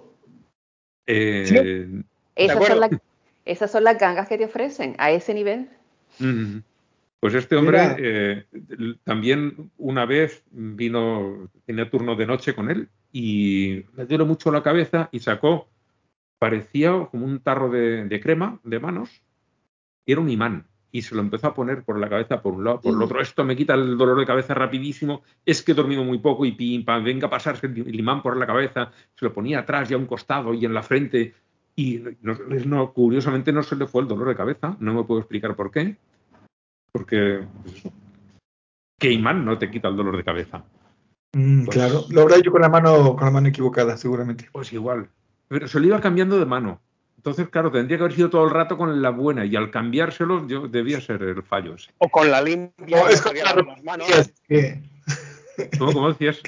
Sí. Esas son las gangas que te ofrecen a ese nivel. Pues este hombre también una vez tenía turno de noche con él y le dio mucho la cabeza y sacó, parecía como un tarro de crema de manos y era un imán y se lo empezó a poner por la cabeza por un lado, por el otro. Esto me quita el dolor de cabeza rapidísimo, es que he dormido muy poco y pim, pam, venga a pasarse el imán por la cabeza, se lo ponía atrás y a un costado y en la frente y curiosamente no se le fue el dolor de cabeza, no me puedo explicar por qué. Porque ¿qué imán no te quita el dolor de cabeza? Pues, claro, lo habrá hecho con la mano equivocada, seguramente. Pues igual. Pero se lo iba cambiando de mano. Entonces, claro, tendría que haber sido todo el rato con la buena y al cambiárselo debía ser el fallo ese. O con la limpia. No, es con las manos. ¿Cómo decías?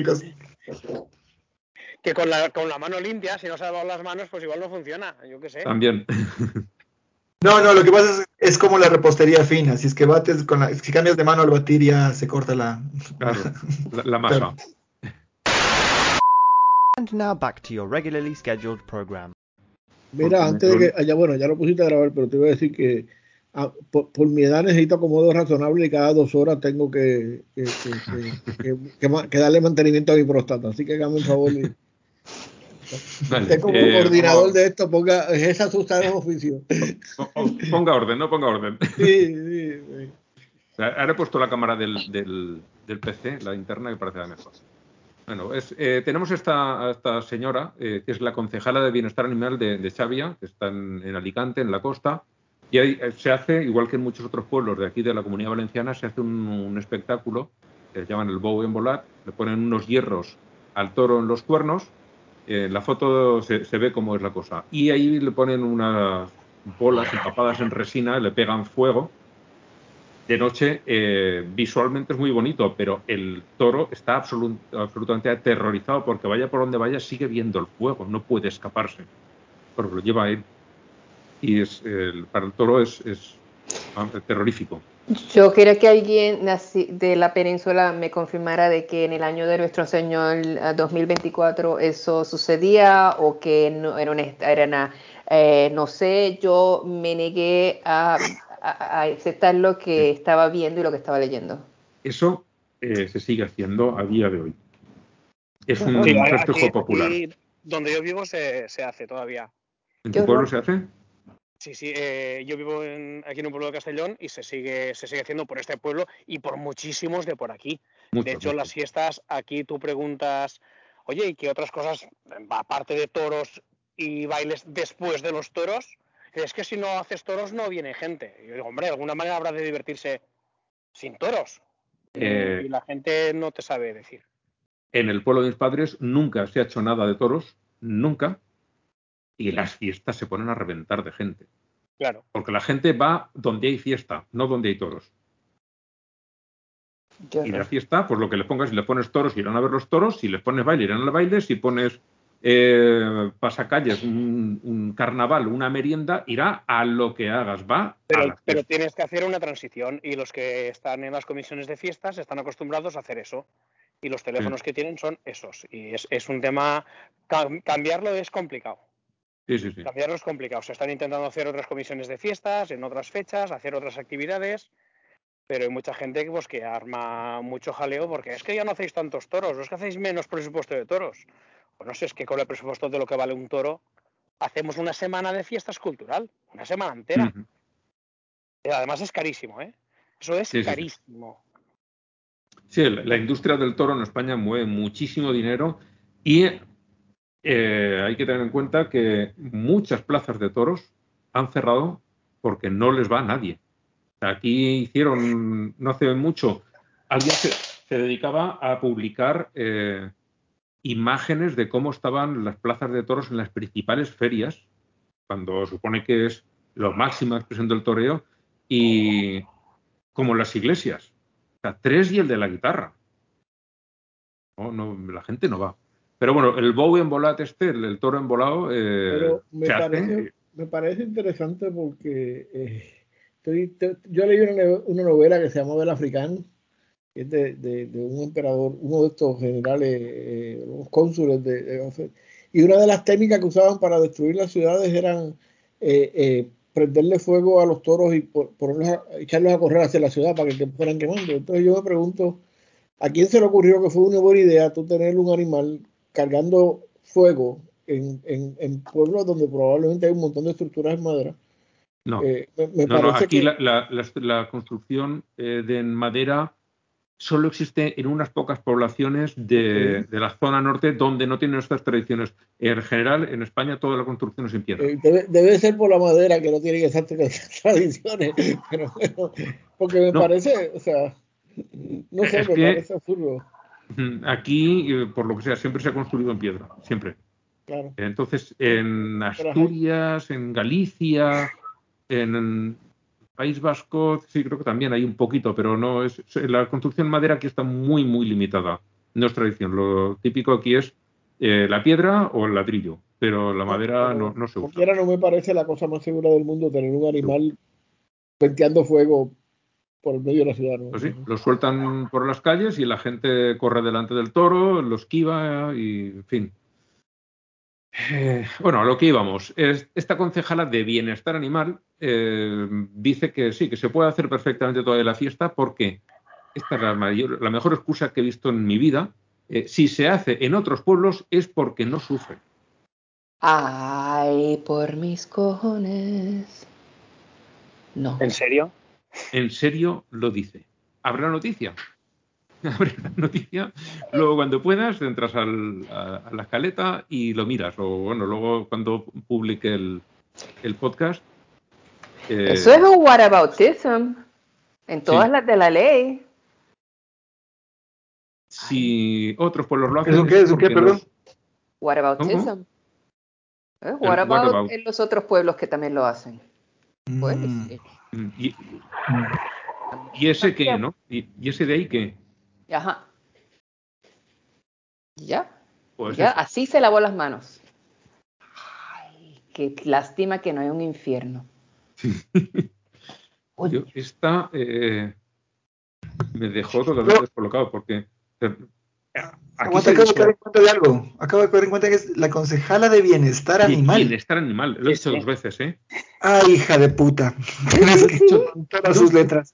Que con la mano limpia, si no se ha lavado las manos, pues igual no funciona, yo qué sé. También. No, lo que pasa es como la repostería fina. Si es que si cambias de mano al batir ya se corta la masa. Claro. And now back to your regularly scheduled program. Mira, antes de que ya lo pusiste a grabar, pero te iba a decir que por mi edad necesito acomodo razonable y cada 2 horas tengo que darle mantenimiento a mi próstata. Así que hágame un favor. Usted como coordinador de esto, ejerza sus tareas de oficio. Ponga orden, no ponga orden. Sí. Ahora he puesto la cámara del PC, la interna, que parece la mejor. Bueno, tenemos esta señora, que es la concejala de Bienestar Animal de Xàbia, que está en Alicante, en la costa, y ahí se hace, igual que en muchos otros pueblos de aquí de la Comunidad Valenciana, se hace un espectáculo, que se llaman el bou en volat, le ponen unos hierros al toro en los cuernos, en la foto se ve cómo es la cosa, y ahí le ponen unas bolas empapadas en resina, le pegan fuego. De noche visualmente es muy bonito, pero el toro está absolutamente aterrorizado porque vaya por donde vaya sigue viendo el fuego, no puede escaparse, porque lo lleva a él. Y para el toro es terrorífico. Yo quería que alguien de la península me confirmara de que en el año de nuestro Señor 2024 eso sucedía o que no era nada. No sé, yo me negué a aceptar lo que estaba viendo y lo que estaba leyendo. Eso se sigue haciendo a día de hoy. Es un Sí, festejo popular. aquí donde yo vivo se hace todavía. ¿En tu pueblo se hace? Sí, yo vivo aquí en un pueblo de Castellón y se sigue haciendo por este pueblo y por muchísimos de por aquí. De hecho, las fiestas, aquí tú preguntas, oye, ¿y qué otras cosas, aparte de toros y bailes después de los toros? Es que si no haces toros no viene gente. Y yo digo, hombre, de alguna manera habrá de divertirse sin toros. Y la gente no te sabe decir. En el pueblo de mis padres nunca se ha hecho nada de toros, nunca, y las fiestas se ponen a reventar de gente. Claro. Porque la gente va donde hay fiesta, no donde hay toros. Y la fiesta, pues lo que le pongas, si le pones toros, irán a ver los toros, si les pones baile, irán al baile, si pones pasacalles, un carnaval, una merienda, irá a lo que hagas, va a la fiesta. Pero tienes que hacer una transición y los que están en las comisiones de fiestas están acostumbrados a hacer eso. Y los teléfonos que tienen son esos. Y es un tema, cambiarlo es complicado. Sí. Cambiarlo es complicado. Se están intentando hacer otras comisiones de fiestas, en otras fechas, hacer otras actividades, pero hay mucha gente pues, que arma mucho jaleo porque es que ya no hacéis tantos toros, o es que hacéis menos presupuesto de toros. Pues no sé, es que con el presupuesto de lo que vale un toro, hacemos una semana de fiestas cultural, una semana entera. Además es carísimo, ¿eh? Eso es carísimo. Sí, la industria del toro en España mueve muchísimo dinero y hay que tener en cuenta que muchas plazas de toros han cerrado porque no les va a nadie. Aquí hicieron, no hace mucho, alguien se dedicaba a publicar imágenes de cómo estaban las plazas de toros en las principales ferias, cuando supone que es la máxima expresión del toreo, y como las iglesias. O sea, 3 y el de la guitarra. No, la gente no va. Pero bueno, el bou en volat el toro embolado, pero me parece interesante porque yo leí una novela que se llama El Africano, que es de un emperador, uno de estos generales, los cónsules y una de las técnicas que usaban para destruir las ciudades eran prenderle fuego a los toros y echarlos a correr hacia la ciudad para que fueran quemando. Entonces yo me pregunto, ¿a quién se le ocurrió que fue una buena idea tú tener un animal cargando fuego en pueblos donde probablemente hay un montón de estructuras en madera? No, me parece aquí que la construcción de madera solo existe en unas pocas poblaciones de la zona norte donde no tienen estas tradiciones. En general, en España, toda la construcción es en piedra. Debe ser por la madera que no tienen esas tradiciones, pero bueno, porque me parece, o sea, no sé, me parece absurdo. Aquí, por lo que sea, siempre se ha construido en piedra, siempre. Claro. Entonces, en Asturias, en Galicia, en País Vasco, sí, creo que también hay un poquito, pero no es. La construcción en madera aquí está muy, muy limitada. No es tradición. Lo típico aquí es la piedra o el ladrillo, pero la madera no se usa. Cualquiera no me parece la cosa más segura del mundo tener un animal venteando fuego por el medio de la ciudad, ¿no? Pues sí, los sueltan por las calles y la gente corre delante del toro, lo esquiva y, en fin. Bueno, a lo que íbamos. Esta concejala de Bienestar Animal dice que sí, que se puede hacer perfectamente toda la fiesta porque esta es la mejor excusa que he visto en mi vida. Si se hace en otros pueblos es porque no sufren. Ay, por mis cojones. No. ¿En serio? En serio lo dice. abre la noticia. Abre la noticia. Luego, cuando puedas, entras a la escaleta y lo miras. O bueno, luego cuando publique el podcast. Eso es un whataboutism. En todas Sí. las de la ley. Si otros pueblos lo hacen. ¿Es un qué, perdón? Whataboutism. ¿Cómo? What What about about? en los otros pueblos que también lo hacen? Pues sí. ¿Y ese qué, no? ¿Y ese de ahí qué? Ajá. Ya. Pues Ya, eso. así se lavó las manos. Ay, qué lástima que no hay un infierno. Yo, esta me dejó totalmente descolocado porque aquí Aguanta, se acabo de caer dijo en cuenta de algo. Acabo de caer en cuenta que es la concejala de bienestar animal. bienestar animal. Lo he dicho 2 veces, ¿eh? Ay, hija de puta. Tienes que con todas sus letras.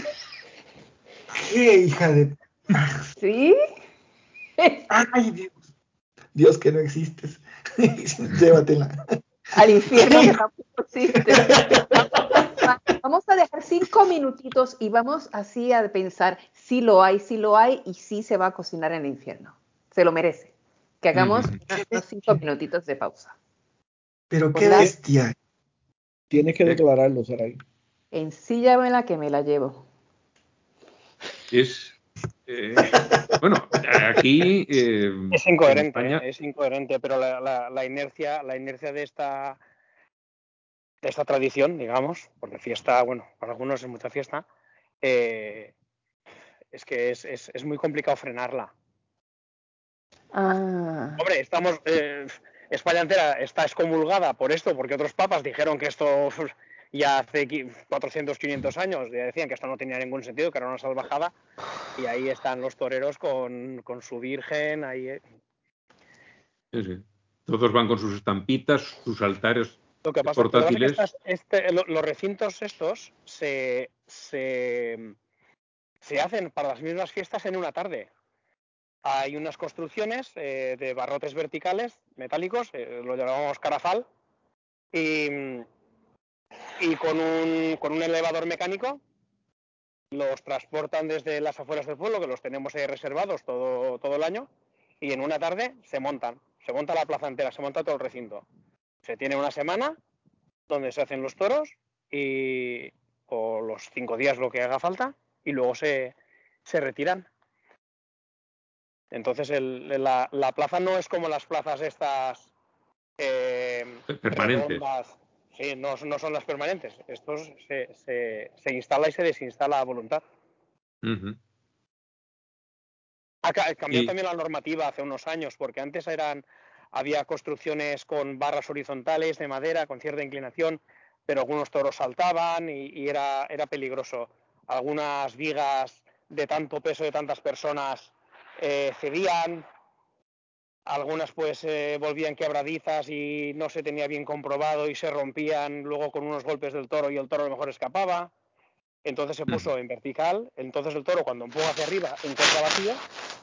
¡Qué hija de... ¿Sí? Ay, Dios. Dios que no existes. Llévatela. Al infierno que tampoco existe. Vamos a dejar 5 minutitos y vamos así a pensar si lo hay y si se va a cocinar en el infierno. Se lo merece. Que hagamos unos 5 minutitos de pausa. Pero qué bestia. Tienes que declararlo, Saray. Ensíllamela que me la llevo. Es bueno, aquí es incoherente, en España, es incoherente, pero la inercia de esta tradición, digamos, porque fiesta, bueno, para algunos es mucha fiesta, es que es muy complicado frenarla. Hombre, estamos España entera está excomulgada por esto, porque otros papas dijeron que esto ya hace 400, 500 años, ya decían que esto no tenía ningún sentido, que era una salvajada, y ahí están los toreros con su virgen, ahí. sí. Todos van con sus estampitas, sus altares Lo que pasa portátiles. es que los recintos estos se hacen para las mismas fiestas en una tarde. Hay unas construcciones de barrotes verticales, metálicos, lo llamamos carafal, y con un elevador mecánico los transportan desde las afueras del pueblo, que los tenemos ahí reservados todo el año, y en una tarde se monta la plaza entera, se monta todo el recinto. Se tiene una semana donde se hacen los toros o los 5 días lo que haga falta, y luego se retiran. Entonces la plaza no es como las plazas estas permanentes. redondas. Sí, no son las permanentes. Estos se instala y se desinstala a voluntad. Uh-huh. Cambió también la normativa hace unos años, porque antes había construcciones con barras horizontales de madera con cierta inclinación, pero algunos toros saltaban y era peligroso. Algunas vigas de tanto peso de tantas personas cedían, algunas pues volvían quebradizas y no se tenía bien comprobado y se rompían luego con unos golpes del toro y el toro a lo mejor escapaba. Entonces se puso en vertical, entonces el toro cuando empuja hacia arriba encuentra vacío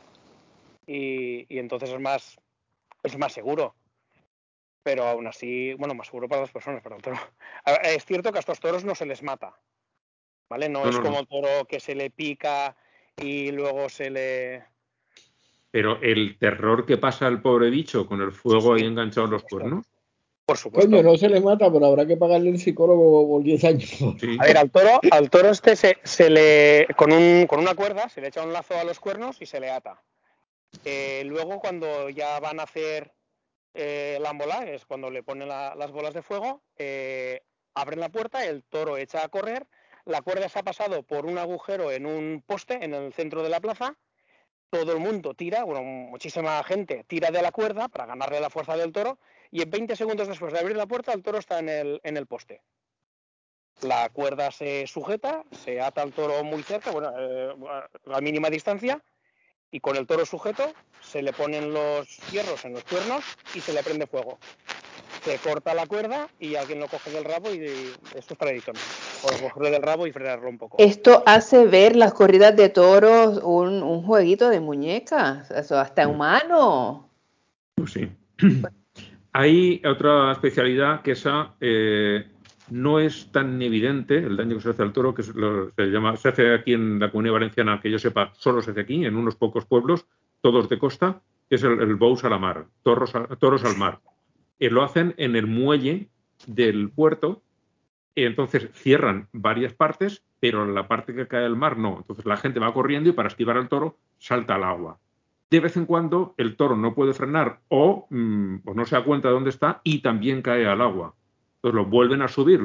y entonces es más seguro. Pero aún así, bueno, más seguro para las personas, pero el toro. Es cierto que a estos toros no se les mata, ¿vale? No es como el toro que se le pica y luego se le... Pero el terror que pasa al pobre bicho con el fuego ahí enganchado en los cuernos. Por supuesto. Coño, no se le mata, pero habrá que pagarle el psicólogo por 10 años. Sí. A ver, al toro este se le con una cuerda se le echa un lazo a los cuernos y se le ata. Luego cuando ya van a hacer la ambola, es cuando le ponen las bolas de fuego, abren la puerta, el toro echa a correr, la cuerda se ha pasado por un agujero en un poste en el centro de la plaza, todo el mundo tira, bueno, muchísima gente tira de la cuerda para ganarle la fuerza del toro y en 20 segundos después de abrir la puerta el toro está en el poste. La cuerda se sujeta, se ata al toro muy cerca, bueno, a mínima distancia, y con el toro sujeto se le ponen los hierros en los cuernos y se le prende fuego. Se corta la cuerda y alguien lo coge del rabo y esto es tradición. O cogerlo del rabo y frenarlo un poco. Esto hace ver las corridas de toros un jueguito de muñecas, eso hasta humano. Pues sí. Hay otra especialidad que esa no es tan evidente el daño que se hace al toro, que se hace aquí en la Comunidad Valenciana, que yo sepa, solo se hace aquí, en unos pocos pueblos, todos de costa, que es el bous a la mar, toros al mar. Lo hacen en el muelle del puerto, y entonces cierran varias partes, pero la parte que cae al mar no. Entonces la gente va corriendo y para esquivar al toro salta al agua. De vez en cuando el toro no puede frenar o no se da cuenta de dónde está y también cae al agua. Entonces lo vuelven a subir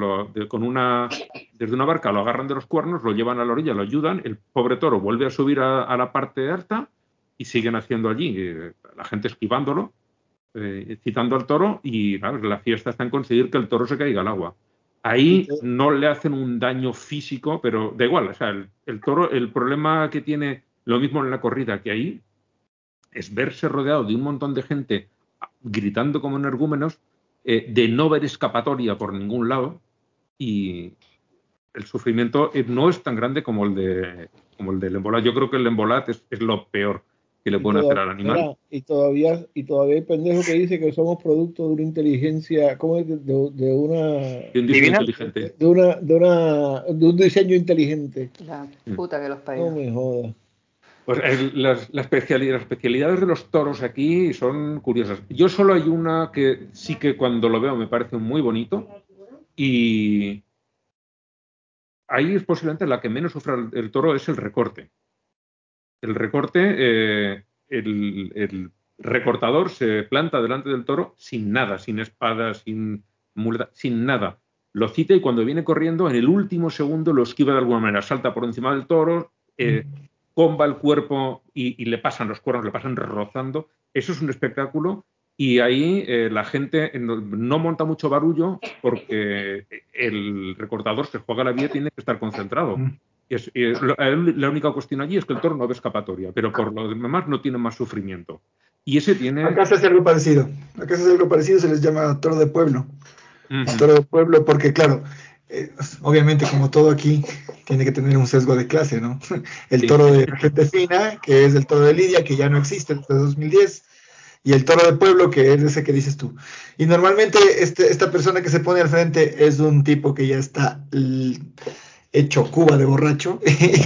desde una barca, lo agarran de los cuernos, lo llevan a la orilla, lo ayudan, el pobre toro vuelve a subir a la parte alta y siguen haciendo allí, la gente esquivándolo, citando al toro y claro, la fiesta está en conseguir que el toro se caiga al agua. Ahí no le hacen un daño físico, pero da igual. O sea, el toro, el problema que tiene, lo mismo en la corrida que ahí, es verse rodeado de un montón de gente gritando como energúmenos, de no ver escapatoria por ningún lado, y el sufrimiento no es tan grande como el del embolat. Yo creo que el embolat es lo peor que le pueden hacer al animal. Mira, y todavía hay pendejo que dice que somos producto de una inteligencia, ¿cómo es? De una un diseño inteligente. de un diseño inteligente. La puta que los parió. No me jodas. Pues las especialidades de los toros aquí son curiosas. Yo solo hay una que sí que cuando lo veo me parece muy bonito y ahí es posiblemente la que menos sufre el toro es el recorte. El recorte, el recortador se planta delante del toro sin nada, sin espada, sin muleta, sin nada. Lo cita y cuando viene corriendo, en el último segundo lo esquiva de alguna manera. Salta por encima del toro, comba el cuerpo y le pasan los cuernos, le pasan rozando. Eso es un espectáculo y ahí la gente no monta mucho barullo porque el recortador se juega la vida y tiene que estar concentrado. La única cuestión allí es que el toro no ve escapatoria, pero por lo demás no tiene más sufrimiento. Y ese tiene... Acá se hace algo parecido. Acá se hace algo parecido, se les llama toro de pueblo. Toro de pueblo porque, claro, obviamente como todo aquí tiene que tener un sesgo de clase, ¿no? El toro de gente fina, que es el toro de Lidia, que ya no existe desde 2010, y el toro de pueblo, que es ese que dices tú. Y normalmente esta persona que se pone al frente es un tipo que ya está hecho Cuba de borracho.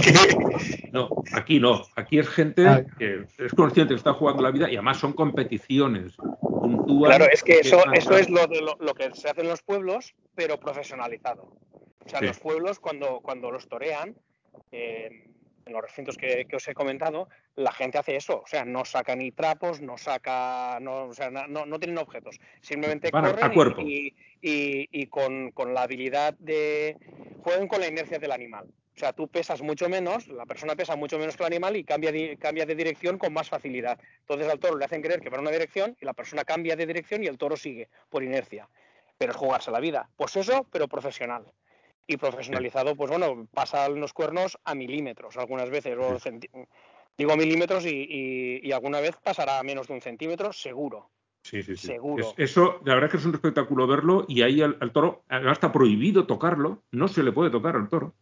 No, aquí no. Aquí es gente que es consciente que está jugando la vida y además son competiciones. Puntúan. Claro, es que eso es lo que se hace en los pueblos, pero profesionalizado. O sea, en los pueblos, cuando los torean, en los recintos que os he comentado, la gente hace eso. O sea, no saca ni trapos, no tienen objetos. Simplemente corren y con la habilidad juegan con la inercia del animal. O sea, tú pesas mucho menos, la persona pesa mucho menos que el animal y cambia de dirección con más facilidad. Entonces al toro le hacen creer que va en una dirección y la persona cambia de dirección y el toro sigue por inercia. Pero es jugarse la vida. Pues eso, pero profesional. Y profesionalizado, pues bueno, pasan los cuernos a milímetros algunas veces. Digo milímetros y alguna vez pasará a menos de 1 centímetro, seguro. Sí. Seguro. Eso, la verdad es que es un espectáculo verlo y ahí al toro, además está prohibido tocarlo, no se le puede tocar al toro.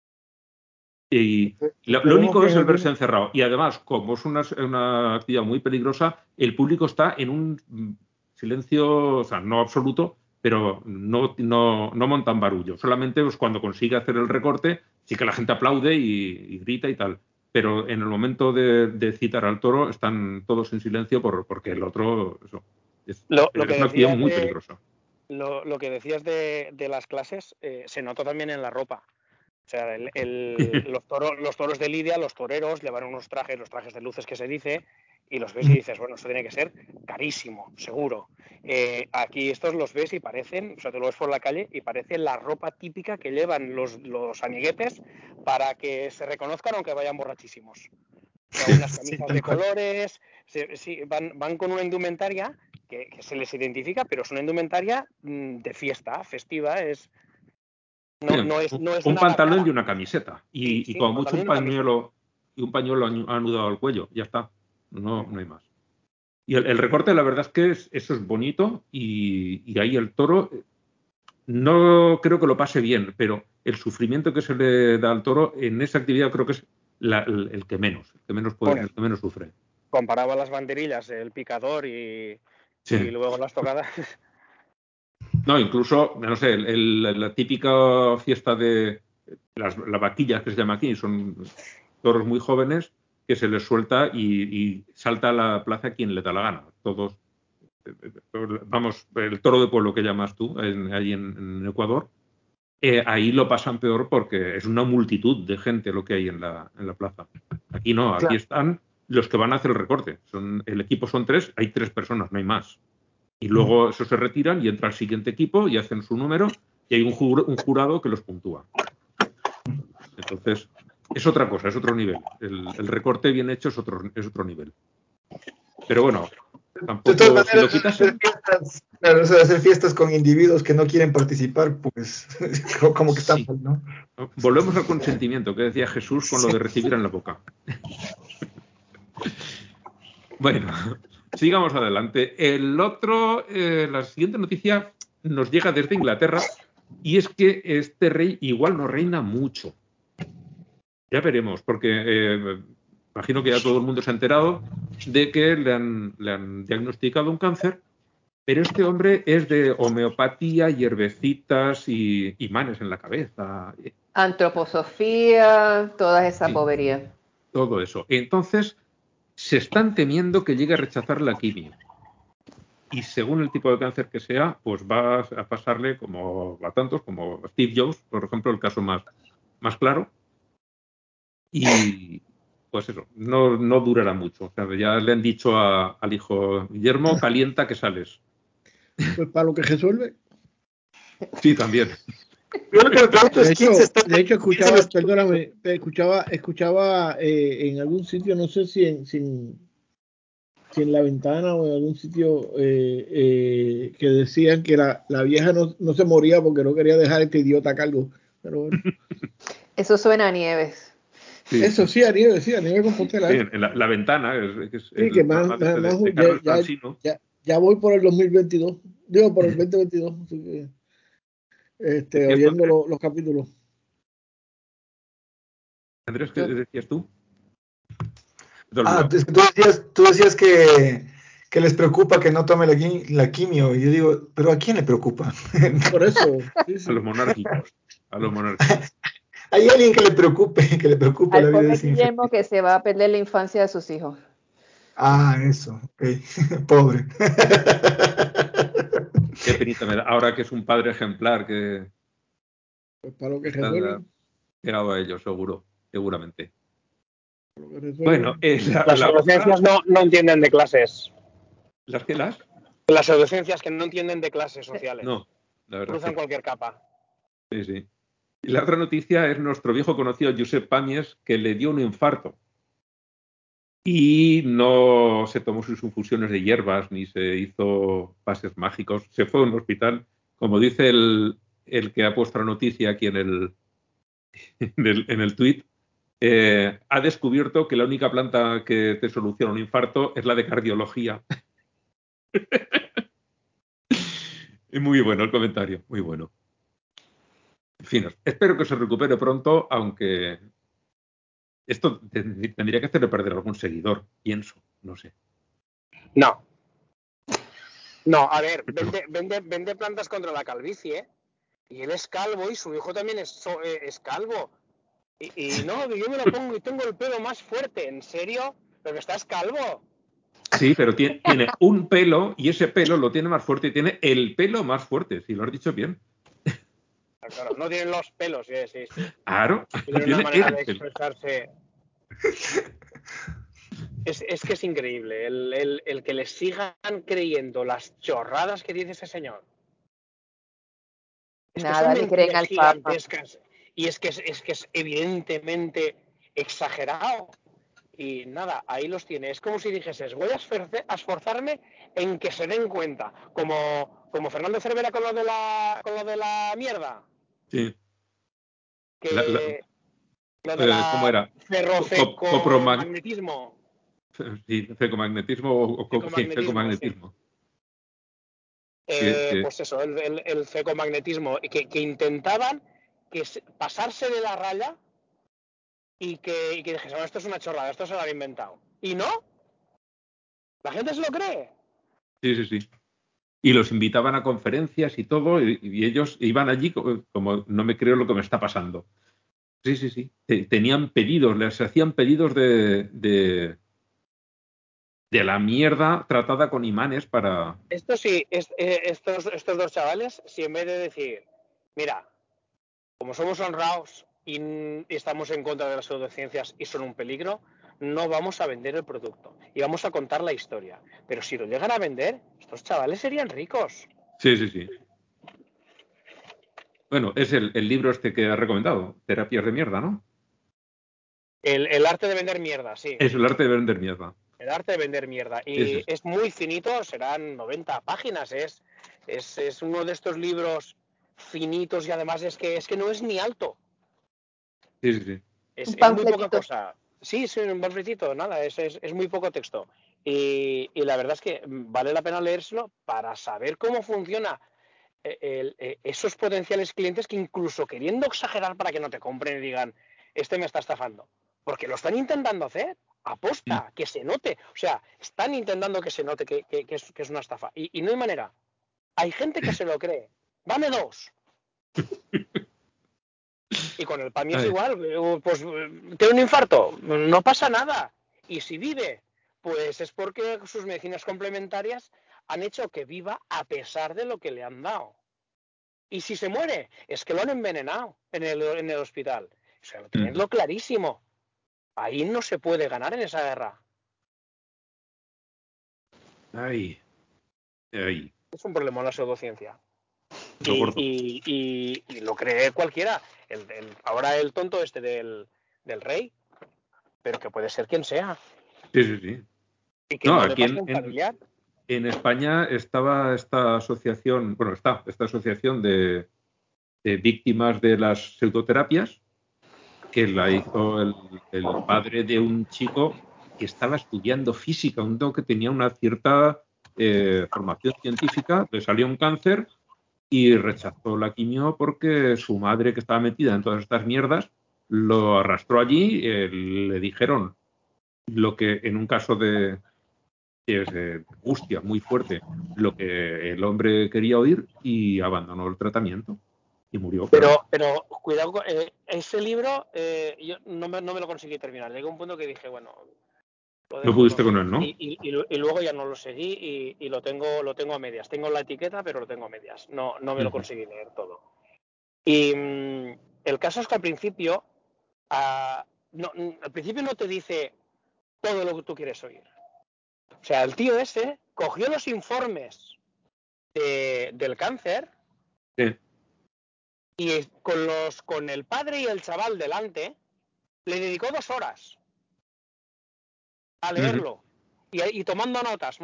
Y lo único es el verse encerrado. Y además, como es una actividad muy peligrosa, el público está en un silencio, o sea, no absoluto, pero no montan barullo. Solamente pues, cuando consigue hacer el recorte, sí que la gente aplaude y grita y tal. Pero en el momento de citar al toro están todos en silencio porque el otro es una actividad muy peligrosa. Lo que decías de las clases se nota también en la ropa. O sea, los toros de Lidia, los toreros llevan unos trajes, los trajes de luces que se dice, y los ves y dices, bueno, esto tiene que ser carísimo, seguro. Aquí estos los ves y parecen, o sea, te lo ves por la calle y parece la ropa típica que llevan los amiguetes para que se reconozcan aunque vayan borrachísimos. O sea, unas camisas de colores, van con una indumentaria que se les identifica, pero es una indumentaria de fiesta, festiva, No es un pantalón cara. y una camiseta. Y como mucho un pañuelo anudado al cuello. Ya está. No hay más. Y el recorte, la verdad es que eso es bonito. Y ahí el toro, no creo que lo pase bien, pero el sufrimiento que se le da al toro en esa actividad creo que es el que menos sufre. Comparaba las banderillas, el picador y luego las tocadas. No, incluso, no sé, la típica fiesta de las vaquillas que se llama aquí, son toros muy jóvenes que se les suelta y salta a la plaza quien le da la gana. Todos, vamos, el toro de pueblo que llamas tú, ahí en Ecuador, ahí lo pasan peor porque es una multitud de gente lo que hay en la plaza. Aquí no, aquí están los que van a hacer el recorte. El equipo son 3, hay 3 personas, no hay más. Y luego esos se retiran y entra el siguiente equipo y hacen su número y hay un jurado que los puntúa. Entonces, es otra cosa, es otro nivel. El recorte bien hecho es otro nivel. Pero bueno, tampoco, de todas si lo maneras, quitasen... hacer fiestas con individuos que no quieren participar, pues como que está mal, ¿no? Volvemos al consentimiento que decía Jesús con lo de recibir en la boca. Bueno, sigamos adelante. La siguiente noticia nos llega desde Inglaterra y es que este rey igual no reina mucho. Ya veremos, porque imagino que ya todo el mundo se ha enterado de que le han diagnosticado un cáncer, pero este hombre es de homeopatía, hierbecitas y imanes en la cabeza. Antroposofía, toda esa Sí, bobería. todo eso. Entonces, se están temiendo que llegue a rechazar la quimio. Y según el tipo de cáncer que sea, pues va a pasarle como a tantos, como Steve Jobs, por ejemplo, el caso más claro. Y pues eso, no durará mucho. O sea, ya le han dicho al hijo, Guillermo, calienta que sales. Pues para lo que resuelve. Sí, también. Yo lo que me pregunto es quién se está. De hecho, quién se lo está- perdóname, escuchaba en algún sitio, no sé si en La Ventana o en algún sitio que decían que la vieja no se moría porque no quería dejar a este idiota a cargo. Pero bueno. Eso suena a Nieves. Sí, Eso sí, a Nieve Compostela. sí, en la ventana, que es Sí, que el programa de Carlos Francino. ya voy por el 2022, digo por el 2022, así que ¿Decías tú, oyendo Andrés? los capítulos. Andrés, ¿qué decías tú? Es que tú decías que les preocupa que no tome la quimio. Y yo digo, ¿pero a quién le preocupa? Por eso, sí, A los sí. monárquicos. Hay alguien que le preocupe Al la vida de pobre ese infeliz. Guillermo que se va a perder la infancia de sus hijos. Eso, ok. Pobre. Qué penita me da. Ahora que es un padre ejemplar que Pues para lo que está resuelven, pegado a ellos, seguramente. para lo que resuelven. Bueno, Las la adolescencias otra, no entienden de clases. ¿las que las? Las adolescencias que no entienden de clases sociales. No, la verdad es Cruzan que cualquier capa. sí, sí. Y la otra noticia es nuestro viejo conocido Josep Pàmies, que le dio un infarto. Y no se tomó sus infusiones de hierbas, ni se hizo pases mágicos. Se fue a un hospital. Como dice el que ha puesto la noticia aquí en el tuit, ha descubierto que la única planta que te soluciona un infarto es la de cardiología. Muy bueno el comentario, muy bueno. En fin, espero que se recupere pronto, aunque esto tendría que hacerle perder algún seguidor, pienso, no sé. No. No, a ver, vende plantas contra la calvicie, y él es calvo y su hijo también es calvo. Y no, yo me lo pongo y tengo el pelo más fuerte. ¿En serio? ¿Pero estás calvo? Sí, pero tiene un pelo y ese pelo lo tiene más fuerte y tiene el pelo más fuerte, si lo has dicho bien. Claro, no tienen los pelos, sí. Claro, Tienen una tiene manera el de pelo. expresarse. Es que es increíble el que les sigan creyendo las chorradas que dice ese señor. Es que son Nada, le creen mentiras al Papa. gigantescas y es que es evidentemente exagerado. Y nada, ahí los tiene. Es como si dijeses, voy a esforzarme en que se den cuenta. Como Fernando Cervera con lo de la mierda. Sí. Que lo de ¿Cómo la era? ferrofecomagnetismo. Sí, fecomagnetismo sí, Fecomagnetismo, sí. fecomagnetismo. Que Pues eso, el fecomagnetismo. Que intentaban pasarse de la raya y que dijesen, bueno, esto es una chorrada, esto se lo han inventado. ¿Y no? ¿La gente se lo cree? sí. Y los invitaban a conferencias y todo, y ellos iban allí como no me creo lo que me está pasando. Sí. Tenían pedidos, les hacían pedidos de la mierda tratada con imanes para... Esto sí, estos dos chavales, si en vez de decir, mira, como somos honrados y estamos en contra de las pseudociencias y son un peligro, no vamos a vender el producto y vamos a contar la historia. Pero si lo llegan a vender, estos chavales serían ricos. Sí. Bueno, es el libro este que has recomendado, Terapias de mierda, ¿no? El arte de vender mierda, sí. Es el arte de vender mierda. El arte de vender mierda. Y es muy finito, serán 90 páginas. Es uno de estos libros finitos y además es que no es ni alto. Sí. Es Un muy poca panfletito. cosa. Sí, un panfletito, nada, es muy poco texto. Y la verdad es que vale la pena leérselo para saber cómo funciona esos potenciales clientes que incluso queriendo exagerar para que no te compren y digan, este me está estafando. Porque lo están intentando hacer, aposta, que se note. O sea, están intentando que se note que es una estafa. Y no hay manera. Hay gente que se lo cree. Dame 2. Y con el PAMI es Ay. igual, pues tiene un infarto, no pasa nada. Y si vive, pues es porque sus medicinas complementarias han hecho que viva a pesar de lo que le han dado. Y si se muere, es que lo han envenenado en el hospital. O sea, tenedlo clarísimo. Ahí no se puede ganar en esa guerra. Ay. Es un problema la pseudociencia. Lo gordo. Y lo cree cualquiera. Ahora el tonto este del rey, pero que puede ser quien sea. Sí. Y que No, no le aquí pase a un familiar. en España estaba esta asociación, bueno, está esta asociación de víctimas de las pseudoterapias, que la hizo el padre de un chico que estaba estudiando física, un tío que tenía una cierta formación científica, le salió un cáncer y rechazó la quimio porque su madre, que estaba metida en todas estas mierdas, lo arrastró allí, le dijeron lo que en un caso de angustia muy fuerte, lo que el hombre quería oír y abandonó el tratamiento y murió, claro. Pero cuidado, ese libro yo no me lo conseguí terminar. Llegó un punto que dije, bueno, lo No dejo, no pudiste con sé. él, ¿no? Y luego ya no lo seguí y lo tengo a medias. Tengo la etiqueta, pero lo tengo a medias. No me lo Uh-huh. conseguí leer todo. Y el caso es que al principio, al principio no te dice todo lo que tú quieres oír. O sea, el tío ese cogió los informes del cáncer Sí. y con el padre y el chaval delante, le dedicó 2 horas a Uh-huh. leerlo y tomando notas.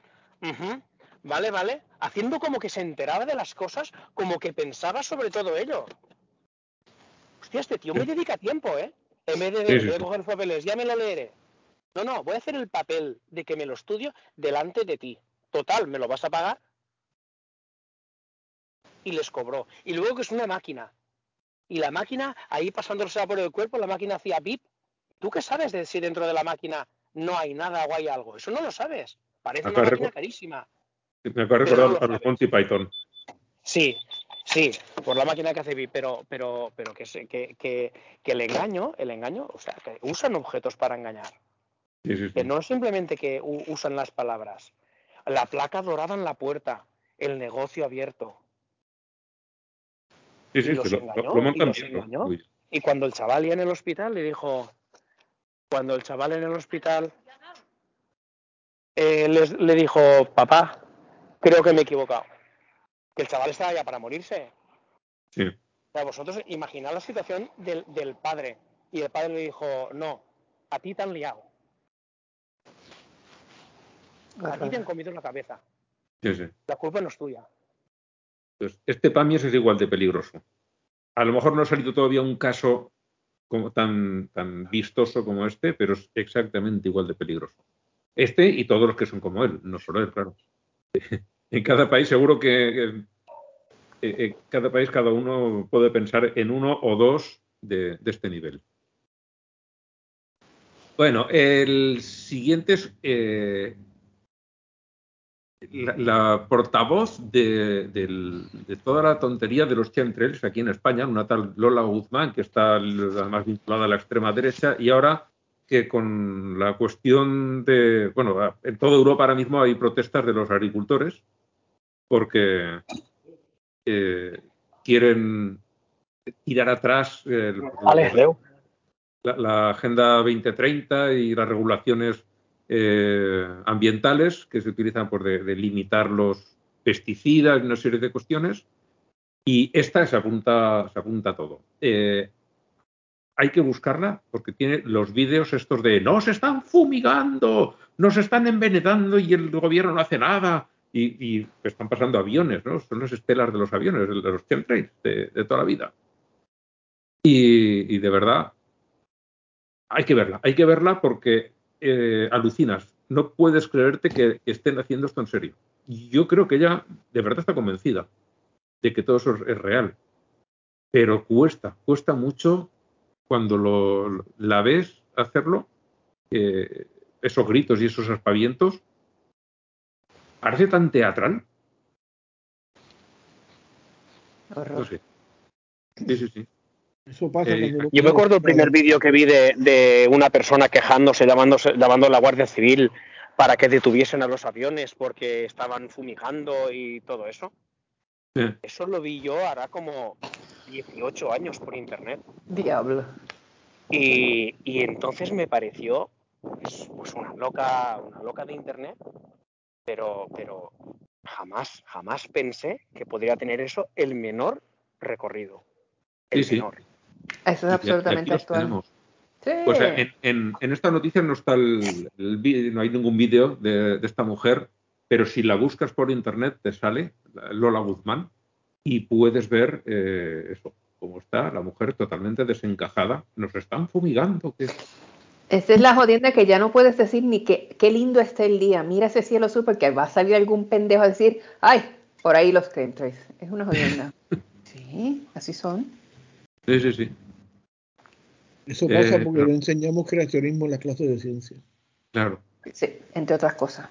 Vale. Haciendo como que se enteraba de las cosas, como que pensaba sobre todo ello. Hostia, este tío me dedica tiempo, ¿eh? En vez de, Sí. voy a coger los papeles, ya me lo leeré. No, voy a hacer el papel de que me lo estudio delante de ti. Total, me lo vas a pagar. Y les cobró. Y luego que es una máquina. Y la máquina, ahí pasándose por el cuerpo, la máquina hacía pip. ¿Tú qué sabes de si dentro de la máquina no hay nada o hay algo? Eso no lo sabes. Parece una máquina carísima, Me acaba de pero no recordar lo a los sabes. Monty Python. Sí, por la máquina que hace pip, pero que el engaño, o sea, que usan objetos para engañar. Que Sí. no es simplemente que usan las palabras. La placa dorada en la puerta, el negocio abierto. Y Sí, los lo engañó, y montan los bien, ¿no? engañó. Uy. Y cuando el chaval ya en el hospital le dijo, cuando el chaval en el hospital le dijo, papá, creo que me he equivocado. Que el chaval estaba ya para morirse. Sí. O sea, vosotros imaginad la situación del padre. Y el padre le dijo, no, a ti te han liado. A ti te han comido la cabeza. Sí. La culpa no es tuya. Entonces, este PAMIES es igual de peligroso. A lo mejor no ha salido todavía un caso como tan vistoso como este, pero es exactamente igual de peligroso. Este y todos los que son como él, no solo él, claro. En cada país seguro que cada país, cada uno puede pensar en uno o dos de este nivel. Bueno, el siguiente es la portavoz de toda la tontería de los chemtrails aquí en España, una tal Lola Guzmán, que está además vinculada a la extrema derecha, y ahora que con la cuestión de... Bueno, en toda Europa ahora mismo hay protestas de los agricultores porque quieren tirar atrás la Agenda 2030 y las regulaciones ambientales que se utilizan por de limitar los pesticidas y una serie de cuestiones, y esta se apunta a todo. Hay que buscarla porque tiene los vídeos estos de nos están fumigando, nos están envenenando y el gobierno no hace nada, y están pasando aviones, ¿no? Son las estelas de los aviones, de los chemtrails de toda la vida. Y de verdad hay que verla porque alucinas. No puedes creerte que estén haciendo esto en serio. Y yo creo que ella de verdad está convencida de que todo eso es real. Pero cuesta mucho cuando la ves hacerlo, esos gritos y esos aspavientos. Parece tan teatral. Horror. No sé. Sí. Eso pasa cuando Yo me acuerdo el primer vídeo que vi de una persona quejándose, llamando a la Guardia Civil para que detuviesen a los aviones porque estaban fumigando y todo eso. Eso lo vi yo hará como 18 años por internet. Diablo. Y entonces me pareció pues una loca de internet, pero jamás pensé que podría tener eso el menor recorrido. El menor. Eso es absolutamente actual. Sí. Pues en esta noticia no está no hay ningún vídeo de esta mujer, pero si la buscas por internet te sale Lola Guzmán y puedes ver eso, cómo está la mujer totalmente desencajada. Nos están fumigando. Esa es la jodienda, que ya no puedes decir ni qué lindo está el día, mira ese cielo súper, que va a salir algún pendejo a decir, ay, por ahí los chemtrails. Es una jodienda. Sí, así son. Sí. Eso pasa porque no enseñamos creacionismo en las clases de ciencia. Claro. Sí, entre otras cosas.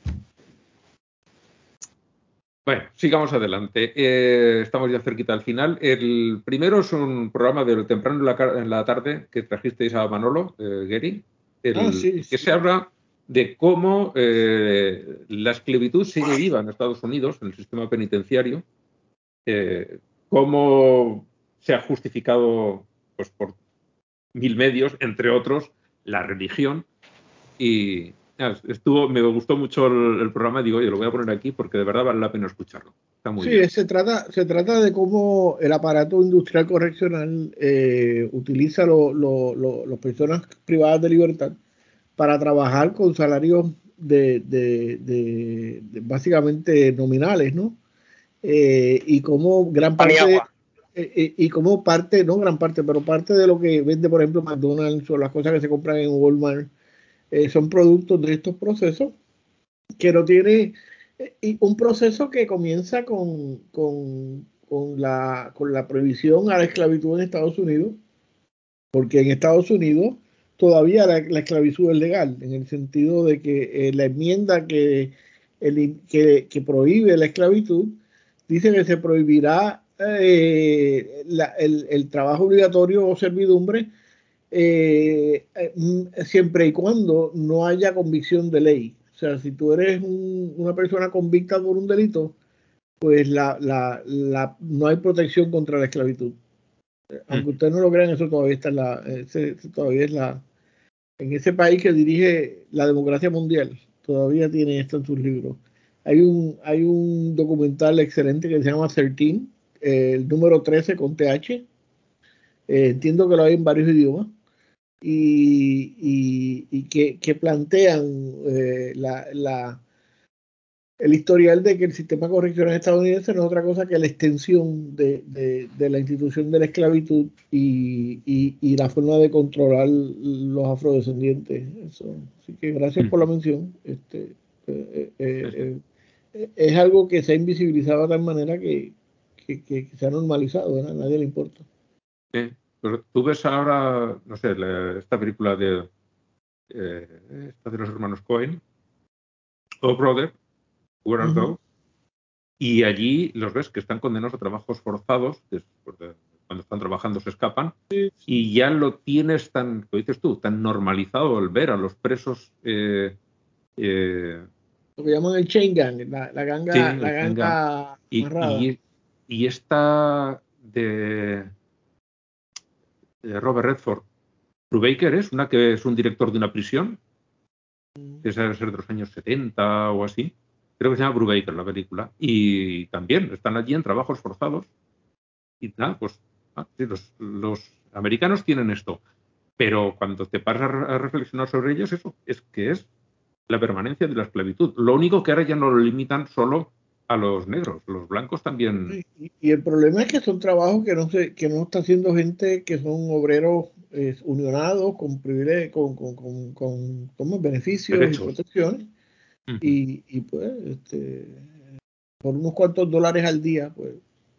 Bueno, sigamos adelante. Estamos ya cerquita al final. El primero es un programa de temprano en la tarde que trajisteis a Manolo, Gary, que se habla de cómo la esclavitud sigue viva en Estados Unidos, en el sistema penitenciario, cómo se ha justificado pues, por 1000 medios, entre otros, la religión. Y me gustó mucho el programa. Digo, oye, lo voy a poner aquí porque de verdad vale la pena escucharlo. Está muy bien. Se trata de cómo el aparato industrial correccional utiliza las personas privadas de libertad para trabajar con salarios de básicamente nominales, ¿no? Y como gran parte, no gran parte, pero parte de lo que vende, por ejemplo, McDonald's o las cosas que se compran en Walmart, son productos de estos procesos que no tiene un proceso que comienza con la prohibición a la esclavitud en Estados Unidos, porque en Estados Unidos todavía la esclavitud es legal, en el sentido de que la enmienda que prohíbe la esclavitud dice que se prohibirá el trabajo obligatorio o servidumbre siempre y cuando no haya convicción de ley. O sea, si tú eres una persona convicta por un delito, pues no hay protección contra la esclavitud. Aunque ustedes no lo crean, eso todavía está en ese país que dirige la democracia mundial. Todavía tiene esto en sus libros. Hay un documental excelente que se llama 13, el número 13 con TH. Entiendo que lo hay en varios idiomas. Y que plantean el historial de que el sistema correccional estadounidense no es otra cosa que la extensión de la institución de la esclavitud y la forma de controlar los afrodescendientes. Eso. Así que gracias por la mención. Es algo que se ha invisibilizado de tal manera que se ha normalizado, ¿verdad? A nadie le importa. Pero tú ves ahora, no sé, esta película de los hermanos Coen, O Brother, War Dogs, y allí los ves que están condenados a trabajos forzados, cuando están trabajando se escapan, y ya lo tienes tan, como dices tú, tan normalizado el ver a los presos. Lo que llaman el chain gang, la ganga amarrada. Y esta de Robert Redford, Brubaker es una que es un director de una prisión, que debe ser de los años 70 o así. Creo que se llama Brubaker la película. Y también están allí en trabajos forzados. Y nada, pues sí, los americanos tienen esto. Pero cuando te paras a reflexionar sobre ellos, eso es que es la permanencia de la esclavitud. Lo único que ahora ya no lo limitan solo a los negros, los blancos también. Y el problema es que son trabajos que no está haciendo gente que son obreros unionados con privilegios, con beneficios Derechos. y protecciones. Y pues, por unos cuantos dólares al día, pues.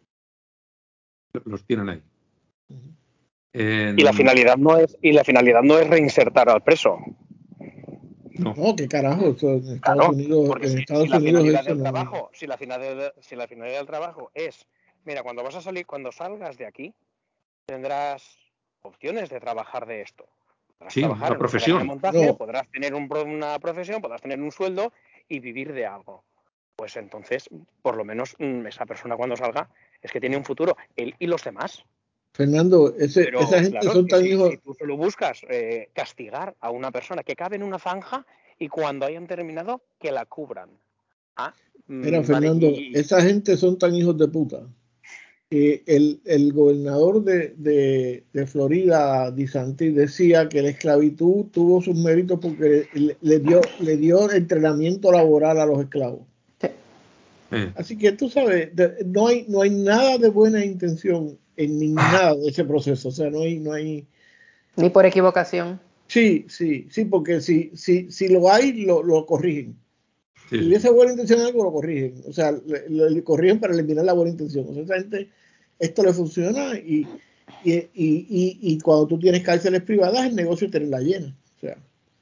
Los tienen ahí. Y la finalidad no es reinsertar al preso. No, qué carajo, eso en Estados Unidos, eso no. Si la finalidad del trabajo es, mira, cuando salgas de aquí, tendrás opciones de trabajar de esto. Podrás trabajar una profesión. En montaje, podrás tener una profesión, podrás tener un sueldo y vivir de algo. Pues entonces, por lo menos esa persona cuando salga es que tiene un futuro, él y los demás. Fernando, esa gente son tan hijos. Si tú solo buscas castigar a una persona que cabe en una zanja y cuando hayan terminado, que la cubran. Mira, Fernando, esa gente son tan hijos de puta que el gobernador de Florida, DeSantis, decía que la esclavitud tuvo sus méritos porque le dio entrenamiento laboral a los esclavos. Así que tú sabes, no hay nada de buena intención en nada de ese proceso. O sea, no hay. Ni por equivocación. Sí, porque si lo hay, lo corrigen. Si hubiese buena intención en algo, lo corrigen. O sea, le corrigen para eliminar la buena intención. O sea, esa gente, esto le funciona y cuando tú tienes cárceles privadas, el negocio te la llena. O sea.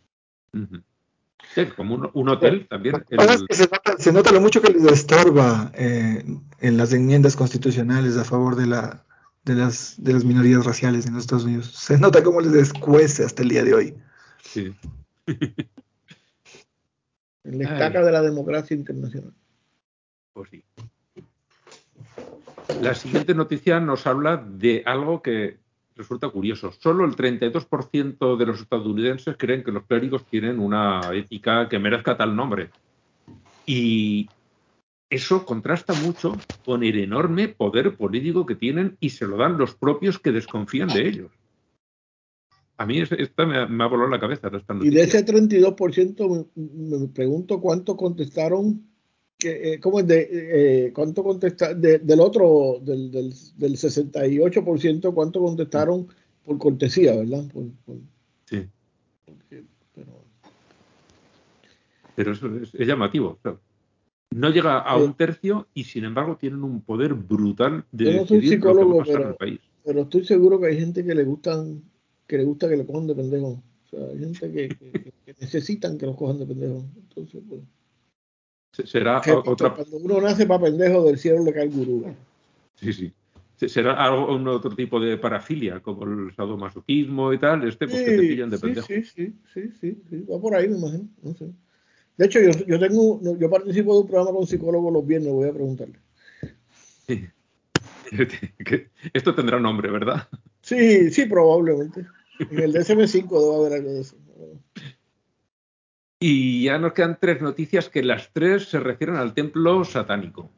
Sí, como un hotel también. Se nota lo mucho que les estorba en las enmiendas constitucionales a favor de las minorías raciales en los Estados Unidos. Se nota cómo les descuece hasta el día de hoy. Sí. La estaca de la democracia internacional. Pues sí. La siguiente noticia nos habla de algo que resulta curioso. Solo el 32% de los estadounidenses creen que los clérigos tienen una ética que merezca tal nombre. Y eso contrasta mucho con el enorme poder político que tienen y se lo dan los propios que desconfían de ellos. A mí esta me ha volado la cabeza. Esta noticia. Y de ese 32% me pregunto cuánto contestaron, ¿cómo es cuánto contestaron del otro, del 68%, cuánto contestaron por cortesía, ¿verdad? Sí. Pero eso es llamativo. Claro. No llega a un tercio y sin embargo tienen un poder brutal de decidir lo que va a pasar en el país. Pero estoy seguro que hay gente que le gusta que le cojan de pendejo. O sea, hay gente que necesitan que los cojan de pendejo. Entonces, pues, será otra. Cuando uno nace para pendejo, del cielo le cae el gurú. Sí. Será otro tipo de parafilia, como el sadomasoquismo y tal, pues que te pillan de pendejo. Sí. Va por ahí, me imagino. No sé. De hecho, yo participo de un programa con psicólogos los viernes, voy a preguntarle. Sí. Esto tendrá nombre, ¿verdad? Sí, probablemente. En el DSM-5 debe haber algo de eso. Y ya nos quedan 3 noticias que las 3 se refieren al templo satánico.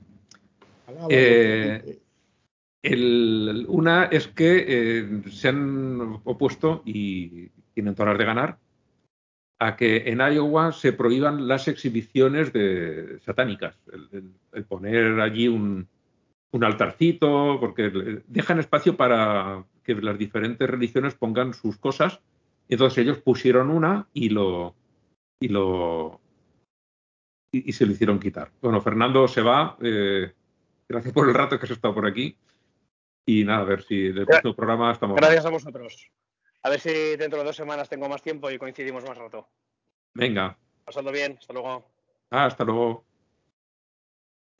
Una es que se han opuesto y tienen todas las de ganar a que en Iowa se prohíban las exhibiciones satánicas. El poner allí un altarcito, porque dejan espacio para que las diferentes religiones pongan sus cosas. Entonces ellos pusieron una y se lo hicieron quitar. Bueno, Fernando se va. Gracias por el rato que has estado por aquí. Y nada, a ver si en el próximo programa estamos. Gracias a vosotros. A ver si dentro de 2 semanas tengo más tiempo y coincidimos más rato. Venga. Pasadlo bien. Hasta luego. Hasta luego.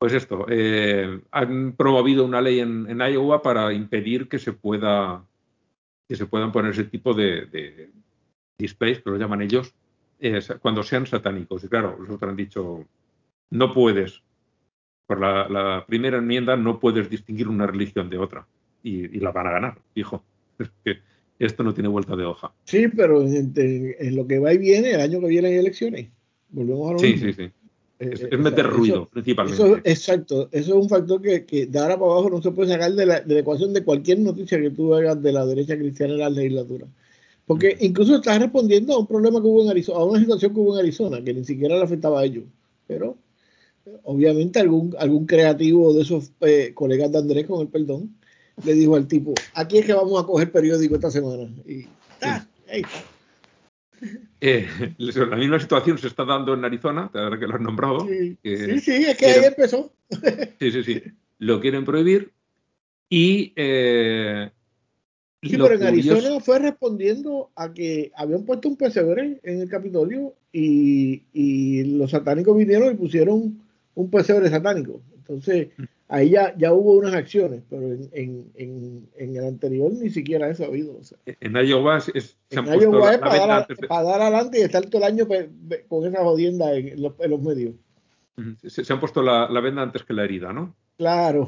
Pues esto, han promovido una ley en Iowa para impedir que se puedan poner ese tipo de displays, que lo llaman ellos, cuando sean satánicos. Y claro, los otros han dicho, no puedes, por la primera enmienda, no puedes distinguir una religión de otra. Y la van a ganar, hijo. Es que esto no tiene vuelta de hoja. Sí, pero en lo que va y viene, el año que viene hay elecciones. Volvemos a lo Sí, mismo. sí, sí. Es O meter sea, ruido, principalmente. Exacto, eso es un factor que de ahora para abajo no se puede sacar de la ecuación de cualquier noticia que tú hagas de la derecha cristiana en la legislatura. Porque incluso estás respondiendo a un problema que hubo en Arizona, a una situación que hubo en Arizona, que ni siquiera le afectaba a ellos. Pero obviamente algún creativo de esos colegas de Andrés, con el perdón, le dijo al tipo, aquí es que vamos a coger periódico esta semana. Y ahí está. La misma situación se está dando en Arizona, ahora que lo has nombrado. Sí, Que sí, es que ahí empezó. Sí. Lo quieren prohibir y Sí, lo pero en curioso... Arizona fue respondiendo a que habían puesto un pesebre en el Capitolio y los satánicos vinieron y pusieron un pesebre satánico. Entonces, ahí ya hubo unas acciones, pero en el anterior ni siquiera eso ha habido. O sea, En Iowa se en han puesto Iowa es la venda antes de... para dar adelante y estar todo el año con esa jodienda en los medios. Se han puesto la venda antes que la herida, ¿no? Claro.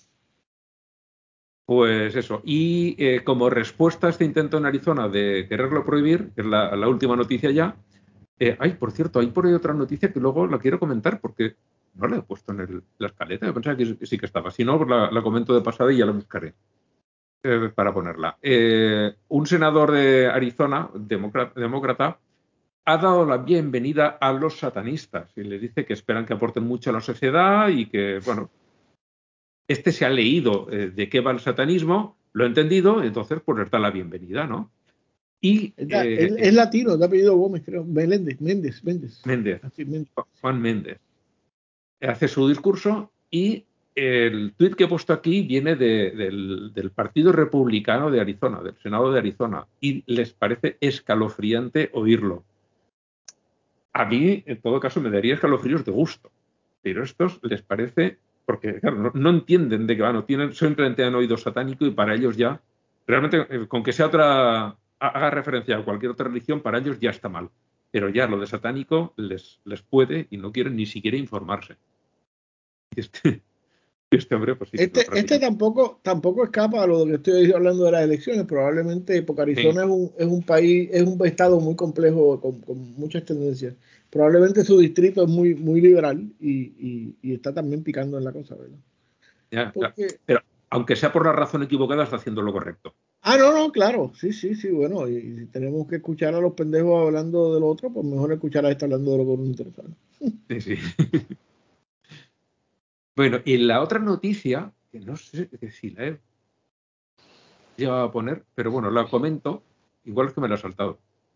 Pues eso. Y como respuesta a este intento en Arizona de quererlo prohibir, que es la última noticia ya, por cierto, hay por ahí otra noticia que luego la quiero comentar porque no la he puesto en la escaleta. Yo pensaba que sí que estaba. Si no, pues la comento de pasada y ya la buscaré para ponerla. Un senador de Arizona, demócrata, ha dado la bienvenida a los satanistas y les dice que esperan que aporten mucho a la sociedad y que, bueno, este se ha leído de qué va el satanismo, lo ha entendido, entonces pues les da la bienvenida, ¿no? Y Es latino, de apellido Gómez, creo. Méndez. Méndez, Así, Méndez. Juan Méndez, hace su discurso y el tuit que he puesto aquí viene del Partido Republicano de Arizona, del Senado de Arizona, y les parece escalofriante oírlo. A mí, en todo caso, me daría escalofríos de gusto, pero a estos les parece, porque claro, no entienden de qué van, simplemente han oído satánico y para ellos ya, realmente, con que sea haga referencia a cualquier otra religión, para ellos ya está mal. Pero ya lo de satánico les puede y no quieren ni siquiera informarse. Este hombre, pues sí que es otra Este religión. tampoco escapa a lo que estoy hablando de las elecciones, probablemente porque Sí. Arizona es un país, es un estado muy complejo con muchas tendencias. Probablemente su distrito es muy liberal y está también picando en la cosa, ¿verdad? Ya. Porque, Pero aunque sea por la razón equivocada, está haciendo lo correcto. no, claro, sí, bueno, y si tenemos que escuchar a los pendejos hablando del otro, pues mejor escuchar a este hablando de lo que nos interesa, ¿no? Sí. Bueno, y la otra noticia, que no sé si la he llegado a poner, pero bueno, la comento, igual es que me la he saltado.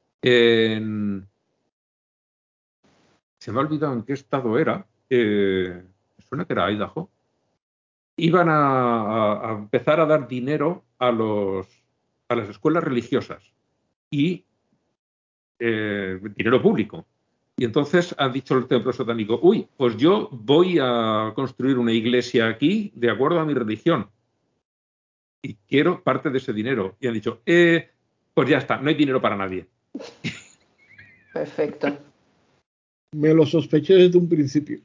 Se me ha olvidado en qué estado era, me suena que era Idaho. Iban a empezar a dar dinero a las escuelas religiosas y dinero público. Y entonces ha dicho el templo satánico, uy, pues yo voy a construir una iglesia aquí de acuerdo a mi religión y quiero parte de ese dinero. Y han dicho, pues ya está, no hay dinero para nadie. Perfecto. Me lo sospeché desde un principio.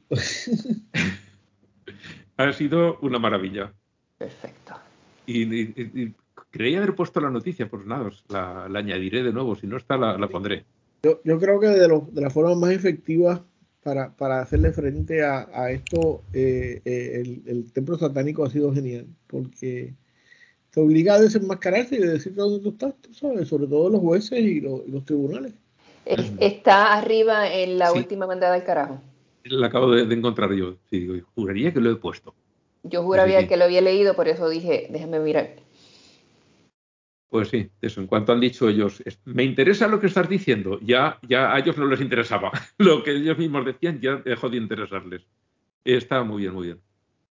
Ha sido una maravilla. Perfecto. Y creía haber puesto la noticia, pues nada, la añadiré de nuevo, si no está la pondré. Yo creo que de las formas más efectivas para hacerle frente a esto, el templo satánico ha sido genial, porque te obliga a desenmascararse y a decirte dónde tú estás, tú sabes, sobre todo los jueces y los tribunales. Está arriba en la Sí, última mandada al carajo. la acabo de encontrar yo. Sí, digo, juraría que lo he puesto. Yo Sí. juraría que lo había leído, por eso dije, déjame mirar. Pues sí, eso. En cuanto han dicho ellos, me interesa lo que estás diciendo, ya a ellos no les interesaba. Lo que ellos mismos decían ya dejó de interesarles. Está muy bien, muy bien.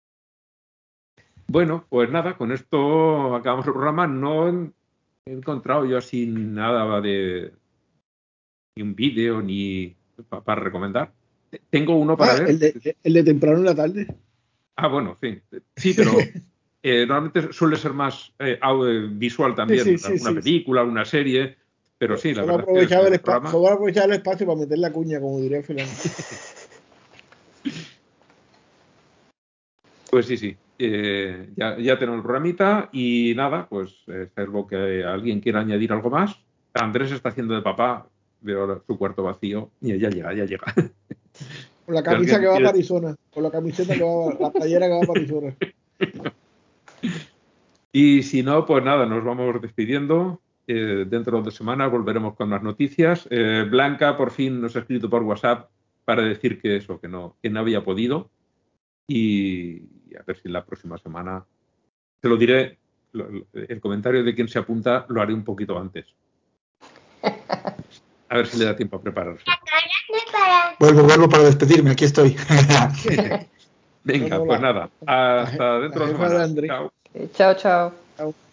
Bueno, pues nada, con esto acabamos el programa. No he encontrado yo así nada ni un vídeo ni para recomendar. Tengo uno para ver. El de temprano en la tarde. Bueno, sí. Sí, pero normalmente suele ser más visual también, una película, una serie, pero sí, la verdad es que el programa... Solo aprovechar el espacio para meter la cuña, como diría Filán. Pues sí. Ya tenemos el programita y nada, pues salvo que alguien quiera añadir algo más. Andrés está haciendo de papá, veo su cuarto vacío y ya llega. Con la camisa que va para Arizona, con la camiseta que va, la playera que va para Arizona. Y si no, pues nada, nos vamos despidiendo. Dentro de 2 semanas volveremos con más noticias. Blanca por fin nos ha escrito por WhatsApp para decir que no había podido. Y a ver si la próxima semana te lo diré. El comentario de quien se apunta lo haré un poquito antes. A ver si le da tiempo a prepararse. Vuelvo para despedirme, aquí estoy. Venga, pues nada, hasta dentro de 2 semanas. Chao. Chao.